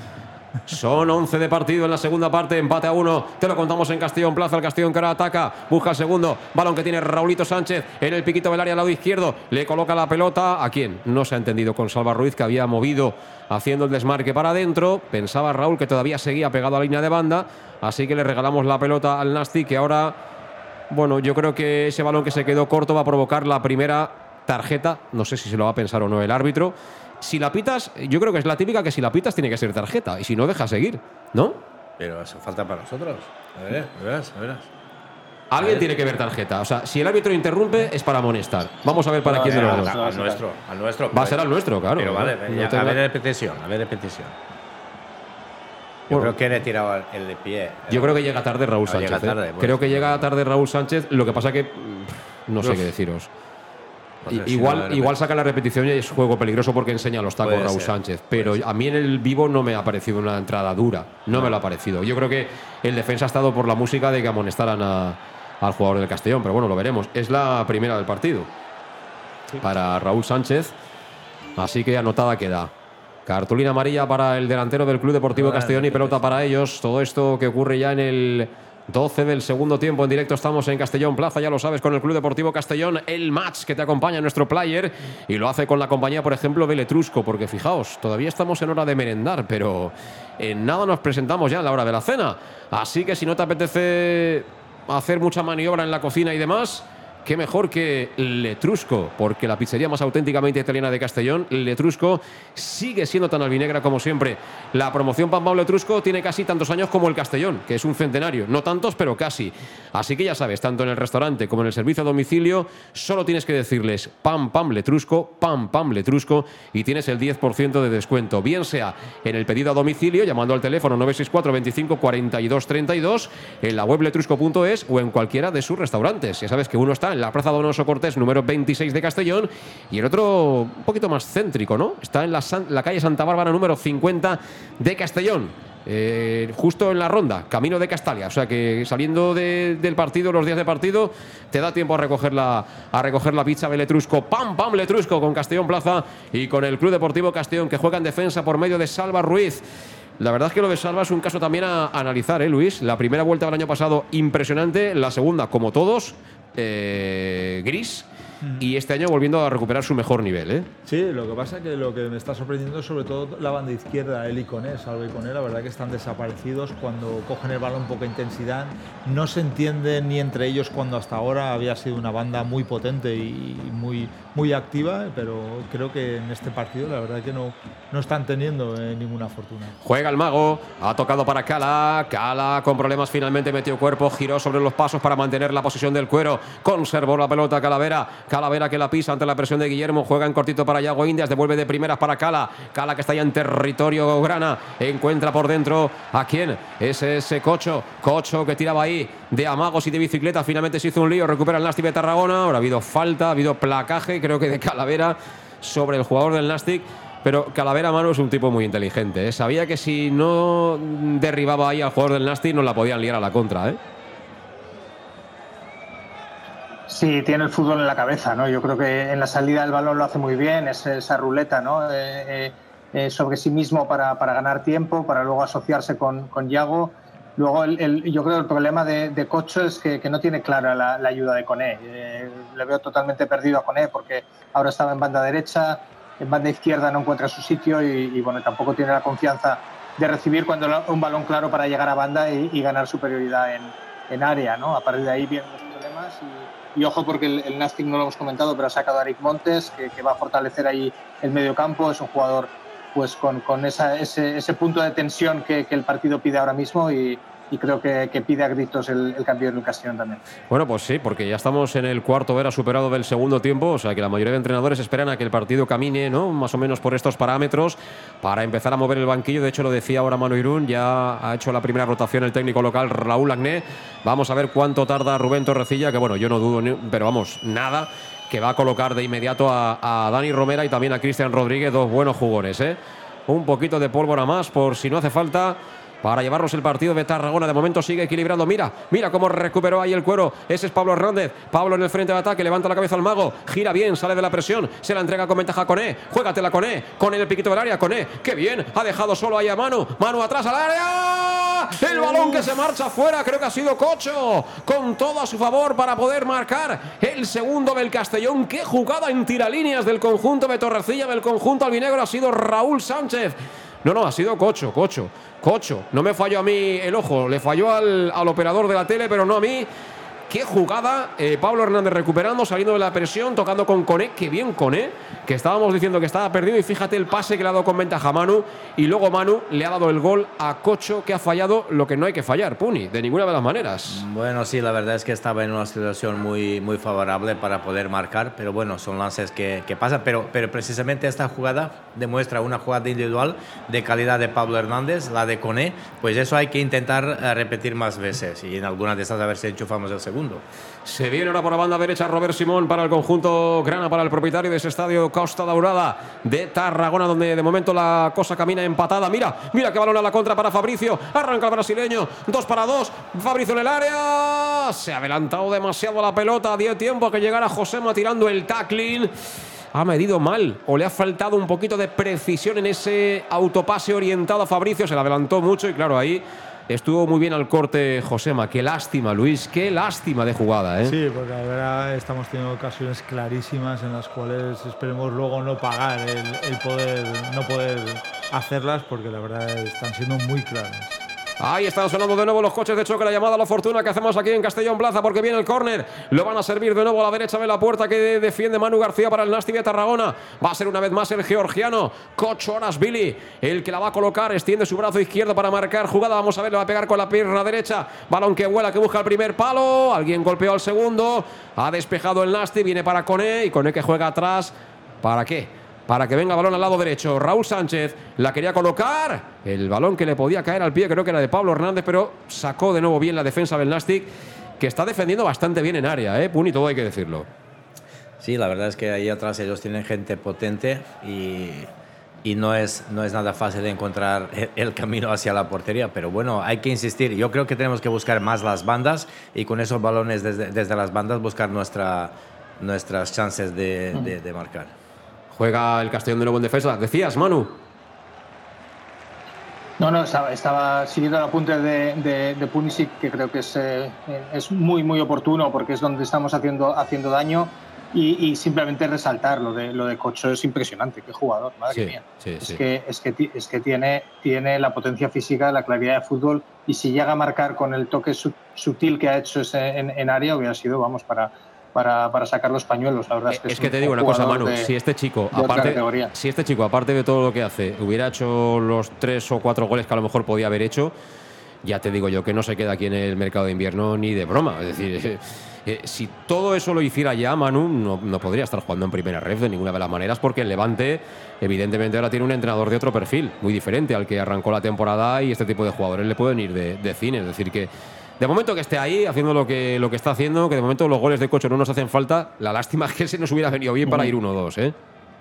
Son 11 de partido en la segunda parte, empate a 1. Te lo contamos en Castellón Plaza. El Castellón que ahora ataca, busca el segundo. Balón que tiene Raulito Sánchez en el piquito del área al lado izquierdo. Le coloca la pelota. ¿A quién? No se ha entendido con Salva Ruiz, que había movido haciendo el desmarque para adentro. Pensaba Raúl que todavía seguía pegado a la línea de banda. Así que le regalamos la pelota al Nasty, que ahora, bueno, yo creo que ese balón que se quedó corto va a provocar la primera tarjeta. No sé si se lo va a pensar o no el árbitro. Si la pitas, yo creo que es la típica que si la pitas tiene que ser tarjeta, y si no, deja seguir, ¿no? Pero eso falta para nosotros. A verás. Alguien tiene que ver tarjeta. O sea, si el árbitro interrumpe, es para amonestar. Vamos a ver para quién de los dos. Al nuestro. Va a ser al nuestro, claro. Pero vale, a ver repetición. Yo creo que le he tirado el de pie. Yo creo que llega tarde Raúl Sánchez. Creo que llega tarde Raúl Sánchez. Lo que pasa que no sé qué deciros. Igual saca la repetición y es juego peligroso porque enseña los tacos Raúl Sánchez. Pero a mí en el vivo no me ha parecido una entrada dura. No me lo ha parecido. Yo creo que el defensa ha estado por la música de que amonestaran al jugador del Castellón. Pero bueno, lo veremos. Es la primera del partido para Raúl Sánchez. Así que anotada queda. Cartulina amarilla para el delantero del Club Deportivo Castellón y pelota para ellos. Todo esto que ocurre ya en el 12 del segundo tiempo. En directo estamos en Castellón Plaza, ya lo sabes, con el Club Deportivo Castellón. El match que te acompaña en nuestro player y lo hace con la compañía, por ejemplo, de Letrusco, porque fijaos, todavía estamos en hora de merendar, pero en nada nos presentamos ya en la hora de la cena. Así que si no te apetece hacer mucha maniobra en la cocina y demás, qué mejor que Letrusco, porque la pizzería más auténticamente italiana de Castellón, Letrusco, sigue siendo tan albinegra como siempre. La promoción Pam Pam Letrusco tiene casi tantos años como el Castellón, que es un centenario. No tantos, pero casi. Así que ya sabes, tanto en el restaurante como en el servicio a domicilio, solo tienes que decirles Pam Pam Letrusco, y tienes el 10% de descuento. Bien sea en el pedido a domicilio, llamando al teléfono 964 25 42 32, en la web letrusco.es o en cualquiera de sus restaurantes. Ya sabes que uno está en la Plaza Donoso Cortés, número 26 de Castellón, y el otro un poquito más céntrico, ¿no? Está en la calle Santa Bárbara, número 50 de Castellón. Justo en la ronda, camino de Castalia. O sea que saliendo del partido, los días de partido, te da tiempo a recoger la pizza de Letrusco. Pam Pam Letrusco con Castellón Plaza y con el Club Deportivo Castellón, que juega en defensa por medio de Salva Ruiz. La verdad es que lo de Salva es un caso también a analizar, Luis. La primera vuelta del año pasado, impresionante. La segunda, como todos, gris. Y este año volviendo a recuperar su mejor nivel, Sí, lo que pasa es que lo que me está sorprendiendo es sobre todo la banda izquierda, él y Koné, Salva y Koné, la verdad que están desaparecidos cuando cogen el balón, poca intensidad, no se entienden ni entre ellos cuando hasta ahora había sido una banda muy potente y muy activa, pero creo que en este partido la verdad que no están teniendo ninguna fortuna. Juega el mago, ha tocado para Cala con problemas finalmente metió cuerpo, giró sobre los pasos para mantener la posición del cuero, conservó la pelota Calavera que la pisa ante la presión de Guillermo, juega en cortito para Yago Indias, devuelve de primeras para Cala que está ya en territorio grana, encuentra por dentro a quién, ese Cocho que tiraba ahí de amagos y de bicicleta, finalmente se hizo un lío, recupera el Nastic de Tarragona, ahora ha habido falta, ha habido placaje, creo que de Calavera sobre el jugador del Nastic. Pero Calavera, Manu, es un tipo muy inteligente, Sabía que si no derribaba ahí al jugador del Nastic no la podían liar a la contra, Sí, tiene el fútbol en la cabeza, ¿no? Yo creo que en la salida del balón lo hace muy bien, es esa ruleta, ¿no? Sobre sí mismo para ganar tiempo, para luego asociarse con Yago. Luego, yo creo que el problema de Cocho es que no tiene clara la ayuda de Koné. Le veo totalmente perdido a Koné porque ahora estaba en banda derecha, en banda izquierda no encuentra su sitio y bueno, tampoco tiene la confianza de recibir cuando un balón claro para llegar a banda y ganar superioridad en área, ¿no? A partir de ahí vienen los problemas y ojo porque el Nastic no lo hemos comentado, pero ha sacado a Eric Montes, que va a fortalecer ahí el medio campo. Es un jugador pues con ese punto de tensión que el partido pide ahora mismo y creo que pide a gritos el cambio del Castellón también. Bueno, pues sí, porque ya estamos en el cuarto era superado del segundo tiempo, o sea que la mayoría de entrenadores esperan a que el partido camine, ¿no? Más o menos por estos parámetros para empezar a mover el banquillo. De hecho, lo decía ahora Manu Irún, ya ha hecho la primera rotación el técnico local Raúl Agné. Vamos a ver cuánto tarda Rubén Torrecilla, que bueno, yo no dudo, pero vamos, nada, que va a colocar de inmediato a Dani Romera y también a Cristian Rodríguez, dos buenos jugadores, Un poquito de pólvora más por si no hace falta para llevarnos el partido de Tarragona. De momento sigue equilibrando. Mira cómo recuperó ahí el cuero. Ese es Pablo Hernández. Pablo en el frente de ataque. Levanta la cabeza al mago. Gira bien. Sale de la presión. Se la entrega con ventaja a Koné. Juégatela Koné. Koné en el piquito del área. Koné. ¡Qué bien! Ha dejado solo ahí a Manu. Manu atrás al área. El balón que se marcha afuera. Creo que ha sido Cocho. Con todo a su favor para poder marcar el segundo del Castellón. ¡Qué jugada en tiralíneas del conjunto de Torrecilla! Del conjunto albinegro ha sido Raúl Sánchez. No, ha sido Cocho. No me falló a mí el ojo, le falló al operador de la tele, pero no a mí. Qué jugada, Pablo Hernández recuperando, saliendo de la presión, tocando con Koné. Qué bien Koné, que estábamos diciendo que estaba perdido. Y fíjate el pase que le ha dado con ventaja a Manu. Y luego Manu le ha dado el gol a Cocho, que ha fallado lo que no hay que fallar, Puni, de ninguna de las maneras. Bueno, sí, la verdad es que estaba en una situación muy favorable para poder marcar. Pero bueno, son lances que pasan. Pero precisamente esta jugada demuestra una jugada individual de calidad de Pablo Hernández, la de Koné. Pues eso hay que intentar repetir más veces. Y en algunas de estas a ver si enchufamos el segundo. Se viene ahora por la banda derecha Robert Simón para el conjunto grana, para el propietario de ese estadio Costa Daurada de Tarragona, donde de momento la cosa camina empatada. Mira que balón a la contra para Fabricio. Arranca el brasileño. 2-2. Fabricio en el área. Se ha adelantado demasiado la pelota. Dio tiempo a que llegara Josema tirando el tackling. ha medido mal o le ha faltado un poquito de precisión en ese autopase orientado a Fabricio. Se le adelantó mucho y claro, ahí estuvo muy bien al corte Josema. Qué lástima, Luis, qué lástima de jugada, ¿eh? Sí, porque la verdad estamos teniendo ocasiones clarísimas en las cuales esperemos luego no pagar no poder hacerlas, porque la verdad están siendo muy claras. Ahí están sonando de nuevo los coches de choque, la llamada a la fortuna que hacemos aquí en Castellón Plaza, porque viene el córner, lo van a servir de nuevo a la derecha de la puerta que defiende Manu García para el Nasti de Tarragona. Va a ser una vez más el georgiano Kochorashvili el que la va a colocar, extiende su brazo izquierdo para marcar jugada, vamos a ver, le va a pegar con la pierna derecha, balón que vuela, que busca el primer palo, alguien golpeó al segundo, ha despejado el Nasti, viene para Koné y Koné que juega atrás, ¿para qué? Para que venga balón al lado derecho. Raúl Sánchez la quería colocar. El balón que le podía caer al pie, creo que era de Pablo Hernández, pero sacó de nuevo bien la defensa del Nastic, que está defendiendo bastante bien en área, ¿eh? Puni, todo hay que decirlo. Sí, la verdad es que ahí atrás ellos tienen gente potente y no es nada fácil de encontrar el camino hacia la portería, pero bueno, hay que insistir. Yo creo que tenemos que buscar más las bandas y con esos balones desde las bandas buscar nuestras chances de marcar. Juega el Castellón de nuevo en defensa. ¿Decías, Manu? No, estaba siguiendo el apunte de Punisic, que creo que es muy, muy oportuno porque es donde estamos haciendo daño y simplemente resaltar lo de Cocho. Es impresionante, qué jugador, madre mía. Sí. Es que tiene la potencia física, la claridad de fútbol y si llega a marcar con el toque sutil que ha hecho en área hubiera sido, vamos, para sacar los pañuelos. La verdad es que te digo una cosa, Manu, si este chico aparte de todo lo que hace hubiera hecho los 3 o 4 goles que a lo mejor podía haber hecho, ya te digo yo que no se queda aquí en el mercado de invierno ni de broma. Es decir, si todo eso lo hiciera ya, Manu no podría estar jugando en primera ref de ninguna de las maneras, porque el Levante evidentemente ahora tiene un entrenador de otro perfil, muy diferente al que arrancó la temporada, y este tipo de jugadores le pueden ir de cine. Es decir, que de momento que esté ahí haciendo lo que está haciendo, que de momento los goles de Cocho no nos hacen falta. La lástima es que se nos hubiera venido bien para ir 1-2, ¿eh?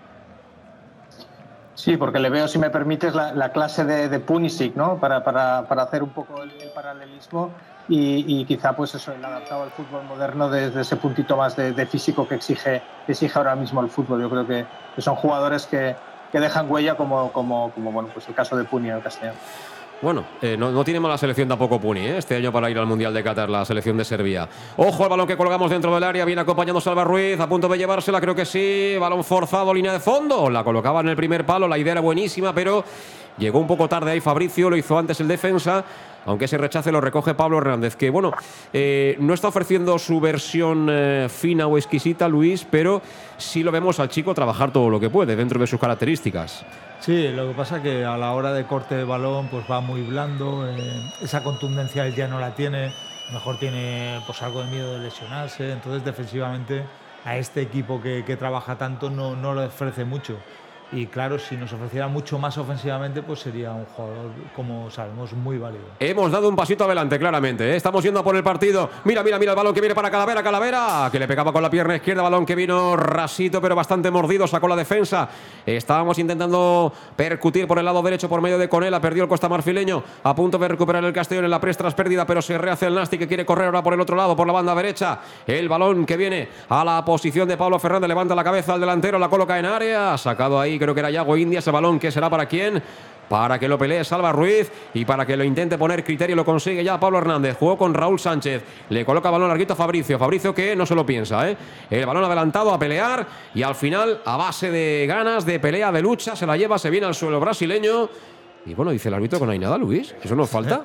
Sí, porque le veo, si me permites, la clase de Punisic, ¿no? Para hacer un poco el paralelismo y quizá pues eso, el adaptado al fútbol moderno desde ese puntito más de físico que exige ahora mismo el fútbol. Yo creo que son jugadores que dejan huella como bueno, pues el caso de Puni en el Castellón. Bueno, no tiene mala selección tampoco Puni, ¿eh? Este año para ir al Mundial de Qatar, la selección de Serbia. Ojo al balón que colgamos dentro del área, viene acompañando Salva Ruiz, a punto de llevársela, creo que sí, balón forzado, línea de fondo, la colocaba en el primer palo, la idea era buenísima, pero llegó un poco tarde ahí Fabricio, lo hizo antes el defensa, aunque ese rechace lo recoge Pablo Hernández, que bueno, no está ofreciendo su versión fina o exquisita, Luis, pero sí lo vemos al chico trabajar todo lo que puede dentro de sus características. Sí, lo que pasa es que a la hora de corte de balón pues va muy blando, esa contundencia él ya no la tiene, mejor tiene pues algo de miedo de lesionarse, entonces defensivamente a este equipo que trabaja tanto no le ofrece mucho. Y claro, si nos ofreciera mucho más ofensivamente, pues sería un jugador, como sabemos, muy válido. Hemos dado un pasito adelante, claramente, ¿eh? Estamos yendo a por el partido. Mira el balón que viene para Calavera, que le pegaba con la pierna izquierda, balón que vino rasito, pero bastante mordido, sacó la defensa. Estábamos intentando percutir por el lado derecho por medio de Conela, perdió el costamarfileño, a punto de recuperar el Castellón en la press tras pérdida, pero se rehace el Nasti, que quiere correr ahora por el otro lado, por la banda derecha. El balón que viene a la posición de Pablo Fernández, levanta la cabeza al delantero, la coloca en área, sacado ahí, creo que era Yago Indias, el balón que será para quién, para que lo pelee Salva Ruiz y para que lo intente poner criterio, lo consigue ya Pablo Hernández, jugó con Raúl Sánchez, le coloca balón larguito a Fabricio que no se lo piensa, el balón adelantado a pelear y al final a base de ganas, de pelea, de lucha, se la lleva, se viene al suelo brasileño y bueno, dice el árbitro que no hay nada, Luis, ¿eso nos falta?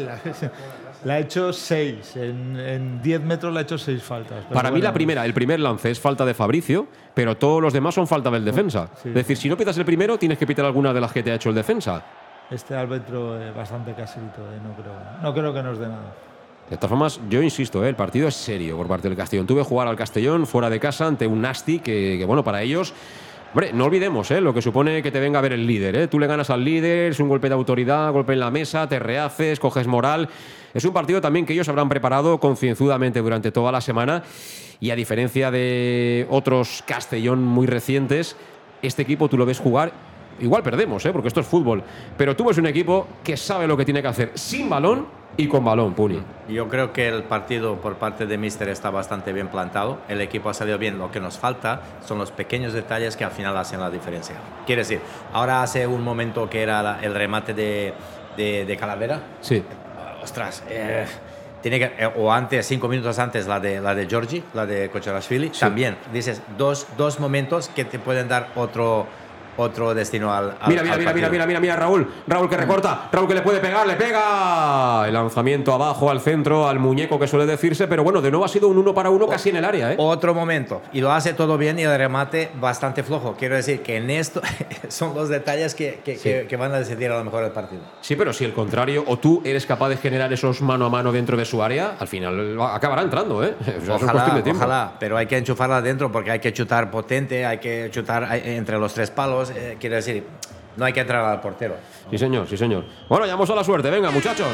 Le ha hecho 6. En 10 metros le ha hecho 6 faltas. Para mí el primer lance es falta de Fabricio, pero todos los demás son falta del defensa. Sí. Es decir, si no pitas el primero, tienes que pitar alguna de las que te ha hecho el defensa. Este árbitro es bastante caserito, no creo que nos dé nada. De todas formas, yo insisto, el partido es serio por parte del Castellón. Tuve que jugar al Castellón fuera de casa ante un Nasti que bueno, para ellos... Hombre, no olvidemos lo que supone que te venga a ver el líder. Tú le ganas al líder, es un golpe de autoridad, golpe en la mesa, te rehaces, coges moral. Es un partido también que ellos habrán preparado concienzudamente durante toda la semana y a diferencia de otros Castellón muy recientes, este equipo tú lo ves jugar igual perdemos, porque esto es fútbol, pero tú ves un equipo que sabe lo que tiene que hacer sin balón y con balón, Puni. Yo creo que el partido por parte de Míster está bastante bien plantado. El equipo ha salido bien. Lo que nos falta son los pequeños detalles que al final hacen la diferencia. Quiere decir, ahora hace un momento que era el remate de Calavera. Sí. Ostras, tiene que, o antes, 5 minutos antes, la de Giorgi, la de Kocharashvili. Sí. También dices dos momentos que te pueden dar otro destino al mira, Raúl que recorta, Raúl que le puede pegar, le pega, el lanzamiento abajo al centro, al muñeco que suele decirse, pero bueno, de nuevo ha sido un 1 para 1 casi en el área, Otro momento, y lo hace todo bien y el remate bastante flojo. Quiero decir que en esto son los detalles que van a decidir a lo mejor el partido. Sí, pero si el contrario, o tú eres capaz de generar esos mano a mano dentro de su área, al final acabará entrando, o sea, ojalá, pero hay que enchufarla dentro porque hay que chutar potente, hay que chutar entre los 3 palos. Quiero decir, no hay que entrar al portero. Sí, señor. Bueno, llamamos a la suerte. Venga, muchachos.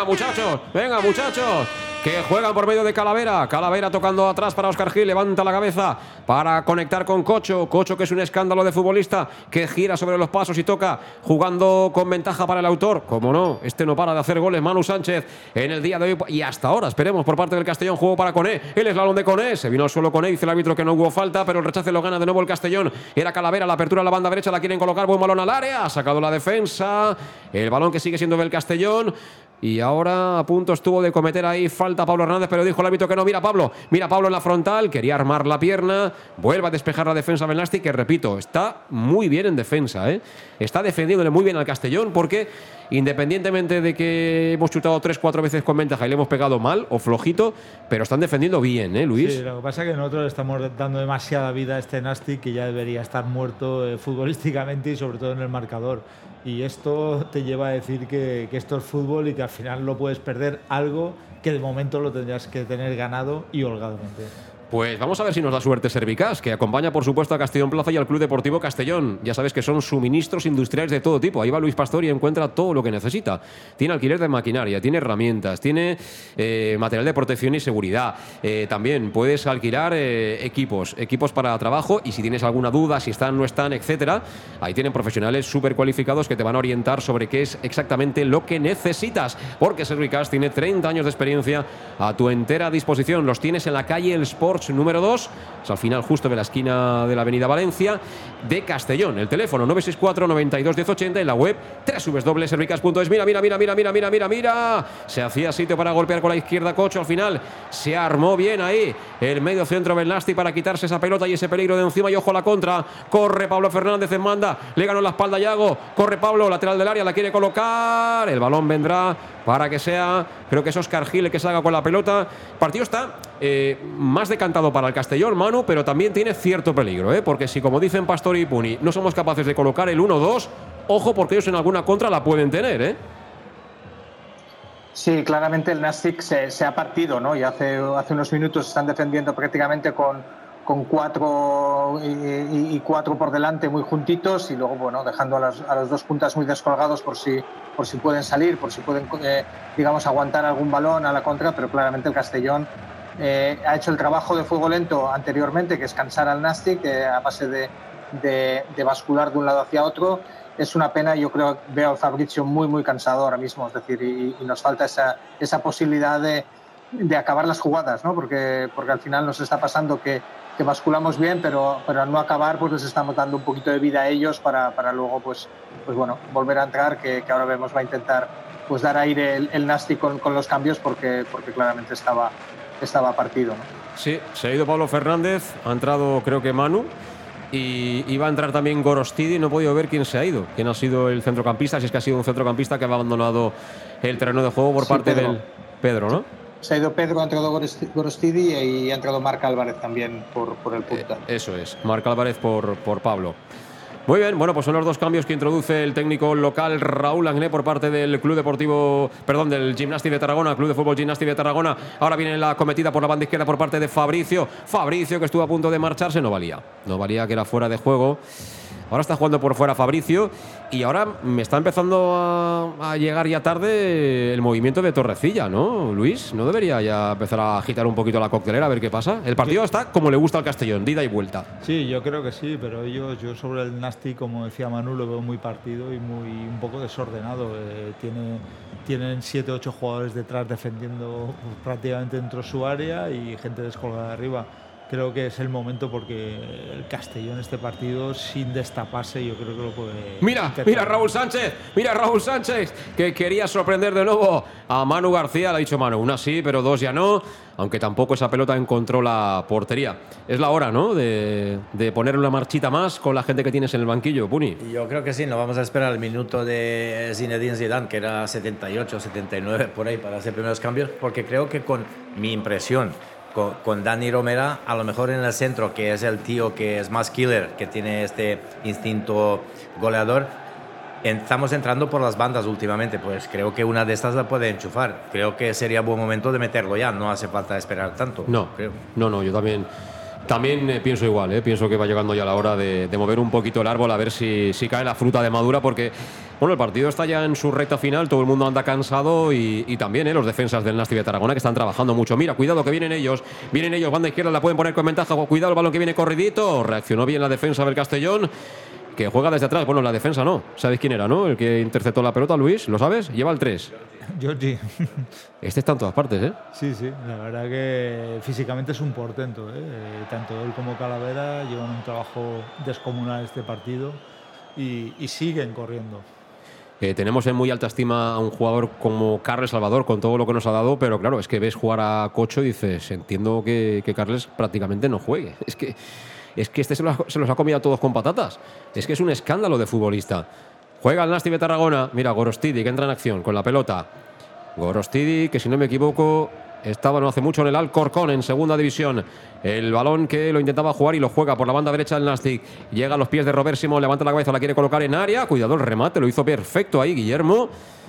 Que juegan por medio de Calavera. Calavera tocando atrás para Óscar Gil. Levanta la cabeza para conectar con Cocho. Cocho, que es un escándalo de futbolista, que gira sobre los pasos y toca, jugando con ventaja para el autor. Como no, este no para de hacer goles. Manu Sánchez en el día de hoy. Y hasta ahora, esperemos, por parte del Castellón, juego para Koné. El eslalon de Koné. Se vino al suelo Koné. Dice el árbitro que no hubo falta, pero el rechace lo gana de nuevo el Castellón. Era Calavera, la apertura a la banda derecha. La quieren colocar. Buen balón al área. Ha sacado la defensa. El balón que sigue siendo del Castellón. Y ahora a punto estuvo de cometer ahí falta Pablo Hernández, pero dijo el árbitro que no. Mira Pablo en la frontal, quería armar la pierna, vuelve a despejar la defensa del Nastic, que repito, está muy bien en defensa, está defendiéndole muy bien al Castellón, porque independientemente de que hemos chutado 3-4 veces con ventaja y le hemos pegado mal o flojito, pero están defendiendo bien, Luis. Sí, lo que pasa es que nosotros le estamos dando demasiada vida a este Nastic, que ya debería estar muerto futbolísticamente y sobre todo en el marcador. Y esto te lleva a decir que esto es fútbol y que al final lo puedes perder, algo que de momento lo tendrías que tener ganado y holgadamente. Pues vamos a ver si nos da suerte Servicas, que acompaña por supuesto a Castellón Plaza y al Club Deportivo Castellón. Ya sabes que son suministros industriales de todo tipo. Ahí va Luis Pastor y encuentra todo lo que necesita. Tiene alquiler de maquinaria, tiene herramientas, tiene material de protección y seguridad. También puedes alquilar equipos para trabajo, y si tienes alguna duda, si están, no están, etcétera, ahí tienen profesionales súper cualificados que te van a orientar sobre qué es exactamente lo que necesitas. Porque Servicas tiene 30 años de experiencia a tu entera disposición. Los tienes en la calle El Sports número 2, es al final justo de la esquina de la avenida Valencia de Castellón. El teléfono 964 92 1080, en la web www.servicas.es. Mira, se hacía sitio para golpear con la izquierda Cocho, al final se armó bien ahí el medio centro Belnasti para quitarse esa pelota y ese peligro de encima, y ojo a la contra, corre Pablo Fernández en banda, le ganó la espalda a Yago, corre Pablo, lateral del área, la quiere colocar, el balón vendrá para que sea, creo que es Óscar Gil el que salga con la pelota. El partido está más decantado para el Castellón, Manu, pero también tiene cierto peligro, porque si, como dicen Pastor y Puni, no somos capaces de colocar el 1-2, ojo, porque ellos en alguna contra la pueden tener, Sí, claramente el Nastic se ha partido, ¿no? Y hace unos minutos están defendiendo prácticamente con 4 y 4 por delante muy juntitos, y luego, bueno, dejando a las 2 puntas muy descolgados por si pueden salir, por si pueden, digamos, aguantar algún balón a la contra, pero claramente el Castellón ha hecho el trabajo de fuego lento anteriormente, que es cansar al Nastic a base de bascular de un lado hacia otro. Es una pena, yo veo al Fabrizio muy cansado ahora mismo, es decir, y nos falta esa posibilidad de acabar las jugadas, ¿no? Porque al final nos está pasando que basculamos bien, pero al no acabar, pues les estamos dando un poquito de vida a ellos para luego pues bueno, volver a entrar, que ahora vemos va a intentar pues dar aire el Nastic con los cambios, porque claramente estaba partido, ¿no? Sí, se ha ido Pablo Fernández, ha entrado creo que Manu, y iba a entrar también Gorostidi. No he podido ver quién se ha ido, quién ha sido el centrocampista, si es que ha sido un centrocampista que ha abandonado el terreno de juego por parte del Pedro, ¿no? Se ha ido Pedro, ha entrado Gorostidi y ha entrado Marc Álvarez también por el punta. Eso es, Marc Álvarez por Pablo. Muy bien, bueno, pues son los 2 cambios que introduce el técnico local Raúl Agné por parte del del Gimnàstic de Tarragona, Club de Fútbol Gimnàstic de Tarragona. Ahora viene la cometida por la banda izquierda por parte de Fabricio, que estuvo a punto de marcharse, no valía que era fuera de juego. Ahora está jugando por fuera Fabricio y ahora me está empezando a llegar ya tarde el movimiento de Torrecilla, ¿no, Luis? ¿No debería ya empezar a agitar un poquito la coctelera a ver qué pasa? El partido está como le gusta al Castellón, de ida y vuelta. Sí, yo creo que sí, pero yo sobre el Nastic, como decía Manu, lo veo muy partido y un poco desordenado. Tienen 7-8 jugadores detrás defendiendo prácticamente dentro de su área y gente descolgada arriba. Creo que es el momento porque el Castellón este partido sin destaparse yo creo que lo puede... Mira Raúl Sánchez, que quería sorprender de nuevo a Manu García. Le ha dicho Manu, una sí, pero dos ya no, aunque tampoco esa pelota encontró la portería. Es la hora, ¿no?, de poner una marchita más con la gente que tienes en el banquillo, Puni. Yo creo que sí, no vamos a esperar el minuto de Zinedine Zidane, que era 78, 79, por ahí, para hacer primeros cambios, porque creo que con mi impresión, con Dani Romera, a lo mejor en el centro, que es el tío que es más killer, que tiene este instinto goleador, estamos entrando por las bandas últimamente, pues creo que una de estas la puede enchufar. Creo que sería buen momento de meterlo ya, no hace falta esperar tanto. No, creo. No, yo también pienso igual, pienso que va llegando ya la hora de mover un poquito el árbol a ver si cae la fruta de madura, porque bueno, el partido está ya en su recta final, todo el mundo anda cansado y también los defensas del Nasti de Tarragona que están trabajando mucho. Mira, cuidado que vienen ellos, banda izquierda, la pueden poner con ventaja, cuidado el balón que viene corridito, reaccionó bien la defensa del Castellón, que juega desde atrás. Bueno, la defensa no, ¿sabes quién era, no? El que interceptó la pelota, Luis, ¿lo sabes? Lleva el 3. Georgie. Este está en todas partes, ¿eh? Sí, la verdad que físicamente es un portento, tanto él como Calavera llevan un trabajo descomunal este partido y siguen corriendo. Tenemos en muy alta estima a un jugador como Carles Salvador con todo lo que nos ha dado, pero claro, es que ves jugar a Cocho y dices, entiendo que Carles prácticamente no juegue. Es que este se los ha comido a todos con patatas. Es que es un escándalo de futbolista. Juega el Nasti de Tarragona. Mira, Gorostidi, que entra en acción con la pelota. Gorostidi, que si no me equivoco, estaba no hace mucho en el Alcorcón, en segunda división. El balón que lo intentaba jugar y lo juega por la banda derecha del Nastic. Llega a los pies de Robert Simón, levanta la cabeza, la quiere colocar en área. Cuidado el remate, lo hizo perfecto ahí Guillermo.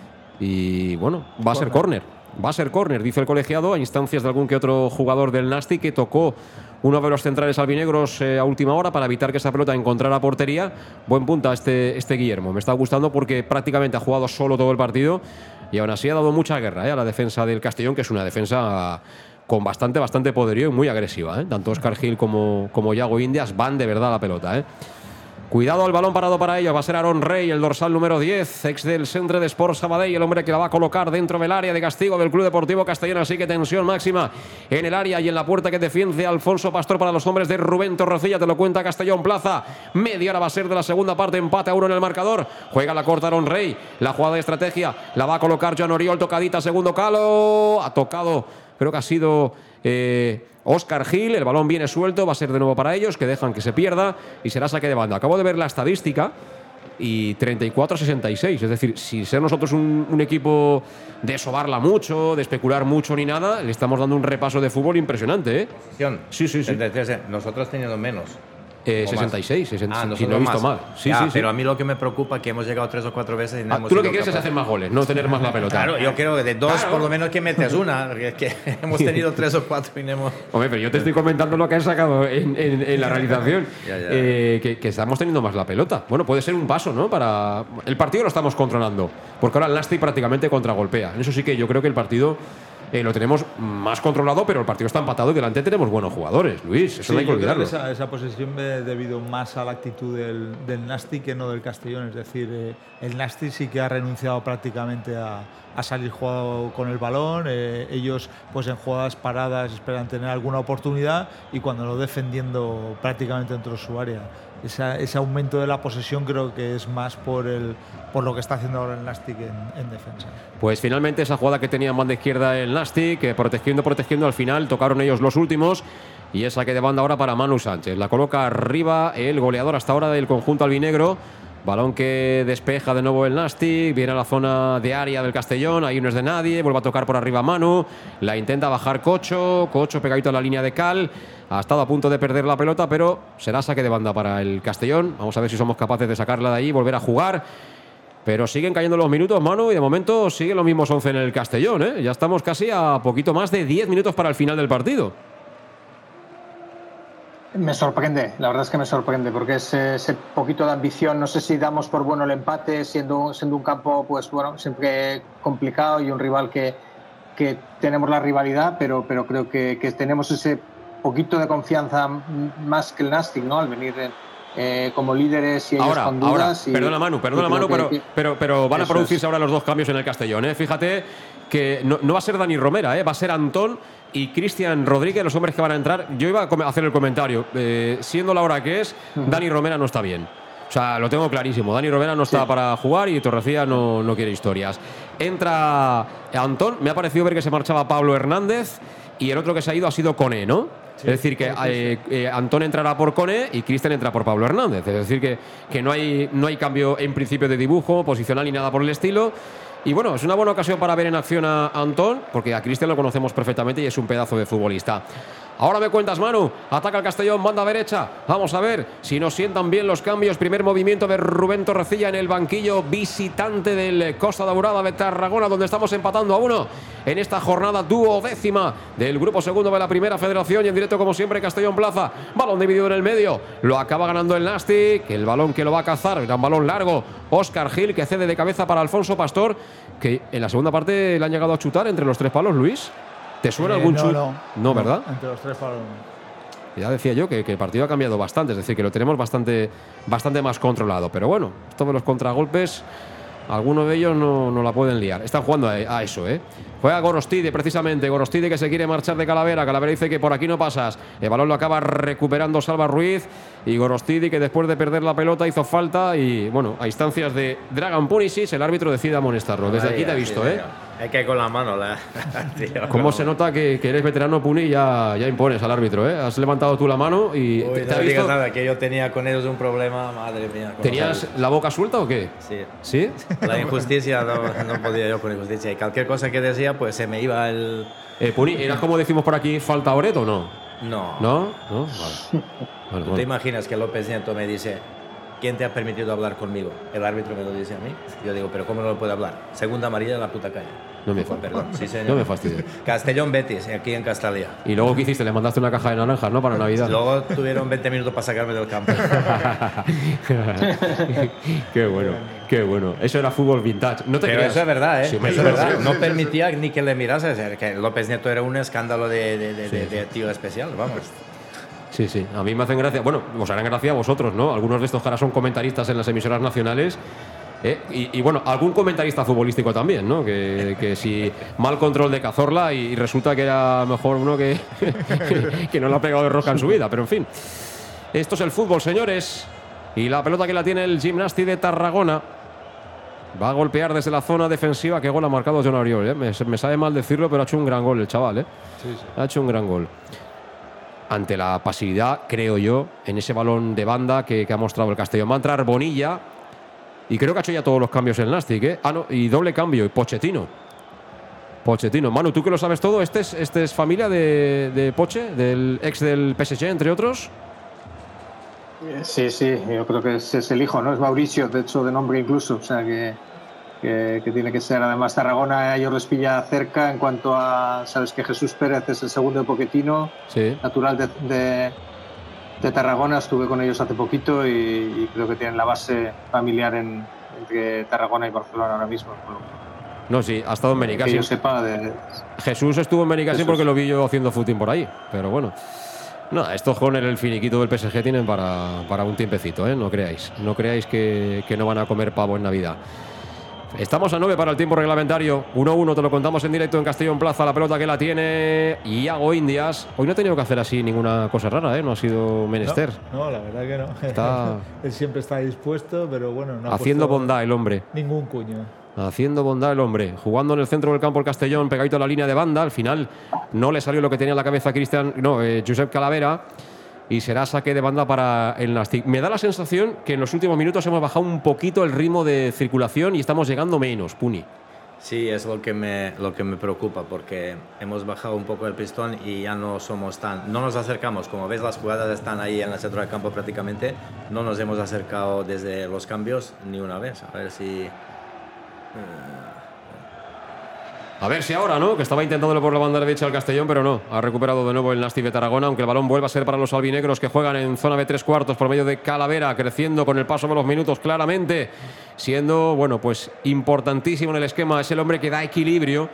Y bueno, va a ser córner. Va a ser córner, dice el colegiado, a instancias de algún que otro jugador del Nastic que tocó uno de los centrales albinegros a última hora para evitar que esa pelota encontrara portería. Buen punta este Guillermo. Me está gustando porque prácticamente ha jugado solo todo el partido y aún así ha dado mucha guerra a la defensa del Castellón, que es una defensa con bastante poderío y muy agresiva. Tanto Óscar Gil como Yago Indias van de verdad a la pelota. Cuidado al balón parado para ellos. Va a ser Aaron Rey, el dorsal número 10, ex del Centre de Sport Sabadell, el hombre que la va a colocar dentro del área de castigo del Club Deportivo Castellón. Así que tensión máxima en el área y en la puerta que defiende Alfonso Pastor para los hombres de Rubén Torrecilla. Te lo cuenta Castellón Plaza. Media hora va a ser de la segunda parte. Empate a 1 en el marcador. Juega la corta Aaron Rey. La jugada de estrategia la va a colocar Joan Oriol. Tocadita, segundo calo. Ha tocado, creo que ha sido Óscar Gil. El balón viene suelto, va a ser de nuevo para ellos, que dejan que se pierda y será saque de banda. Acabo de ver la estadística y 34-66, es decir, sin ser nosotros un equipo de sobarla mucho, de especular mucho ni nada, le estamos dando un repaso de fútbol impresionante, Sí. Nosotros teniendo menos. 66, si no he visto mal. Sí. Pero a mí lo que me preocupa es que hemos llegado 3 o 4 veces y no hemos tú lo que quieres es hacer más goles, no tener más la pelota. Claro, yo creo que de 2 por lo menos que metes una, es que hemos tenido 3 o 4 y no hemos... Hombre, pero yo te estoy comentando lo que has sacado en la realización, que estamos teniendo más la pelota. Bueno, puede ser un paso, ¿no? Para el partido lo estamos controlando, porque ahora el Nasti prácticamente contragolpea. En eso sí que yo creo que el partido lo tenemos más controlado, pero el partido está empatado y delante tenemos buenos jugadores, Luis, eso no hay que olvidarlo. Esa posesión debido más a la actitud del Nasti que no del Castellón, es decir, el Nasti sí que ha renunciado prácticamente a salir jugado con el balón, ellos pues en jugadas paradas esperan tener alguna oportunidad y cuando lo defendiendo prácticamente dentro de su área. Ese aumento de la posesión creo que es más por lo que está haciendo ahora el Nastic en defensa. Pues finalmente esa jugada que tenía en banda izquierda el Nastic, protegiendo al final, tocaron ellos los últimos y esa que de banda ahora para Manu Sánchez. La coloca arriba el goleador hasta ahora del conjunto albinegro. Balón que despeja de nuevo el Nastic, viene a la zona de área del Castellón, ahí no es de nadie, vuelve a tocar por arriba Manu, la intenta bajar Cocho pegadito a la línea de cal, ha estado a punto de perder la pelota, pero será saque de banda para el Castellón. Vamos a ver si somos capaces de sacarla de ahí, volver a jugar. Pero siguen cayendo los minutos, Manu, y de momento siguen los mismos 11 en el Castellón, Ya estamos casi a poquito más de 10 minutos para el final del partido. Me sorprende, la verdad es que me sorprende, porque es ese poquito de ambición. No sé si damos por bueno el empate, siendo un campo, pues bueno, siempre complicado y un rival que tenemos la rivalidad, pero creo que tenemos ese poquito de confianza más que el Nastic, ¿no? Al venir como líderes y ellos con dudas. Perdona Manu, pero van a producirse ahora los dos cambios en el Castellón, ¿eh? Fíjate que no va a ser Dani Romera, va a ser Antón y Cristian Rodríguez, los hombres que van a entrar. Yo iba a hacer el comentario, siendo la hora que es, Dani Romera no está bien. O sea, lo tengo clarísimo. Dani Romera no está para jugar y Torrecilla no quiere historias. Entra Antón, me ha parecido ver que se marchaba Pablo Hernández y el otro que se ha ido ha sido Koné, ¿no? Sí, es decir, que Antón entrará por Koné y Cristian entra por Pablo Hernández. Es decir, que no hay cambio en principio de dibujo, posicional ni nada por el estilo. Y bueno, es una buena ocasión para ver en acción a Antón, porque a Cristian lo conocemos perfectamente y es un pedazo de futbolista. Ahora me cuentas, Manu. Ataca el Castellón, banda derecha. Vamos a ver si nos sientan bien los cambios. Primer movimiento de Rubén Torrecilla en el banquillo visitante del Costa Daurada de Tarragona, donde estamos empatando a 1 en esta jornada duodécima del grupo segundo de la Primera Federación. Y en directo, como siempre, Castellón Plaza. Balón dividido en el medio. Lo acaba ganando el Nastic. El balón que lo va a cazar, gran balón largo. Óscar Gil, que cede de cabeza para Alfonso Pastor, que en la segunda parte le han llegado a chutar entre los tres palos, Luis. ¿Te suena algún chut? No, ¿verdad? Entre los tres palos. Ya decía yo que el partido ha cambiado bastante, es decir, que lo tenemos bastante más controlado. Pero bueno, esto de los contragolpes, algunos de ellos no la pueden liar. Están jugando a eso, ¿eh? Juega Gorostide, precisamente. Gorostide, que se quiere marchar de Calavera. Calavera dice que por aquí no pasas. El balón lo acaba recuperando Salva Ruiz. Y Gorostide, que después de perder la pelota hizo falta. Y bueno, a instancias de Dragan Punisic, el árbitro decide amonestarlo. Desde aquí te he visto, ¿eh? Hay que ir con la mano. ¿Cómo se nota que eres veterano, Puni? Ya impones al árbitro, ¿eh? Has levantado tú la mano y te has visto nada, que yo tenía con ellos un problema, madre mía. ¿Tenías la boca suelta o qué? Sí. ¿Sí? La injusticia, no podía yo con injusticia. Y cualquier cosa que decía, pues se me iba el... Puni, ¿eras como decimos por aquí, falta Oret o no? No. ¿No? Vale. ¿Tú te imaginas que López Nieto me dice: ¿quién te ha permitido hablar conmigo? El árbitro me lo dice a mí. Yo digo, ¿pero cómo no lo puede hablar? Segunda amarilla de la puta calle. No me Perdón, sí, señor. No me fastidies. Castellón Betis, aquí en Castalia. ¿Y luego qué hiciste? Le mandaste una caja de naranjas, ¿no? Para Navidad. Luego tuvieron 20 minutos para sacarme del campo. Qué bueno, qué bueno. Eso era fútbol vintage. No te Pero creas. eso es verdad, ¿eh? Sí, eso es verdad. No permitía ni que le mirase. Que López Nieto era un escándalo de tío especial, vamos. Sí, sí. A mí me hacen gracia. Bueno, os harán gracia a vosotros, ¿no? Algunos de estos caras son comentaristas en las emisoras nacionales. Y bueno, algún comentarista futbolístico también, ¿no? Que si mal control de Cazorla y resulta que era mejor uno que no le ha pegado de rosca en su vida. Pero en fin, esto es el fútbol, señores. Y la pelota que la tiene el Gimnàstic de Tarragona. Va a golpear desde la zona defensiva. Qué gol ha marcado John Oriol, ¿eh? Me sabe mal decirlo, pero ha hecho un gran gol el chaval, ¿eh? Sí, sí. Ha hecho un gran gol. Ante la pasividad, creo yo, en ese balón de banda que ha mostrado el Castellón. Va a entrar Bonilla. Y creo que ha hecho ya todos los cambios el Nastic, ¿eh? No, y doble cambio, Pochettino. Manu, ¿tú que lo sabes todo? ¿Este es familia de Poche, del ex del PSG, entre otros? Sí, yo creo que es el hijo, ¿no? Es Mauricio, de hecho, de nombre incluso. O sea, que tiene que ser. Además, Tarragona a ellos les pilla cerca en cuanto a... Sabes que Jesús Pérez es el segundo de Pochettino, sí, natural de Tarragona. Estuve con ellos hace poquito y creo que tienen la base familiar entre Tarragona y Barcelona ahora mismo. No, sí, ha estado en Benicàssim. Que yo sepa Jesús estuvo en Benicàssim porque lo vi yo haciendo footing por ahí, pero bueno. No, estos con el finiquito del PSG tienen para un tiempecito, ¿eh? No creáis que no van a comer pavo en Navidad. Estamos a 9 para el tiempo reglamentario. 1-1, te lo contamos en directo en Castellón Plaza. La pelota que la tiene Iago Indias. Hoy no ha tenido que hacer así ninguna cosa rara, ¿eh? No ha sido menester. No, la verdad que no. Él siempre está dispuesto, pero bueno, no ha haciendo bondad el hombre. Ningún cuño. Haciendo bondad el hombre. Jugando en el centro del campo el Castellón, pegadito a la línea de banda. Al final no le salió lo que tenía en la cabeza Josep Calavera. Y será saque de banda para el Nastic. Me da la sensación que en los últimos minutos hemos bajado un poquito el ritmo de circulación y estamos llegando menos, Puni. Sí, es lo que me preocupa, porque hemos bajado un poco el pistón y ya no nos acercamos. Como ves, las jugadas están ahí en el centro del campo prácticamente. No nos hemos acercado desde los cambios ni una vez. A ver si... A ver si ahora, ¿no? Que estaba intentándolo por la banda derecha el Castellón, pero no. Ha recuperado de nuevo el Nastic de Tarragona, aunque el balón vuelva a ser para los albinegros que juegan en zona de 3/4 por medio de Calavera, creciendo con el paso de los minutos claramente, siendo, bueno, pues importantísimo en el esquema. Es el hombre que da equilibrio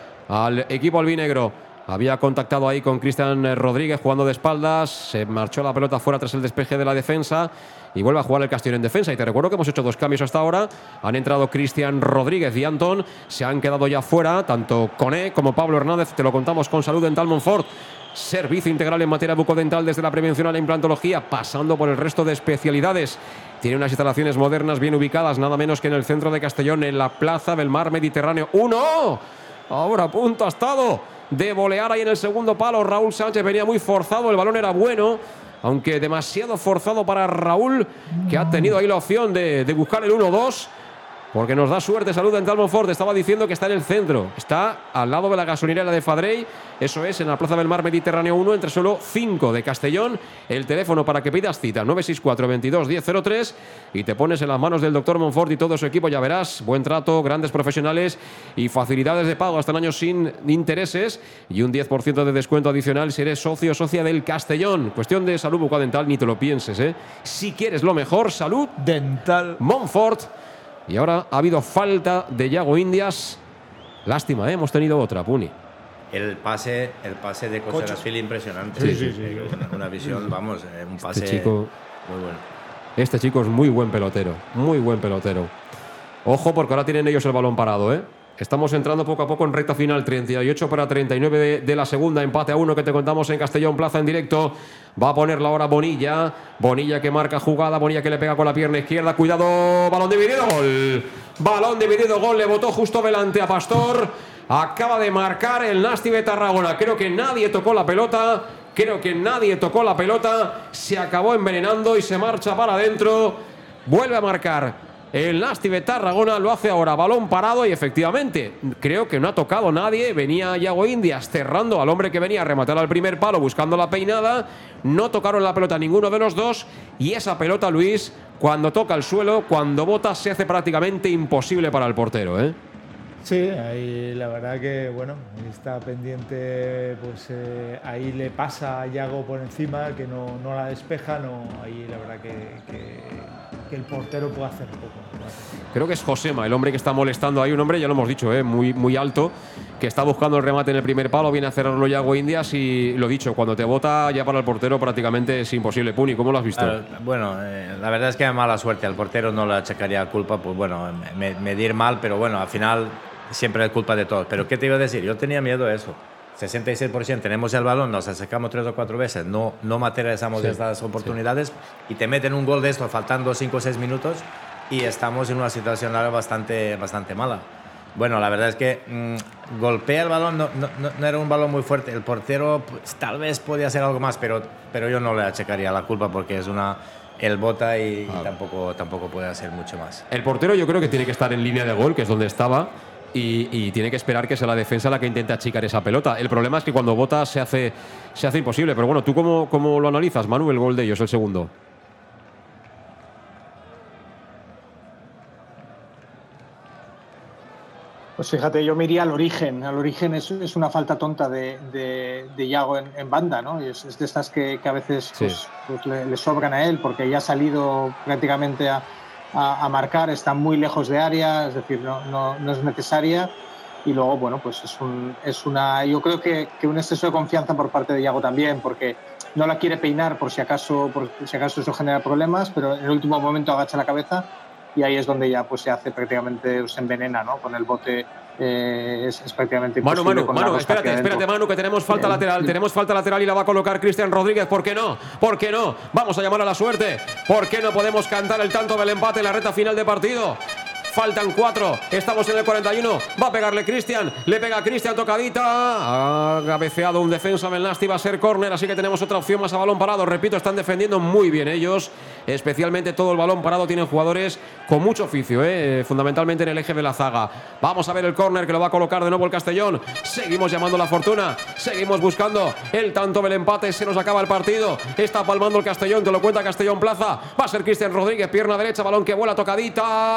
al equipo albinegro. Había contactado ahí con Cristian Rodríguez jugando de espaldas, se marchó la pelota fuera tras el despeje de la defensa y vuelve a jugar el Castellón en defensa. Y te recuerdo que hemos hecho 2 cambios hasta ahora. Han entrado Cristian Rodríguez y Antón, se han quedado ya fuera tanto Coné como Pablo Hernández. Te lo contamos con Salud Dental Montfort. Servicio integral en materia bucodental desde la prevención a la implantología, pasando por el resto de especialidades. Tiene unas instalaciones modernas bien ubicadas, nada menos que en el centro de Castellón, en la Plaza del Mar Mediterráneo. ¡1! Ahora a punto ha estado de volear ahí en el segundo palo. Raúl Sánchez venía muy forzado, el balón era bueno, aunque demasiado forzado para Raúl, que ha tenido ahí la opción de buscar el 1-2, porque nos da suerte Salud Dental Montfort. Estaba diciendo que está en el centro, está al lado de la gasolinera de Fadrey, eso es, en la Plaza del Mar Mediterráneo 1, entre solo 5 de Castellón. El teléfono para que pidas cita, 964 22 1003, y te pones en las manos del doctor Montfort y todo su equipo. Ya verás, buen trato, grandes profesionales y facilidades de pago hasta el año sin intereses, y un 10% de descuento adicional si eres socio o socia del Castellón. Cuestión de salud bucodental, ni te lo pienses, ¿eh? Si quieres lo mejor, Salud Dental Montfort. Y ahora ha habido falta de Yago Indias. Lástima, ¿eh? Hemos tenido otra, Puni. El pase de Cocherasvili impresionante. Sí. Una visión, vamos, un pase chico, muy bueno. Este chico es muy buen pelotero, muy buen pelotero. Ojo, porque ahora tienen ellos el balón parado, ¿eh? Estamos entrando poco a poco en recta final, 38 para 39 de la segunda, empate a 1 que te contamos en Castellón Plaza en directo. Va a ponerla ahora Bonilla, Bonilla que marca jugada, Bonilla que le pega con la pierna izquierda, cuidado, balón dividido, gol. Balón dividido, gol, le botó justo delante a Pastor. Acaba de marcar el Nastic de Tarragona, creo que nadie tocó la pelota, se acabó envenenando y se marcha para adentro. Vuelve a marcar el Nastic de Tarragona, lo hace ahora, balón parado, y efectivamente, creo que no ha tocado nadie. Venía Yago Indias cerrando al hombre que venía a rematar al primer palo buscando la peinada. No tocaron la pelota ninguno de los dos, y esa pelota, Luis, cuando toca el suelo, cuando bota, se hace prácticamente imposible para el portero, ¿eh? Sí, ahí la verdad que, bueno, está pendiente, pues ahí le pasa a Yago por encima, que no la despeja, ahí la verdad que el portero puede hacer poco. Creo que es Josema, el hombre que está molestando ahí, un hombre, ya lo hemos dicho, muy, muy alto, que está buscando el remate en el primer palo, viene a cerrarlo Yago Indias y lo dicho, cuando te bota ya para el portero prácticamente es imposible. Puni, ¿cómo lo has visto? Bueno, la verdad es que hay mala suerte, al portero no le achacaría culpa, pues bueno, medir mal, pero bueno, al final siempre es culpa de todos. Pero ¿qué te iba a decir? Yo tenía miedo de eso. 66%, tenemos el balón, nos acercamos 3 o 4 veces, no materializamos estas oportunidades y te meten un gol de esto faltando 5 o 6 minutos y estamos en una situación bastante mala. Bueno, la verdad es que golpea el balón, no era un balón muy fuerte. El portero pues, tal vez podía hacer algo más, pero yo no le achacaría la culpa porque es él bota y tampoco puede hacer mucho más. El portero yo creo que tiene que estar en línea de gol, que es donde estaba, y tiene que esperar que sea la defensa la que intente achicar esa pelota. El problema es que cuando bota se hace imposible. Pero bueno, ¿tú cómo lo analizas, Manu, el gol de ellos, el segundo? Pues fíjate, yo me iría al origen. Al origen es una falta tonta de Yago en banda, ¿no? Y es de estas que a veces pues le sobran a él, porque ya ha salido prácticamente a marcar, está muy lejos de área, es decir, no es necesaria. Y luego, bueno, pues yo creo que un exceso de confianza por parte de Yago también, porque no la quiere peinar por si acaso eso genera problemas, pero en el último momento agacha la cabeza y ahí es donde ya pues se hace prácticamente, se envenena, ¿no? Con el bote es prácticamente imposible. Manu, espérate, Manu, que tenemos falta lateral y la va a colocar Cristian Rodríguez. ¿Por qué no? Vamos a llamar a la suerte. ¿Por qué no podemos cantar el tanto del empate en la recta final de partido? Faltan 4, estamos en el 41, va a pegarle Cristian, le pega a Cristian, tocadita, ha cabeceado un defensa del Nastic, va a ser córner, así que tenemos otra opción más a balón parado. Repito, están defendiendo muy bien ellos, especialmente todo el balón parado, tienen jugadores con mucho oficio, fundamentalmente en el eje de la zaga. Vamos a ver el córner que lo va a colocar de nuevo el Castellón, seguimos llamando la fortuna, seguimos buscando el tanto del empate, se nos acaba el partido, está palmando el Castellón, te lo cuenta Castellón Plaza, va a ser Cristian Rodríguez, pierna derecha, balón que vuela, tocadita.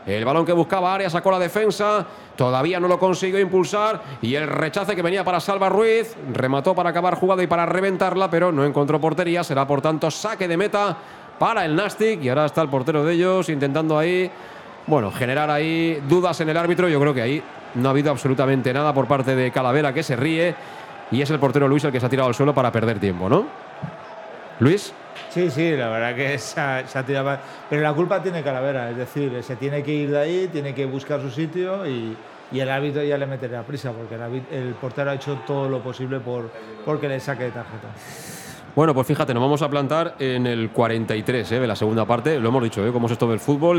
El balón que buscaba Arias sacó la defensa, todavía no lo consiguió impulsar y el rechace que venía para Salva Ruiz, remató para acabar jugada y para reventarla, pero no encontró portería, será por tanto saque de meta para el Nastic y ahora está el portero de ellos intentando ahí, bueno, generar ahí dudas en el árbitro. Yo creo que ahí no ha habido absolutamente nada por parte de Calavera, que se ríe, y es el portero Luis el que se ha tirado al suelo para perder tiempo, ¿no? Luis. Sí, la verdad que se ha tirado. Pero la culpa tiene Calavera, es decir, se tiene que ir de ahí, tiene que buscar su sitio y el árbitro ya le meterá prisa, porque el portero ha hecho todo lo posible porque le saque de tarjeta. Bueno, pues fíjate, nos vamos a plantar en el 43 de la segunda parte, lo hemos dicho, cómo es esto del fútbol.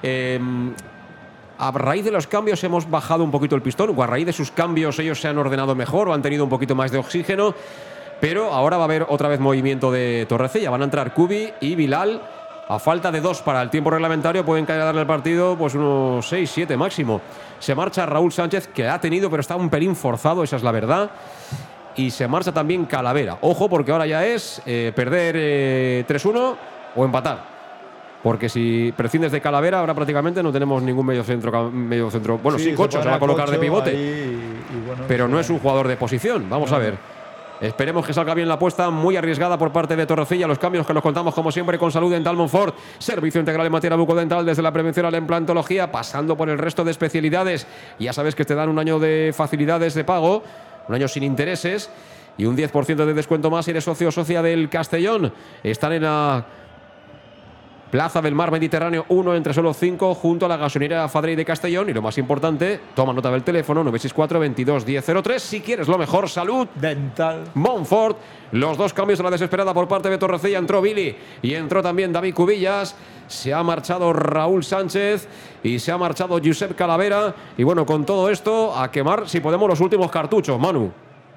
A raíz de los cambios hemos bajado un poquito el pistón, o a raíz de sus cambios ellos se han ordenado mejor o han tenido un poquito más de oxígeno. Pero ahora va a haber otra vez movimiento de Torrecilla. Van a entrar Kubi y Bilal. A falta de 2 para el tiempo reglamentario, pueden caer a darle el partido pues unos 6-7 máximo. Se marcha Raúl Sánchez, que ha tenido, pero está un pelín forzado, esa es la verdad. Y se marcha también Calavera. Ojo, porque ahora ya es perder 3-1 o empatar. Porque si prescindes de Calavera, ahora prácticamente no tenemos ningún medio centro. Bueno, sí, Cocho se va a colocar de pivote. Bueno, pero no es un jugador de posición. Vamos a ver. Esperemos que salga bien la apuesta, muy arriesgada por parte de Torrecilla. Los cambios que los contamos como siempre con Salud Dental Monfort. Servicio integral en materia bucodental, desde la prevención a la implantología, pasando por el resto de especialidades. Ya sabes que te dan un año de facilidades de pago, un año sin intereses y un 10% de descuento más si eres socio o socia del Castellón. Están en la Plaza del Mar Mediterráneo 1, entre solo 5, junto a la gasolinera Fadrey de Castellón. Y lo más importante, toma nota del teléfono 964 22 1003. Si quieres lo mejor, Salud Dental Monfort. Los dos cambios a la desesperada por parte de Torrecilla. Entró Billy y entró también David Cubillas. Se ha marchado Raúl Sánchez y se ha marchado Josep Calavera. Y bueno, con todo esto, a quemar, si podemos, los últimos cartuchos, Manu.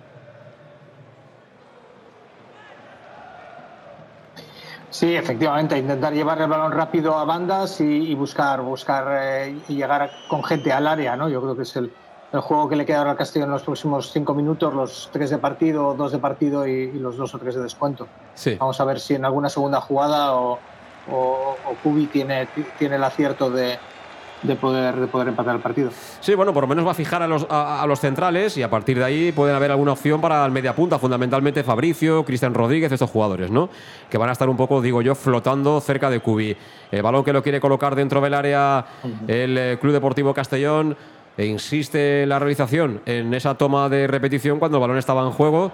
Sí, efectivamente, intentar llevar el balón rápido a bandas y buscar y llegar con gente al área, ¿no? Yo creo que es el juego que le queda ahora al Castellón en los próximos 5 minutos, los 3 de partido, 2 de partido y los 2 o 3 de descuento. Sí. Vamos a ver si en alguna segunda jugada o Kubi tiene el acierto de poder empatar el partido. Sí, bueno, por lo menos va a fijar a los centrales y a partir de ahí pueden haber alguna opción para el mediapunta, fundamentalmente Fabricio, Cristian Rodríguez, estos jugadores, ¿no? Que van a estar un poco, digo yo, flotando cerca de Kubi. El balón que lo quiere colocar dentro del área el Club Deportivo Castellón e insiste en la realización en esa toma de repetición cuando el balón estaba en juego.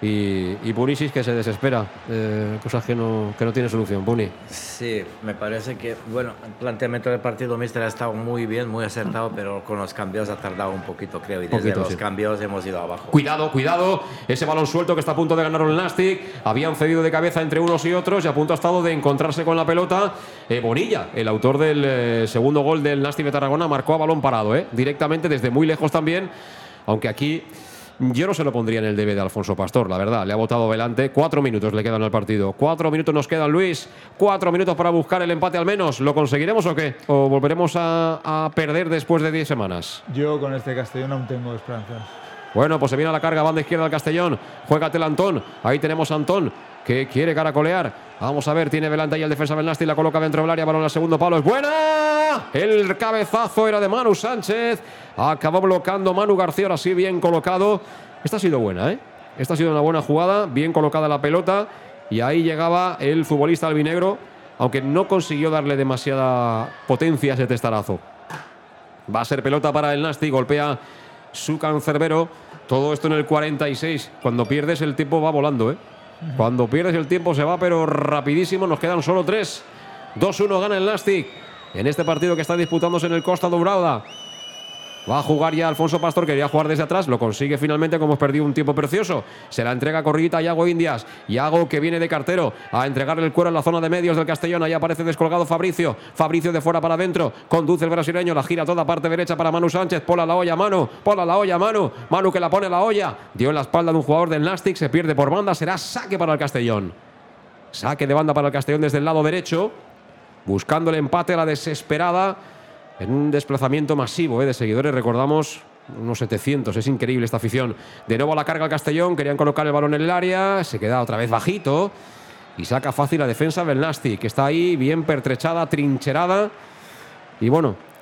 Y Punisic que se desespera, cosas que no tiene solución, Puni. Sí, me parece que, bueno, el planteamiento del partido míster ha estado muy bien, muy acertado, pero con los cambios ha tardado un poquito, creo, y desde los cambios hemos ido abajo. Cuidado, ese balón suelto que está a punto de ganar el Nastic. Habían cedido de cabeza entre unos y otros y a punto ha estado de encontrarse con la pelota. Bonilla, el autor del segundo gol del Nastic de Tarragona, marcó a balón parado, directamente desde muy lejos también, aunque aquí yo no se lo pondría en el debe de Alfonso Pastor, la verdad. Le ha botado delante. 4 minutos le quedan al partido. 4 minutos nos quedan, Luis. 4 minutos para buscar el empate al menos. ¿Lo conseguiremos o qué? ¿O volveremos a perder después de 10 semanas? Yo con este Castellón aún tengo esperanzas. Bueno, pues se viene a la carga, banda izquierda del Castellón. Juega Antón. Ahí tenemos a Antón, que quiere caracolear. Vamos a ver, tiene delante ahí el defensa del Nastic, la coloca dentro del área, balón al segundo palo. ¡Es buena! El cabezazo era de Manu Sánchez. Acabó bloqueando Manu García, ahora sí, bien colocado. Esta ha sido buena, Esta ha sido una buena jugada, bien colocada la pelota. Y ahí llegaba el futbolista albinegro, aunque no consiguió darle demasiada potencia a ese testarazo. Va a ser pelota para el Nastic, golpea su cancerbero. Todo esto en el 46. Cuando pierdes el tiempo va volando, Cuando pierdes el tiempo se va, pero rapidísimo. Nos quedan solo 3. 2-1 gana el Nastic en este partido que está disputándose en el Costa Dourada. Va a jugar ya Alfonso Pastor, quería jugar desde atrás, lo consigue finalmente, como hemos perdido un tiempo precioso. Se la entrega corridita a Iago Indias. Iago, que viene de cartero a entregarle el cuero en la zona de medios del Castellón. Ahí aparece descolgado Fabricio. Fabricio de fuera para adentro. Conduce el brasileño, la gira toda parte derecha para Manu Sánchez. Pola la olla, Manu. Pola la olla, Manu. Manu que la pone a la olla. Dio en la espalda de un jugador del Nastic. Se pierde por banda. Será saque para el Castellón. Saque de banda para el Castellón desde el lado derecho. Buscando el empate a la desesperada. En un desplazamiento masivo de seguidores, recordamos, unos 700. Es increíble esta afición. De nuevo a la carga el Castellón. Querían colocar el balón en el área. Se queda otra vez bajito. Y saca fácil la defensa del Nastic, que está ahí bien pertrechada, trincherada. Y bueno,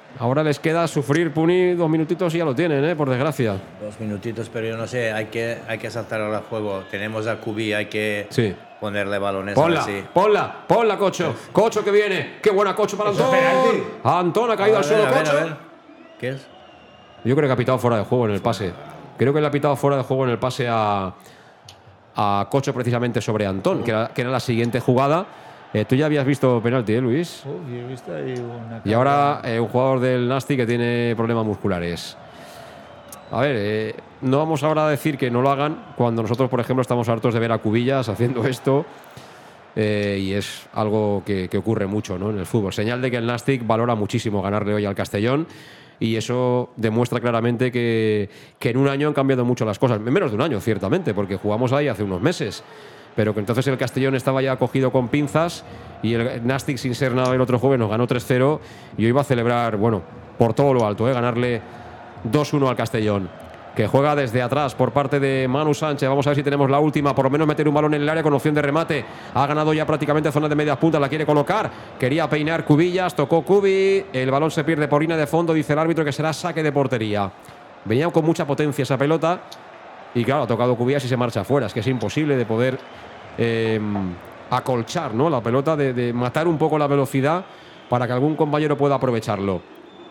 Ahora les queda sufrir Puni 2 minutitos y ya lo tienen, por desgracia. 2 minutitos, pero yo no sé, hay que saltar al juego. Tenemos a Kubi, hay que ponerle balones. Ponla, Cocho. Cocho que viene. Qué buena Cocho para Antón. Antón ha caído al suelo, Cocho. A ver. ¿Qué es? Yo creo que ha pitado fuera de juego en el pase. Creo que le ha pitado fuera de juego en el pase a Cocho precisamente sobre Antón, que era la siguiente jugada. Tú ya habías visto penalti, Luis. He visto ahí una y ahora un jugador del Nastic que tiene problemas musculares. A ver, no vamos ahora a decir que no lo hagan cuando nosotros, por ejemplo, estamos hartos de ver a Cubillas haciendo esto. Y es algo que ocurre mucho, ¿no?, en el fútbol. Señal de que el Nastic valora muchísimo ganarle hoy al Castellón. Y eso demuestra claramente que en un año han cambiado mucho las cosas. En menos de un año, ciertamente, porque jugamos ahí hace unos meses. Pero que entonces el Castellón estaba ya cogido con pinzas y el Nastic, sin ser nada el otro jueves, nos ganó 3-0 y hoy va a celebrar, bueno, por todo lo alto, ganarle 2-1 al Castellón, que juega desde atrás por parte de Manu Sánchez. Vamos a ver si tenemos la última, por lo menos meter un balón en el área con opción de remate. Ha ganado ya prácticamente zona de medias puntas, la quiere colocar, quería peinar Cubillas, tocó Cubi, el balón se pierde por línea de fondo, dice el árbitro que será saque de portería. Venía con mucha potencia esa pelota y claro, ha tocado Cubillas y se marcha afuera. Es que es imposible de poder acolchar, ¿no?, la pelota, de matar un poco la velocidad para que algún compañero pueda aprovecharlo.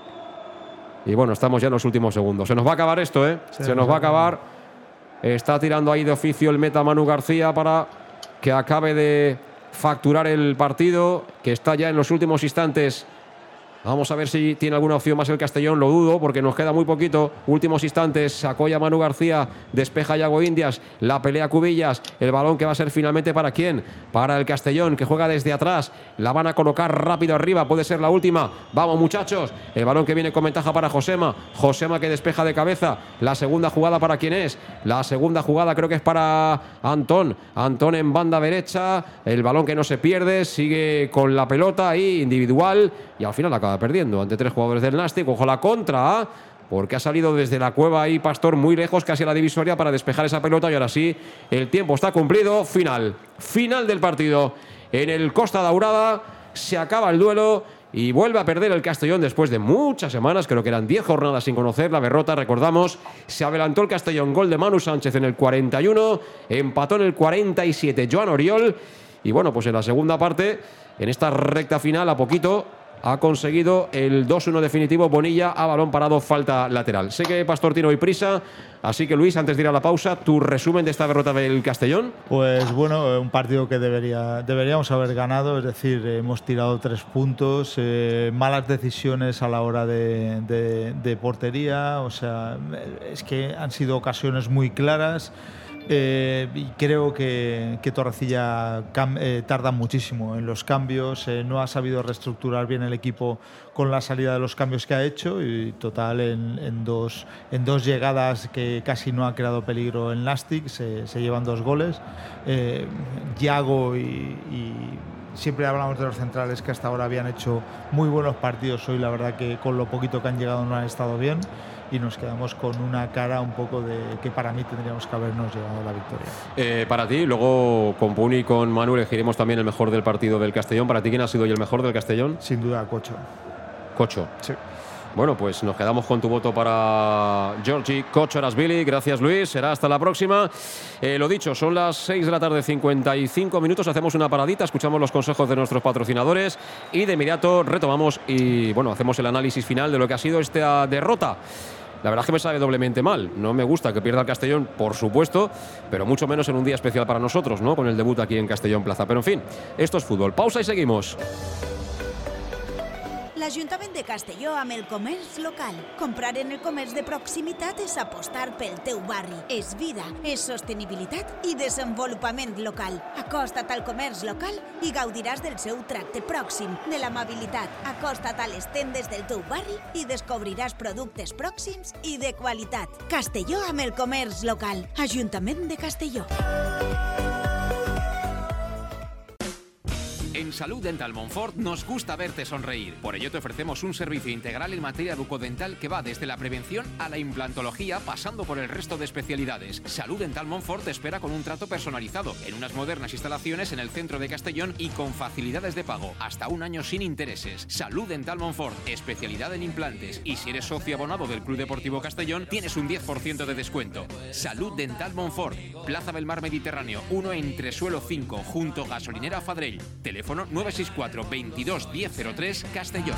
Y bueno, estamos ya en los últimos segundos. Se nos va a acabar esto, se nos va a acabar. Está tirando ahí de oficio el meta Manu García para que acabe de facturar el partido, que está ya en los últimos instantes. Vamos a ver si tiene alguna opción más el Castellón. Lo dudo porque nos queda muy poquito. Últimos instantes. Sacó ya Manu García. Despeja Yago Indias. La pelea Cubillas. El balón que va a ser finalmente para quién. Para el Castellón, que juega desde atrás. La van a colocar rápido arriba. Puede ser la última. Vamos, muchachos. El balón que viene con ventaja para Josema. Josema que despeja de cabeza. La segunda jugada para quién es. La segunda jugada creo que es para Antón. Antón en banda derecha. El balón que no se pierde. Sigue con la pelota ahí individual. Y al final acaba perdiendo ante 3 jugadores del Nastic. Ojo la contra, porque ha salido desde la cueva ahí Pastor muy lejos, casi a la divisoria, para despejar esa pelota. Y ahora sí, el tiempo está cumplido. Final del partido en el Costa Daurada. Se acaba el duelo y vuelve a perder el Castellón después de muchas semanas. Creo que eran 10 jornadas sin conocer la derrota. Recordamos, se adelantó el Castellón, gol de Manu Sánchez en el 41, empató en el 47 Joan Oriol. Y bueno, pues en la segunda parte, en esta recta final, a poquito, ha conseguido el 2-1 definitivo Bonilla a balón parado, falta lateral. Sé que Pastor tiene hoy prisa, así que Luis, antes de ir a la pausa, tu resumen de esta derrota del Castellón. Pues bueno, un partido que deberíamos haber ganado, es decir, hemos tirado 3 puntos, malas decisiones a la hora de portería, o sea, es que han sido ocasiones muy claras. Y creo que Torrecilla tarda muchísimo en los cambios, no ha sabido reestructurar bien el equipo con la salida de los cambios que ha hecho y total en dos llegadas que casi no ha creado peligro en Nastic, se llevan 2 goles. Yago y siempre hablamos de los centrales que hasta ahora habían hecho muy buenos partidos, hoy la verdad que con lo poquito que han llegado no han estado bien. Y nos quedamos con una cara un poco de que para mí tendríamos que habernos llevado la victoria. Para ti, luego con Puni y con Manu elegiremos también el mejor del partido del Castellón. ¿Para ti quién ha sido hoy el mejor del Castellón? Sin duda, Cocho. Cocho. Sí. Bueno, pues nos quedamos con tu voto para Georgi Cocho Erasbili. Gracias, Luis. Será hasta la próxima. Lo dicho, son las 6 de la tarde, 55 minutos. Hacemos una paradita, escuchamos los consejos de nuestros patrocinadores y de inmediato retomamos y bueno, hacemos el análisis final de lo que ha sido esta derrota. La verdad es que me sabe doblemente mal. No me gusta que pierda el Castellón, por supuesto, pero mucho menos en un día especial para nosotros, ¿no?, con el debut aquí en Castellón Plaza. Pero en fin, esto es fútbol. Pausa y seguimos. L'Ajuntament de Castelló amb el comerç local. Comprar en el comerç de proximitat és apostar pel teu barri. És vida, és sostenibilitat i desenvolupament local. Acosta't al comerç local i gaudiràs del seu tracte pròxim, de l'amabilitat. Acosta't a les tendes del teu barri i descobriràs productes pròxims i de qualitat. Castelló amb el comerç local. Ajuntament de Castelló. En Salud Dental Montfort nos gusta verte sonreír. Por ello te ofrecemos un servicio integral en materia bucodental que va desde la prevención a la implantología, pasando por el resto de especialidades. Salud Dental Montfort te espera con un trato personalizado, en unas modernas instalaciones en el centro de Castellón y con facilidades de pago, hasta un año sin intereses. Salud Dental Montfort, especialidad en implantes. Y si eres socio abonado del Club Deportivo Castellón, tienes un 10% de descuento. Salud Dental Montfort, Plaza Belmar Mediterráneo 1 Entresuelo 5, junto Gasolinera Fadrell. Teléfono 964 22 1003 Castellón.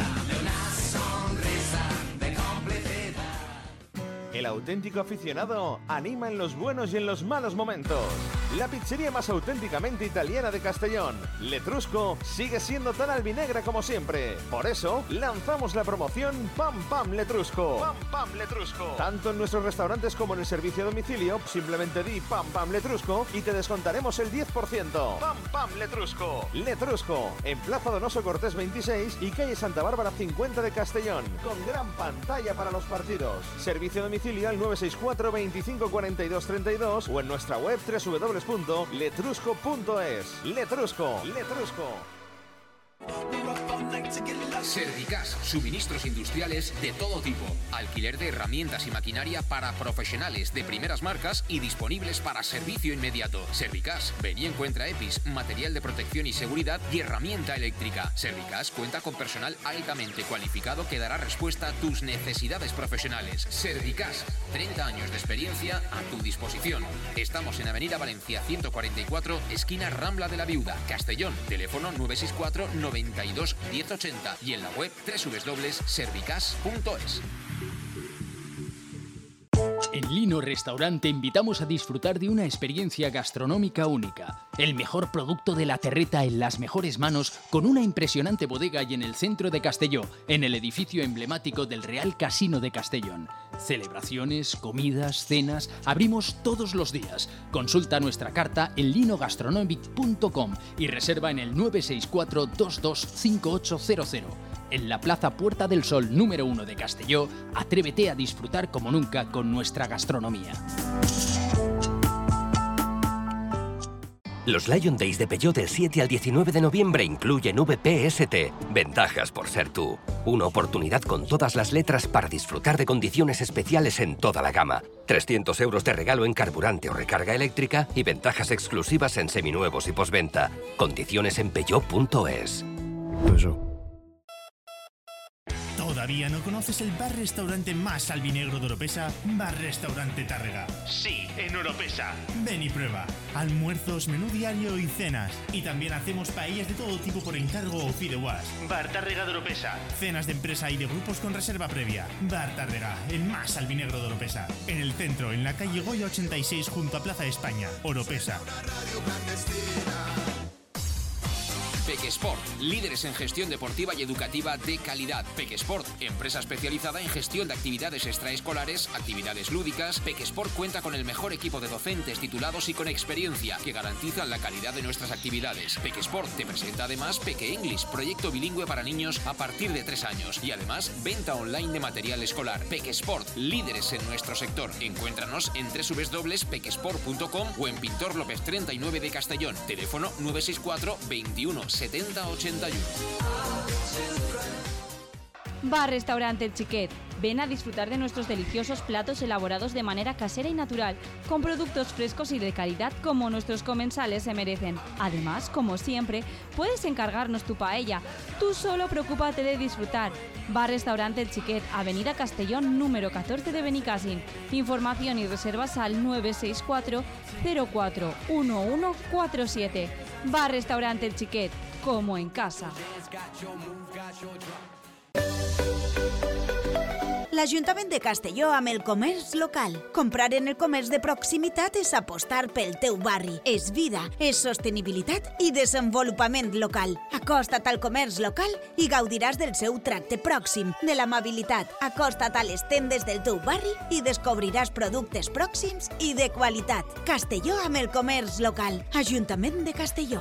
El auténtico aficionado anima en los buenos y en los malos momentos. La pizzería más auténticamente italiana de Castellón, Letrusco, sigue siendo tan albinegra como siempre. Por eso, lanzamos la promoción Pam Pam Letrusco. Pam Pam Letrusco. Tanto en nuestros restaurantes como en el servicio a domicilio, simplemente di Pam Pam Letrusco y te descontaremos el 10%. Pam Pam Letrusco. Letrusco, en Plaza Donoso Cortés 26 y calle Santa Bárbara 50 de Castellón, con gran pantalla para los partidos. Servicio a domicilio al 964 25 42 32 o en nuestra web www.letrusco.es. Letrusco. Servicas, suministros industriales de todo tipo, alquiler de herramientas y maquinaria para profesionales de primeras marcas y disponibles para servicio inmediato. Servicas, ven y encuentra EPIs, material de protección y seguridad y herramienta eléctrica. Servicas cuenta con personal altamente cualificado que dará respuesta a tus necesidades profesionales. Servicas, 30 años de experiencia a tu disposición. Estamos en Avenida Valencia 144, esquina Rambla de la Viuda, Castellón. Teléfono 964 92 1080 y en la web www.servicas.es. En Lino Restaurant te invitamos a disfrutar de una experiencia gastronómica única. El mejor producto de la terreta en las mejores manos, con una impresionante bodega y en el centro de Castelló, en el edificio emblemático del Real Casino de Castellón. Celebraciones, comidas, cenas, abrimos todos los días. Consulta nuestra carta en linogastronomic.com y reserva en el 964 225800. En la Plaza Puerta del Sol número 1 de Castelló, atrévete a disfrutar como nunca con nuestra gastronomía. Los Lion Days de Peugeot del 7 al 19 de noviembre incluyen VPST. Ventajas por ser tú. Una oportunidad con todas las letras para disfrutar de condiciones especiales en toda la gama. 300 euros de regalo en carburante o recarga eléctrica y ventajas exclusivas en seminuevos y postventa. Condiciones en Peugeot.es. ¿Todavía no conoces el bar-restaurante más albinegro de Oropesa? Bar Restaurante Tárrega. Sí, en Oropesa. Ven y prueba. Almuerzos, menú diario y cenas. Y también hacemos paellas de todo tipo por encargo o fideuás. Bar Tárrega de Oropesa. Cenas de empresa y de grupos con reserva previa. Bar Tárrega, el más albinegro de Oropesa. En el centro, en la calle Goya 86 junto a Plaza España. Oropesa. Pequesport, líderes en gestión deportiva y educativa de calidad. Pequesport, empresa especializada en gestión de actividades extraescolares, actividades lúdicas. Pequesport cuenta con el mejor equipo de docentes titulados y con experiencia que garantizan la calidad de nuestras actividades. Pequesport te presenta además Peque English, proyecto bilingüe para niños a partir de 3 años y además venta online de material escolar. Pequesport, líderes en nuestro sector. Encuéntranos en www.pequesport.com o en Pintor López 39 de Castellón. Teléfono 964 21 70 81. Bar Restaurante El Xiquet. Ven a disfrutar de nuestros deliciosos platos elaborados de manera casera y natural, con productos frescos y de calidad como nuestros comensales se merecen. Además, como siempre, puedes encargarnos tu paella. Tú solo preocúpate de disfrutar. Bar Restaurante El Xiquet, Avenida Castellón, número 14 de Benicàssim. Información y reservas al 964 04 1147. Bar Restaurante El Xiquet, como en casa. L'Ajuntament de Castelló amb el comerç local. Comprar en el comerç de proximitat és apostar pel teu barri. És vida, és sostenibilitat i desenvolupament local. Acosta't al comerç local i gaudiràs del seu tracte pròxim, de l'amabilitat. Acosta't a les tendes del teu barri i descobriràs productes pròxims i de qualitat. Castelló amb el comerç local. Ajuntament de Castelló.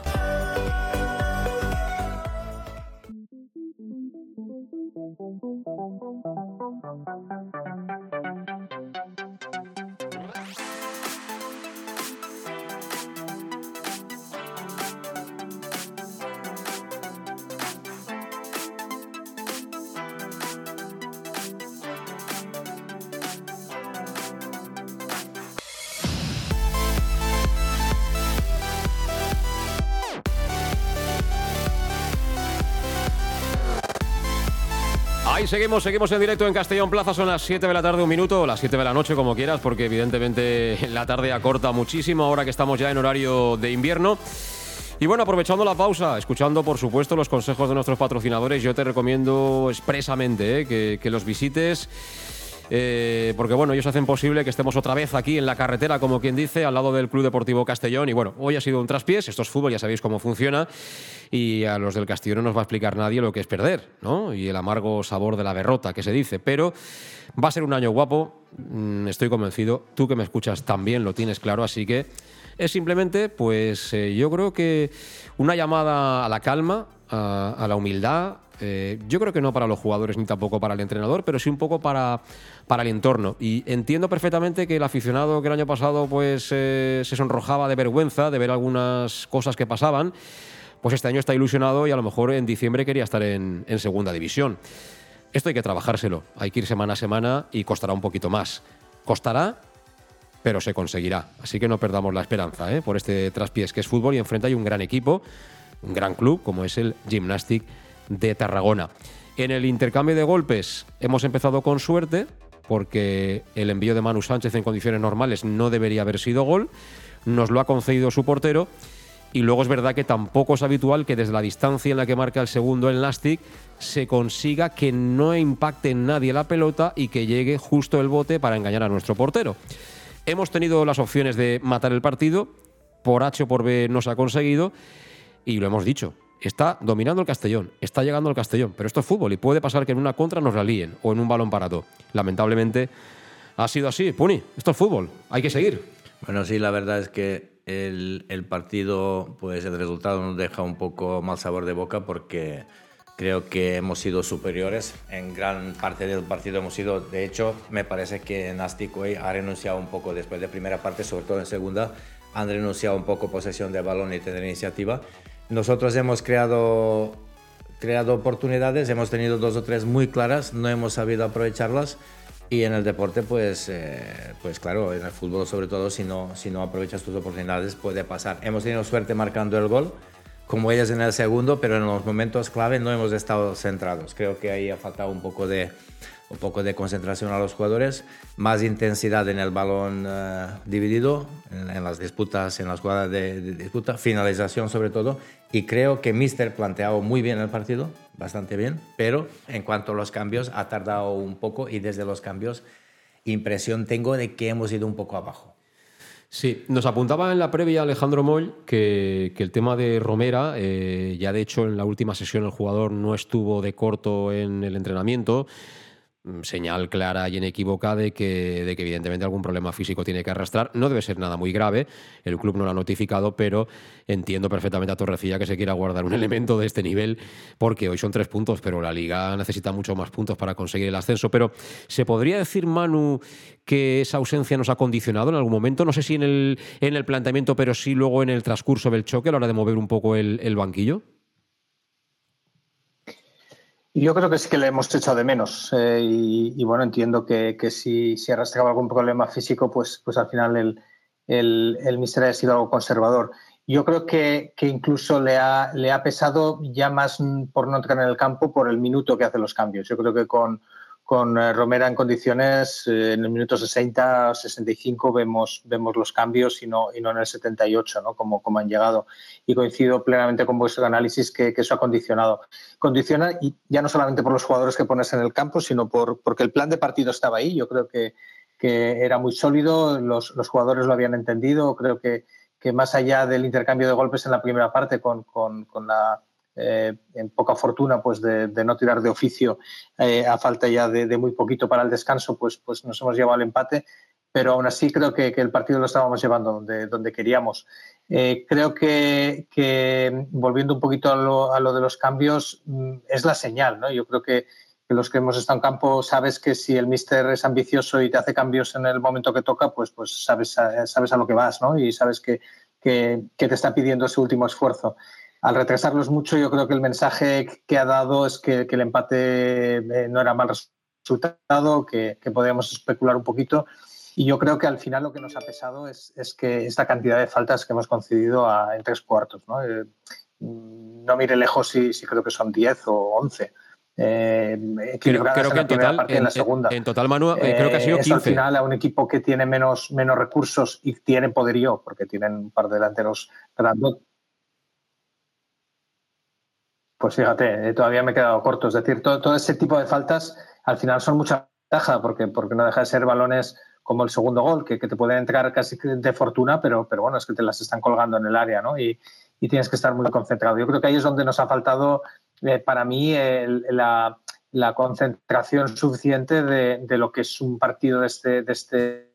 Ahí seguimos en directo en Castellón Plaza, son las 7 de la tarde, 1 minuto, o las 7 de la noche, como quieras, porque evidentemente la tarde acorta muchísimo ahora que estamos ya en horario de invierno. Y bueno, aprovechando la pausa, escuchando por supuesto los consejos de nuestros patrocinadores, yo te recomiendo expresamente que los visites. Porque bueno, ellos hacen posible que estemos otra vez aquí en la carretera, como quien dice, al lado del Club Deportivo Castellón. Y bueno, hoy ha sido un traspiés, esto es fútbol, ya sabéis cómo funciona, y a los del Castellón no nos va a explicar nadie lo que es perder, ¿no? Y el amargo sabor de la derrota que se dice, pero va a ser un año guapo, estoy convencido, tú que me escuchas también lo tienes claro, así que es simplemente, pues yo creo que una llamada a la calma, a la humildad. Yo creo que no para los jugadores ni tampoco para el entrenador, pero sí un poco para el entorno. Y entiendo perfectamente que el aficionado que el año pasado pues se sonrojaba de vergüenza de ver algunas cosas que pasaban, pues este año está ilusionado y a lo mejor en diciembre quería estar en segunda división. Esto hay que trabajárselo, hay que ir semana a semana y costará un poquito más. Costará, pero se conseguirá. Así que no perdamos la esperanza por este traspiés que es fútbol, y enfrente hay un gran equipo, un gran club como es el Gimnàstic de Tarragona. En el intercambio de golpes hemos empezado con suerte, porque el envío de Manu Sánchez en condiciones normales no debería haber sido gol, nos lo ha concedido su portero, y luego es verdad que tampoco es habitual que desde la distancia en la que marca el segundo el Nàstic se consiga que no impacte en nadie la pelota y que llegue justo el bote para engañar a nuestro portero. Hemos tenido las opciones de matar el partido, por H o por B no se ha conseguido, y lo hemos dicho. Está dominando el Castellón, está llegando al Castellón, pero esto es fútbol y puede pasar que en una contra nos la líen o en un balón parado. Lamentablemente ha sido así. Puni, esto es fútbol, hay que seguir. Bueno, sí, la verdad es que el partido, pues el resultado nos deja un poco mal sabor de boca, porque creo que hemos sido superiores. En gran parte del partido hemos sido, de hecho, me parece que Nàstic hoy ha renunciado un poco después de primera parte, sobre todo en segunda, han renunciado un poco posesión de balón y tener iniciativa. Nosotros hemos creado oportunidades, hemos tenido 2 o 3 muy claras, no hemos sabido aprovecharlas, y en el deporte pues claro, en el fútbol sobre todo, si no aprovechas tus oportunidades puede pasar. Hemos tenido suerte marcando el gol, como ellas en el segundo, pero en los momentos clave no hemos estado centrados. Creo que ahí ha faltado un poco de concentración a los jugadores, más intensidad en el balón dividido, en las disputas, en las jugadas de disputa, finalización sobre todo, y creo que Míster planteado muy bien el partido, bastante bien, pero en cuanto a los cambios ha tardado un poco, y desde los cambios impresión tengo de que hemos ido un poco abajo. Sí, nos apuntaba en la previa Alejandro Moll que el tema de Romera, ya de hecho en la última sesión el jugador no estuvo de corto en el entrenamiento, señal clara y inequívoca de que evidentemente algún problema físico tiene que arrastrar. No debe ser nada muy grave, el club no lo ha notificado, pero entiendo perfectamente a Torrecilla que se quiera guardar un elemento de este nivel, porque hoy son 3 puntos, pero la Liga necesita mucho más puntos para conseguir el ascenso. Pero ¿se podría decir, Manu, que esa ausencia nos ha condicionado en algún momento? No sé si en el planteamiento, pero sí luego en el transcurso del choque a la hora de mover un poco el banquillo. Yo creo que sí que le hemos echado de menos, y bueno, entiendo que si arrastraba algún problema físico, pues al final el míster ha sido algo conservador. Yo creo que incluso le ha pesado ya más por no entrar en el campo, por el minuto que hace los cambios. Yo creo que con Romera en condiciones, en el minuto 60 o 65 vemos los cambios y no en el 78, ¿no? como han llegado. Y coincido plenamente con vuestro análisis que eso ha condicionado. Condiciona, y ya no solamente por los jugadores que pones en el campo, sino porque el plan de partido estaba ahí. Yo creo que era muy sólido, los jugadores lo habían entendido. Creo que más allá del intercambio de golpes en la primera parte con la en poca fortuna pues de no tirar de oficio, a falta ya de muy poquito para el descanso, pues nos hemos llevado al empate, pero aún así creo que el partido lo estábamos llevando donde queríamos. Creo que volviendo un poquito a lo de los cambios, es la señal, ¿no? Yo creo que los que hemos estado en campo sabes que si el míster es ambicioso y te hace cambios en el momento que toca, pues sabes a lo que vas, ¿no? Y sabes que te está pidiendo ese último esfuerzo. Al retrasarlos mucho, yo creo que el mensaje que ha dado es que el empate no era mal resultado, que podíamos especular un poquito. Y yo creo que al final lo que nos ha pesado es que esta cantidad de faltas que hemos concedido en 3 cuartos, ¿no? No mire lejos si creo que son 10 o 11. equilibradas en la primera parte y en la segunda. En total, Manu, creo que ha sido 15. Al final, a un equipo que tiene menos recursos y tiene poderío, porque tienen un par de delanteros grandes. Pues fíjate, todavía me he quedado corto. Es decir, todo ese tipo de faltas al final son mucha ventaja, porque no deja de ser balones como el segundo gol, que te pueden entrar casi de fortuna, pero bueno, es que te las están colgando en el área, ¿no? Y tienes que estar muy concentrado. Yo creo que ahí es donde nos ha faltado, para mí, la concentración suficiente de lo que es un partido de este.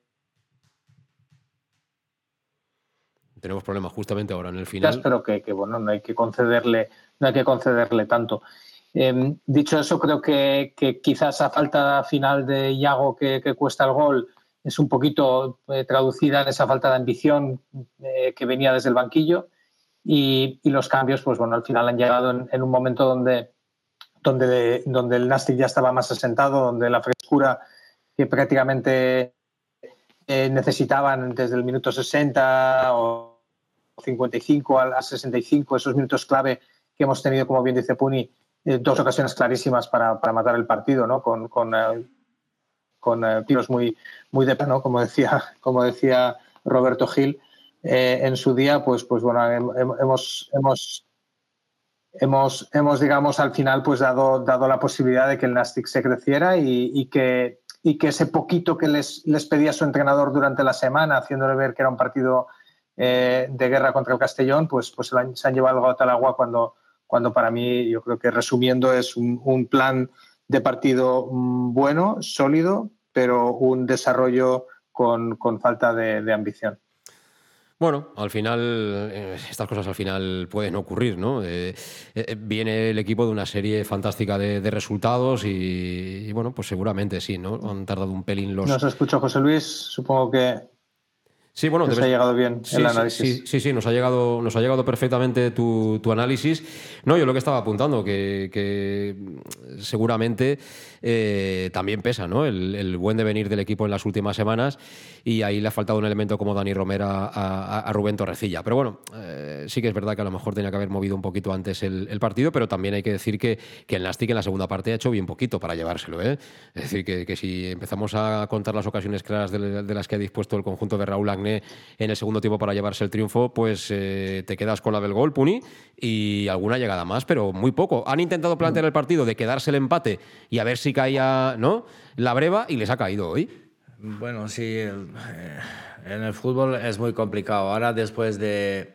Tenemos problemas justamente ahora en el final. Pero que bueno, no hay que concederle tanto. Dicho eso, creo que quizás a falta final de Iago que cuesta el gol es un poquito traducida en esa falta de ambición que venía desde el banquillo, y los cambios, pues bueno, al final han llegado en un momento donde el Nastic ya estaba más asentado, donde la frescura que prácticamente necesitaban desde el minuto 60 o 55 a 65, esos minutos clave que hemos tenido, como bien dice Puni, dos ocasiones clarísimas para matar el partido, ¿no? Con tiros muy de plano, como decía Roberto Gil en su día. Pues bueno, hemos digamos al final pues dado la posibilidad de que el Nastic se creciera y que ese poquito que les pedía su entrenador durante la semana, haciéndole ver que era un partido de guerra contra el Castellón, pues se han llevado el gato al agua cuando para mí, yo creo que resumiendo, es un plan de partido bueno, sólido, pero un desarrollo con falta de ambición. Bueno, al final, estas cosas al final pueden ocurrir, ¿no? Viene el equipo de una serie fantástica de resultados y bueno, pues seguramente sí, ¿no? Han tardado un pelín los... Nos escucha José Luis, supongo que... Sí, bueno, nos ha llegado bien el análisis. Sí, nos ha llegado perfectamente tu análisis. No, yo lo que estaba apuntando, que seguramente también pesa, ¿no? El buen devenir del equipo en las últimas semanas, y ahí le ha faltado un elemento como Dani Romera a Rubén Torrecilla. Pero bueno, sí que es verdad que a lo mejor tenía que haber movido un poquito antes el partido, pero también hay que decir que el Nastic en la segunda parte ha hecho bien poquito para llevárselo, ¿eh? Es decir, que si empezamos a contar las ocasiones claras de las que ha dispuesto el conjunto de Raúl Agné en el segundo tiempo para llevarse el triunfo, pues te quedas con la del gol, Puni, y alguna llegada más, pero muy poco. Han intentado plantear el partido de quedarse el empate y a ver si caía, ¿no?, la breva, y les ha caído hoy. Bueno, sí, en el fútbol es muy complicado. Ahora, después de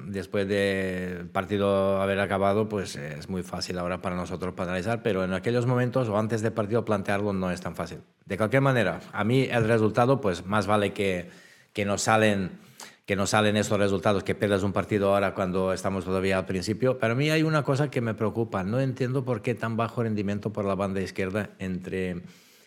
partido haber acabado, pues es muy fácil ahora para nosotros para analizar, pero en aquellos momentos o antes del partido plantearlo no es tan fácil. De cualquier manera, a mí el resultado, pues más vale que no salen esos resultados, que pierdas un partido ahora cuando estamos todavía al principio. Pero a mí hay una cosa que me preocupa. No entiendo por qué tan bajo rendimiento por la banda izquierda entre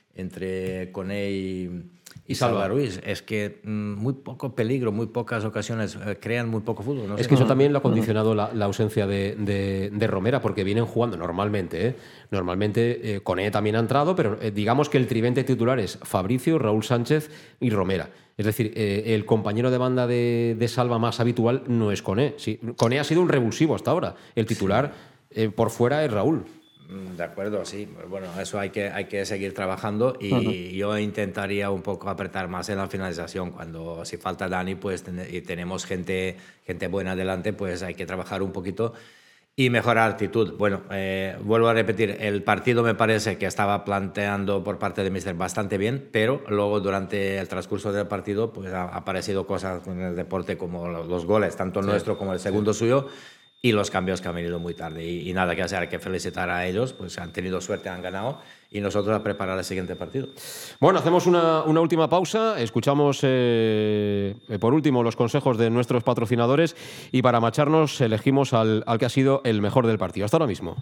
Koné y Salva Ruiz. Es que muy poco peligro, muy pocas ocasiones, crean muy poco fútbol. Es que eso también lo ha condicionado la ausencia de Romera, porque vienen jugando normalmente. Normalmente Koné también ha entrado, pero digamos que el tridente titular es Fabricio, Raúl Sánchez y Romera. Es decir, el compañero de banda de Salva más habitual no es Koné. Sí, Koné ha sido un revulsivo hasta ahora. El titular por fuera es Raúl. De acuerdo, sí. Bueno, eso hay que seguir trabajando, y yo intentaría un poco apretar más en la finalización. Cuando si falta Dani, pues y tenemos gente buena adelante, pues hay que trabajar un poquito y mejorar actitud. Bueno, vuelvo a repetir, el partido me parece que estaba planteando por parte de Míster bastante bien, pero luego durante el transcurso del partido pues ha aparecido cosas en el deporte como los goles, tanto nuestro como el segundo suyo, y los cambios que han venido muy tarde. Y nada que hacer, hay que felicitar a ellos, pues han tenido suerte, han ganado, y nosotros a preparar el siguiente partido. Bueno, hacemos una última pausa, escuchamos por último los consejos de nuestros patrocinadores, y para marcharnos elegimos al que ha sido el mejor del partido. Hasta ahora mismo.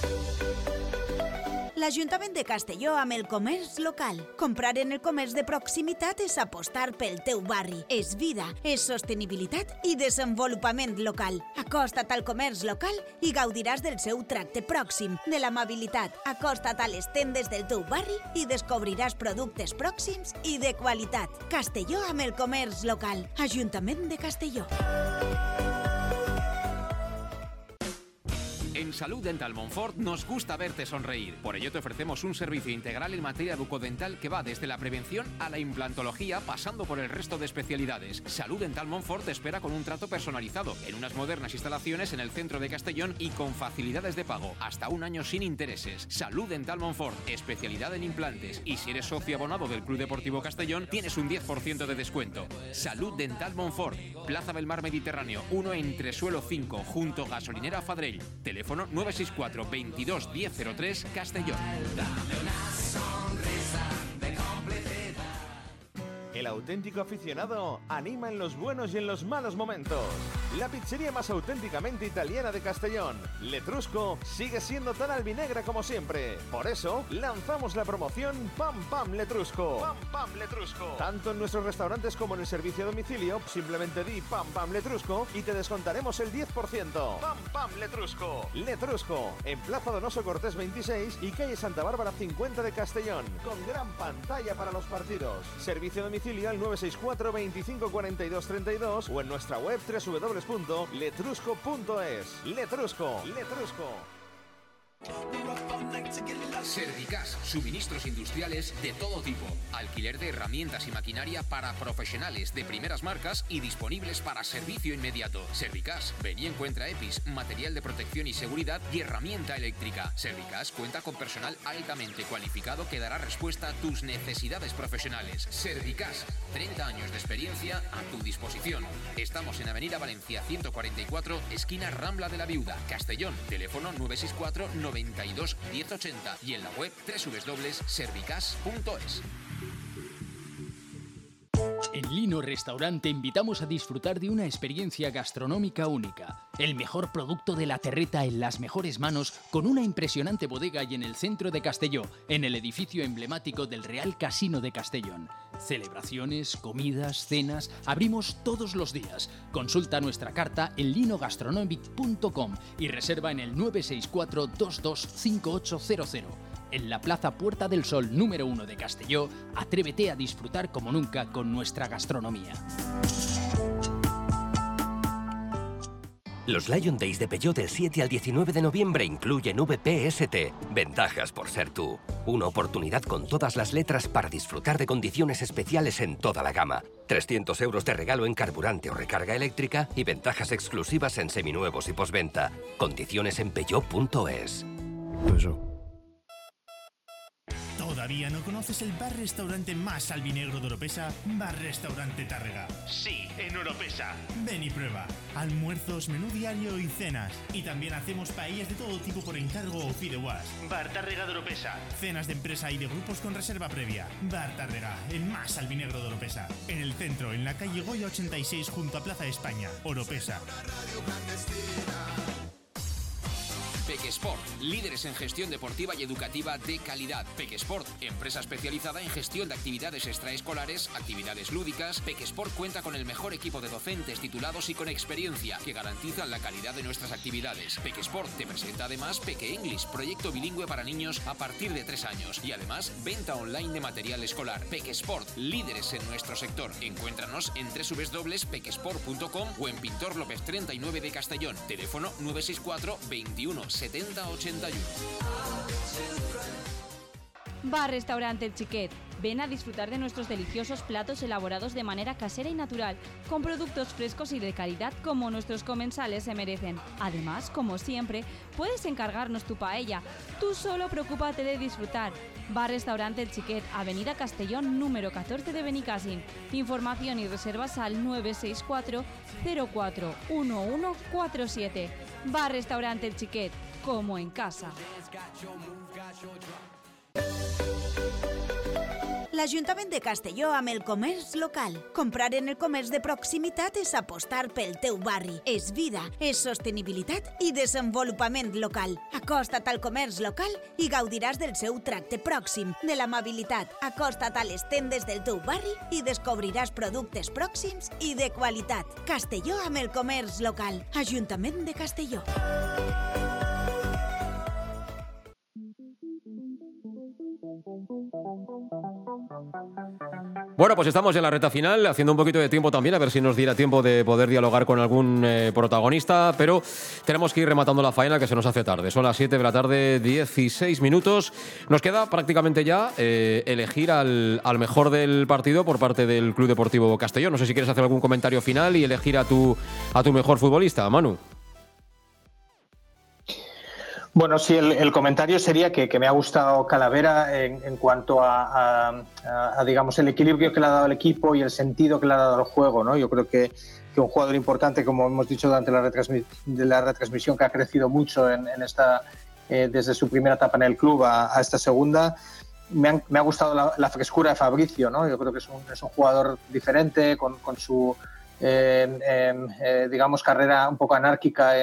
L'Ajuntament de Castelló amb el comerç local. Comprar en el comerç de proximitat és apostar pel teu barri. És vida, és sostenibilitat i desenvolupament local. Acosta't al comerç local i gaudiràs del seu tracte pròxim, de l'amabilitat. Acosta't a les tendes del teu barri i descobriràs productes pròxims i de qualitat. Castelló amb el comerç local. Ajuntament de Castelló. En Salud Dental Montfort nos gusta verte sonreír. Por ello te ofrecemos un servicio integral en materia bucodental que va desde la prevención a la implantología, pasando por el resto de especialidades. Salud Dental Montfort te espera con un trato personalizado, en unas modernas instalaciones en el centro de Castellón y con facilidades de pago, hasta un año sin intereses. Salud Dental Montfort, especialidad en implantes. Y si eres socio abonado del Club Deportivo Castellón, tienes un 10% de descuento. Salud Dental Montfort, Plaza del Mar Mediterráneo, 1 Entresuelo 5, junto Gasolinera Fadrell. Teléfono 964 22 1003, Castellón. El auténtico aficionado anima en los buenos y en los malos momentos. La pizzería más auténticamente italiana de Castellón, Letrusco, sigue siendo tan albinegra como siempre. Por eso, lanzamos la promoción Pam Pam Letrusco. Pam Pam Letrusco. Tanto en nuestros restaurantes como en el servicio a domicilio, simplemente di Pam Pam Letrusco y te descontaremos el 10%. Pam Pam Letrusco. Letrusco, en Plaza Donoso Cortés 26 y calle Santa Bárbara 50 de Castellón, con gran pantalla para los partidos. Servicio a domicilio al 964 25 42 32 o en nuestra web www.letrusco.es. Letrusco. Servicas, suministros industriales de todo tipo, alquiler de herramientas y maquinaria para profesionales de primeras marcas y disponibles para servicio inmediato. Servicas, ven y encuentra EPIs, material de protección y seguridad y herramienta eléctrica. Servicas cuenta con personal altamente cualificado que dará respuesta a tus necesidades profesionales. Servicas, 30 años de experiencia a tu disposición. Estamos en Avenida Valencia 144, esquina Rambla de la Viuda, Castellón. Teléfono 964 92 1080 y en la web www.servicas.es. En Lino Restaurant te invitamos a disfrutar de una experiencia gastronómica única. El mejor producto de la terreta en las mejores manos, con una impresionante bodega y en el centro de Castelló, en el edificio emblemático del Real Casino de Castellón. Celebraciones, comidas, cenas, abrimos todos los días. Consulta nuestra carta en linogastronomic.com y reserva en el 964 225800. En la Plaza Puerta del Sol número 1 de Castelló, atrévete a disfrutar como nunca con nuestra gastronomía. Los Lion Days de Peugeot del 7 al 19 de noviembre incluyen VPST. Ventajas por ser tú. Una oportunidad con todas las letras para disfrutar de condiciones especiales en toda la gama. 300 euros de regalo en carburante o recarga eléctrica y ventajas exclusivas en seminuevos y postventa. Condiciones en peugeot.es. ¿Todavía no conoces el bar-restaurante más albinegro de Oropesa? Bar-restaurante Tárrega. Sí, en Oropesa. Ven y prueba. Almuerzos, menú diario y cenas. Y también hacemos paellas de todo tipo por encargo o fideuás. Bar Tárrega de Oropesa. Cenas de empresa y de grupos con reserva previa. Bar Tárrega, el más albinegro de Oropesa. En el centro, en la calle Goya 86 junto a Plaza España. Oropesa. Pequesport, líderes en gestión deportiva y educativa de calidad. Pequesport, empresa especializada en gestión de actividades extraescolares, actividades lúdicas. Pequesport cuenta con el mejor equipo de docentes titulados y con experiencia que garantizan la calidad de nuestras actividades. Pequesport te presenta además Peque English, proyecto bilingüe para niños a partir de 3 años y además venta online de material escolar. Pequesport, líderes en nuestro sector. Encuéntranos en www.pequesport.com o en Pintor López 39 de Castellón. Teléfono 964 21 70 81. Bar Restaurante El Chiquet. Ven a disfrutar de nuestros deliciosos platos elaborados de manera casera y natural, con productos frescos y de calidad como nuestros comensales se merecen. Además, como siempre, puedes encargarnos tu paella. Tú solo preocúpate de disfrutar. Bar Restaurante El Chiquet, Avenida Castellón, número 14 de Benicàssim. Información y reservas al 964 04 1147. Bar Restaurante El Chiquet, como en casa. L'Ajuntament de Castelló amb el comerç local. Comprar en el comerç de proximitat és apostar pel teu barri. És vida, és sostenibilitat i desenvolupament local. Acosta't al comerç local i gaudiràs del seu tracte pròxim, de l'amabilitat. Acosta't a les tendes del teu barri i descobriràs productes pròxims i de qualitat. Castelló amb el comerç local. Ajuntament de Castelló. Bueno, pues estamos en la recta final, haciendo un poquito de tiempo también, a ver si nos diera tiempo de poder dialogar con algún protagonista, pero tenemos que ir rematando la faena, que se nos hace tarde. Son las 7 de la tarde, 16 minutos. Nos queda prácticamente ya elegir al mejor del partido por parte del Club Deportivo Castellón. No sé si quieres hacer algún comentario final y elegir a tu mejor futbolista, Manu. Bueno, sí, el comentario sería que me ha gustado Calavera en cuanto a, digamos, el equilibrio que le ha dado al equipo y el sentido que le ha dado al juego, ¿no? Yo creo que un jugador importante, como hemos dicho durante la retransmisión, que ha crecido mucho en esta, desde su primera etapa en el club a esta segunda. Me ha gustado la frescura de Fabricio, ¿no? Yo creo que es un jugador diferente, con su, digamos, carrera un poco anárquica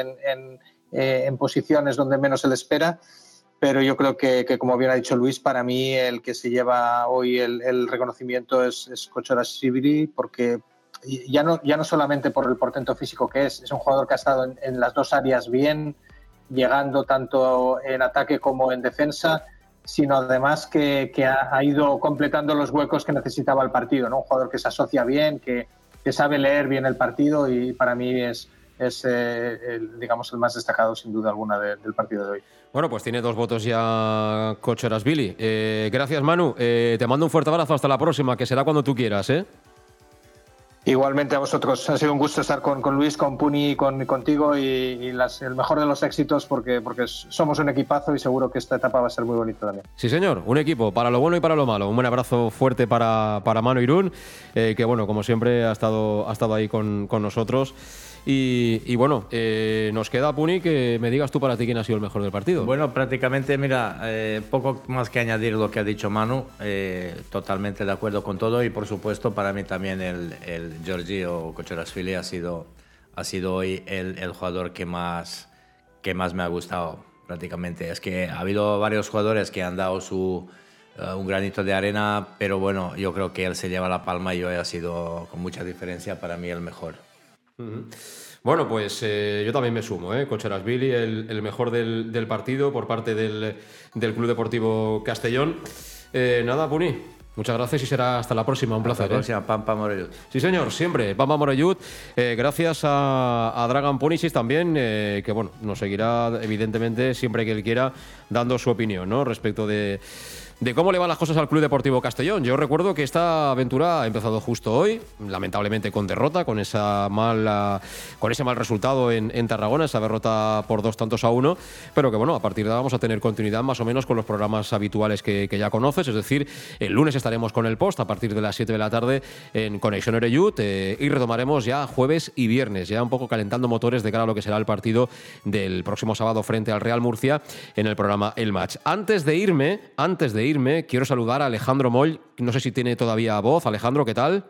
en posiciones donde menos se le espera, pero yo creo que como bien ha dicho Luis, para mí el que se lleva hoy el reconocimiento es Kochorashvili, porque ya no solamente por el portento físico que es un jugador que ha estado en las dos áreas bien, llegando tanto en ataque como en defensa, sino además que ha ido completando los huecos que necesitaba el partido, ¿no? Un jugador que se asocia bien, que sabe leer bien el partido, y para mí es digamos, el más destacado sin duda alguna del partido de hoy. Bueno, pues tiene 2 votos ya Kochorashvili. Gracias, Manu. Te mando un fuerte abrazo. Hasta la próxima, que será cuando tú quieras, ¿eh? Igualmente a vosotros. Ha sido un gusto estar con Luis, con Puni, contigo y el mejor de los éxitos, porque somos un equipazo y seguro que esta etapa va a ser muy bonita también. Sí, señor. Un equipo para lo bueno y para lo malo. Un buen abrazo fuerte para Manu Irún, que, bueno, como siempre ha estado ahí con nosotros. Y bueno, nos queda, Puni, que me digas tú para ti quién ha sido el mejor del partido. Bueno, prácticamente, mira, poco más que añadir lo que ha dicho Manu, totalmente de acuerdo con todo, y por supuesto para mí también el Giorgio Kochorashvili ha sido hoy el jugador que más me ha gustado prácticamente. Es que ha habido varios jugadores que han dado un granito de arena, pero bueno, yo creo que él se lleva la palma y hoy ha sido con mucha diferencia para mí el mejor. Bueno, pues yo también me sumo, Kochorashvili, el mejor del partido por parte del Club Deportivo Castellón. Nada, Puni, muchas gracias y será hasta la próxima. Un placer. Hasta la próxima, Pampa Morellut. Sí, señor, siempre, Pampa Morellut. Gracias a Dragan Punisic también, que bueno, nos seguirá evidentemente siempre que él quiera dando su opinión, ¿no?, respecto de cómo le van las cosas al Club Deportivo Castellón. Yo recuerdo que esta aventura ha empezado justo hoy, lamentablemente con derrota, con ese mal resultado en Tarragona, esa derrota por 2-1, pero que bueno, a partir de ahora vamos a tener continuidad más o menos con los programas habituales que ya conoces, es decir, el lunes estaremos con el post a partir de las 7 de la tarde en Conexión Oreyud, y retomaremos ya jueves y viernes, ya un poco calentando motores de cara a lo que será el partido del próximo sábado frente al Real Murcia en el programa El Match. Antes de irme, quiero saludar a Alejandro Moll. No sé si tiene todavía voz. Alejandro, ¿qué tal?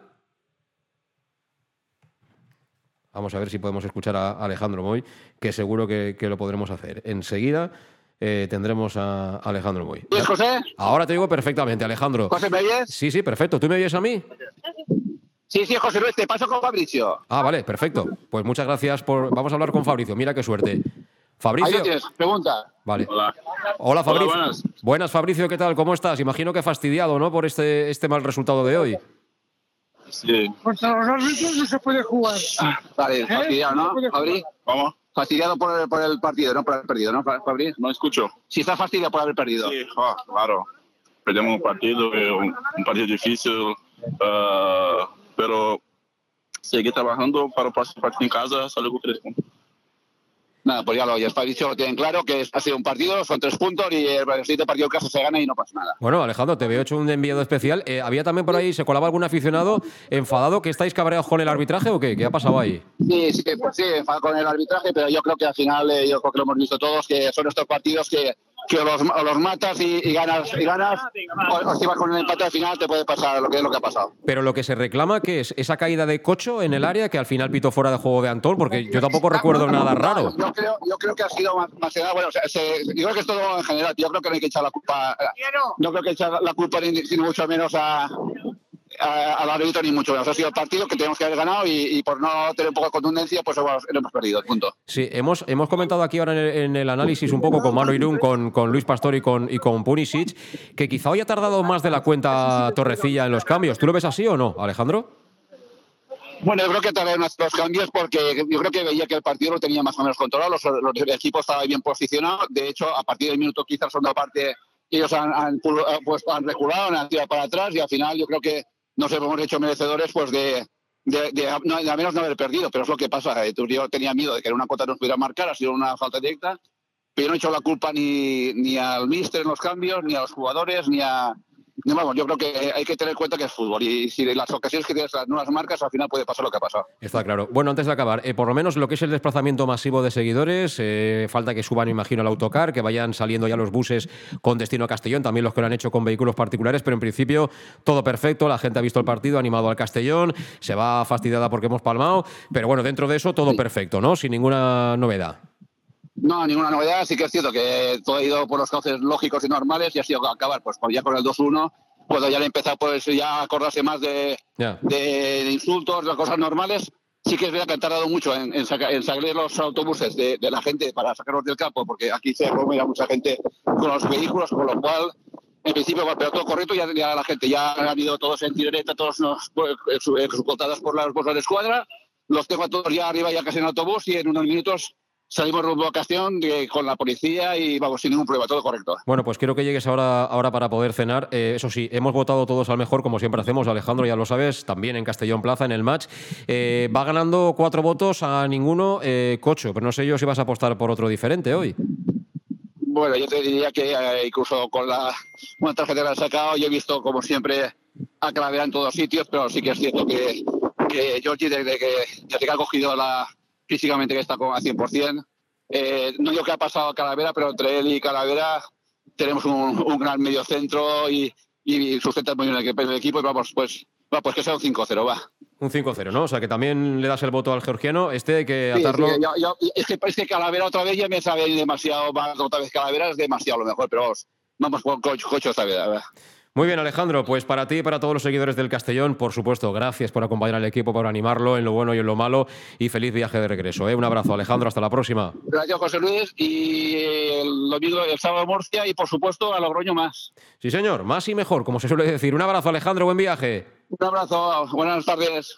Vamos a ver si podemos escuchar a Alejandro Moll, que seguro que lo podremos hacer. Enseguida tendremos a Alejandro Moll. ¿Y es José? Ahora te digo perfectamente, Alejandro. ¿José, me oyes? Sí, perfecto. ¿Tú me oyes a mí? Sí, José Luis, te paso con Fabricio. Ah, vale, perfecto. Pues muchas gracias Vamos a hablar con Fabricio. Mira qué suerte. Fabricio. Ahí tienes, pregunta. Vale. Hola, Fabricio. Hola, buenas. Buenas, Fabricio, ¿qué tal? ¿Cómo estás? Imagino que fastidiado, ¿no?, por este mal resultado de hoy. Sí. Contra los árbitros no se puede jugar. Vale, fastidiado, ¿no, Fabri? ¿Cómo? Fastidiado por el partido, no por haber perdido, ¿no, Fabri? No escucho. Si estás fastidiado por haber perdido. Sí, claro. Perdemos un partido, un partido difícil, pero seguir trabajando para el próximo partido en casa, salir con 3 puntos. Nada, pues ya lo oyes. Fabricio lo tienen claro, que ha sido un partido, son 3 puntos y el siguiente partido en casa se gana y no pasa nada. Bueno, Alejandro, te veo hecho un enviado especial. Había también por ahí, se colaba algún aficionado enfadado, que estáis cabreados con el arbitraje o qué? ¿Qué ha pasado ahí? Sí, enfadado con el arbitraje, pero yo creo que al final, yo creo que lo hemos visto todos, que son estos partidos que o los matas y ganas, o si vas con un empate al final te puede pasar lo que ha pasado. Pero lo que se reclama, ¿qué es? ¿Esa caída de Cocho en el área que al final pitó fuera de juego de Antón? Porque yo tampoco recuerdo nada raro. Yo creo que ha sido más que nada, bueno, yo creo que es todo en general, yo creo que no hay que echar la culpa, no creo que echar la culpa ni mucho menos a al árbitro ni mucho menos. Ha sido el partido que tenemos que haber ganado y por no tener un poco de contundencia, pues lo hemos perdido, punto. Sí, hemos comentado aquí ahora en el análisis un poco con Manu Irún, con Luis Pastor y con Punisic, que quizá hoy ha tardado más de la cuenta Torrecilla en los cambios. ¿Tú lo ves así o no, Alejandro? Bueno, yo creo que tardaron los cambios porque yo creo que veía que el partido lo tenía más o menos controlado, los equipos estaban bien posicionados. De hecho, a partir del minuto quizás la segunda parte, ellos han reculado, han tirado para atrás y al final yo creo que nos hemos hecho merecedores pues de al menos no haber perdido, pero es lo que pasa. Yo tenía miedo de que en una cuota nos pudiera marcar, ha sido una falta directa, pero yo no he hecho la culpa ni al míster en los cambios, ni a los jugadores, ni a... Vamos, yo creo que hay que tener en cuenta que es fútbol y si las ocasiones que tienes no las marcas, al final puede pasar lo que ha pasado. Está claro. Bueno, antes de acabar, por lo menos lo que es el desplazamiento masivo de seguidores, falta que suban, imagino, el autocar, que vayan saliendo ya los buses con destino a Castellón, también los que lo han hecho con vehículos particulares, pero en principio todo perfecto, la gente ha visto el partido, ha animado al Castellón, se va fastidiada porque hemos palmado, pero bueno, dentro de eso todo perfecto, ¿no? Sin ninguna novedad. No, ninguna novedad. Sí que es cierto que todo ha ido por los cauces lógicos y normales y ha sido acabar pues ya con el 2-1, cuando ya han empezado pues ya a acordarse más de insultos, de cosas normales. Sí que es verdad que han tardado mucho en sacar los autobuses de la gente para sacarlos del campo, porque aquí se aglomera mucha gente con los vehículos, con lo cual, en principio, pero todo correcto, ya la gente ya han ido todos en tiroleta, todos escoltados por las bolsas de escuadra. Los tengo a todos ya arriba, ya casi en autobús, y en unos minutos salimos rumbo a Castellón con la policía y vamos, sin ningún problema, todo correcto. Bueno, pues quiero que llegues ahora para poder cenar. Eso sí, hemos votado todos al mejor, como siempre hacemos, Alejandro, ya lo sabes, también en Castellón Plaza, en el match. Va ganando 4 votos a ninguno, Cocho, pero no sé yo si vas a apostar por otro diferente hoy. Bueno, yo te diría que incluso con una tarjeta que han sacado, yo he visto, como siempre, a Calavera en todos sitios, pero sí que es cierto que Georgie, desde que ha cogido físicamente que está a 100%. No digo que ha pasado a Calavera, pero entre él y Calavera tenemos un gran mediocentro y sustenta muy bien el equipo y vamos, pues que sea un 5-0, va. Un 5-0, ¿no? O sea, que también le das el voto al georgiano. Hay que atarlo... Sí, es que parece que Calavera otra vez ya me sabe demasiado, otra vez Calavera es demasiado lo mejor, pero vamos con Cocho esta vez, ¿verdad? Muy bien, Alejandro, pues para ti y para todos los seguidores del Castellón, por supuesto, gracias por acompañar al equipo, por animarlo en lo bueno y en lo malo, y feliz viaje de regreso. Un abrazo, Alejandro, hasta la próxima. Gracias, José Luis, y el sábado Murcia y por supuesto a Logroño más. Sí, señor, más y mejor, como se suele decir. Un abrazo, Alejandro, buen viaje. Un abrazo, buenas tardes.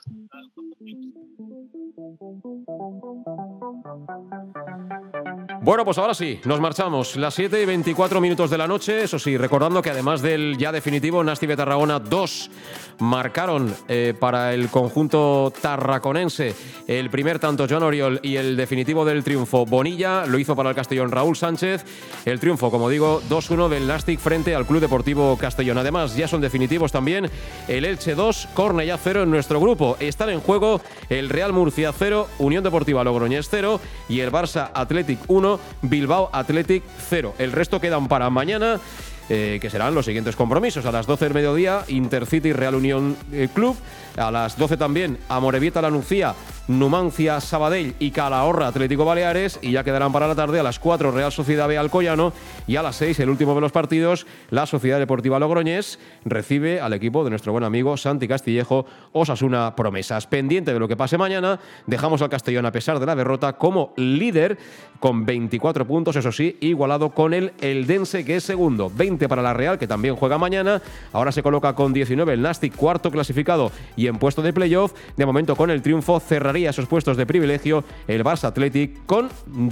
Bueno, pues ahora sí, nos marchamos. Las 7:24 de la noche. Eso sí, recordando que además del ya definitivo Nasti de Tarragona 2 marcaron para el conjunto tarraconense el primer tanto Joan Oriol y el definitivo del triunfo Bonilla. Lo hizo para el Castellón Raúl Sánchez. El triunfo, como digo, 2-1 del Nastic frente al Club Deportivo Castellón. Además, ya son definitivos también el Elche 2, Cornellá 0 en nuestro grupo. Están en juego el Real Murcia 0, Unión Deportiva Logroñés 0 y el Barça Athletic 1, Bilbao Athletic 0. El resto quedan para mañana, que serán los siguientes compromisos. A las 12 del mediodía, Intercity Real Unión Club. A las 12 también, Amorebieta La Nucía, Numancia Sabadell y Calahorra Atlético Baleares. Y ya quedarán para la tarde a las 4 Real Sociedad B Alcoyano. Y a las 6, el último de los partidos, la Sociedad Deportiva Logroñés recibe al equipo de nuestro buen amigo Santi Castillejo, Osasuna Promesas. Pendiente de lo que pase mañana, dejamos al Castellón, a pesar de la derrota, como líder con 24 puntos, eso sí, igualado con el Eldense, que es segundo. 20 para la Real, que también juega mañana. Ahora se coloca con 19 el Nastic, cuarto clasificado y en puesto de playoff. De momento, con el triunfo, cerraría esos puestos de privilegio el Barça Athletic con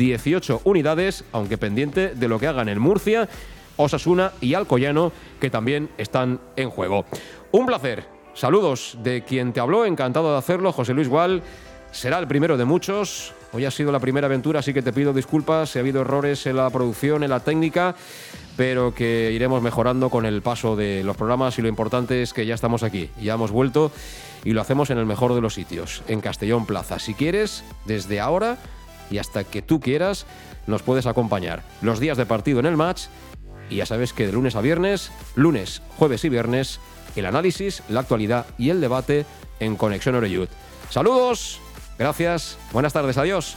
18 unidades, aunque pendiente de lo que hagan el Murcia, Osasuna y Alcoyano, que también están en juego. Un placer. Saludos de quien te habló, encantado de hacerlo, José Luis Gual. Será el primero de muchos. Hoy ha sido la primera aventura, así que te pido disculpas si ha habido errores en la producción, en la técnica, pero que iremos mejorando con el paso de los programas, y lo importante es que ya estamos aquí, ya hemos vuelto y lo hacemos en el mejor de los sitios, en Castellón Plaza. Si quieres, desde ahora y hasta que tú quieras, nos puedes acompañar los días de partido en el match, y ya sabes que de lunes a viernes, lunes, jueves y viernes, el análisis, la actualidad y el debate en Conexión Oreyud. Saludos, gracias, buenas tardes, adiós.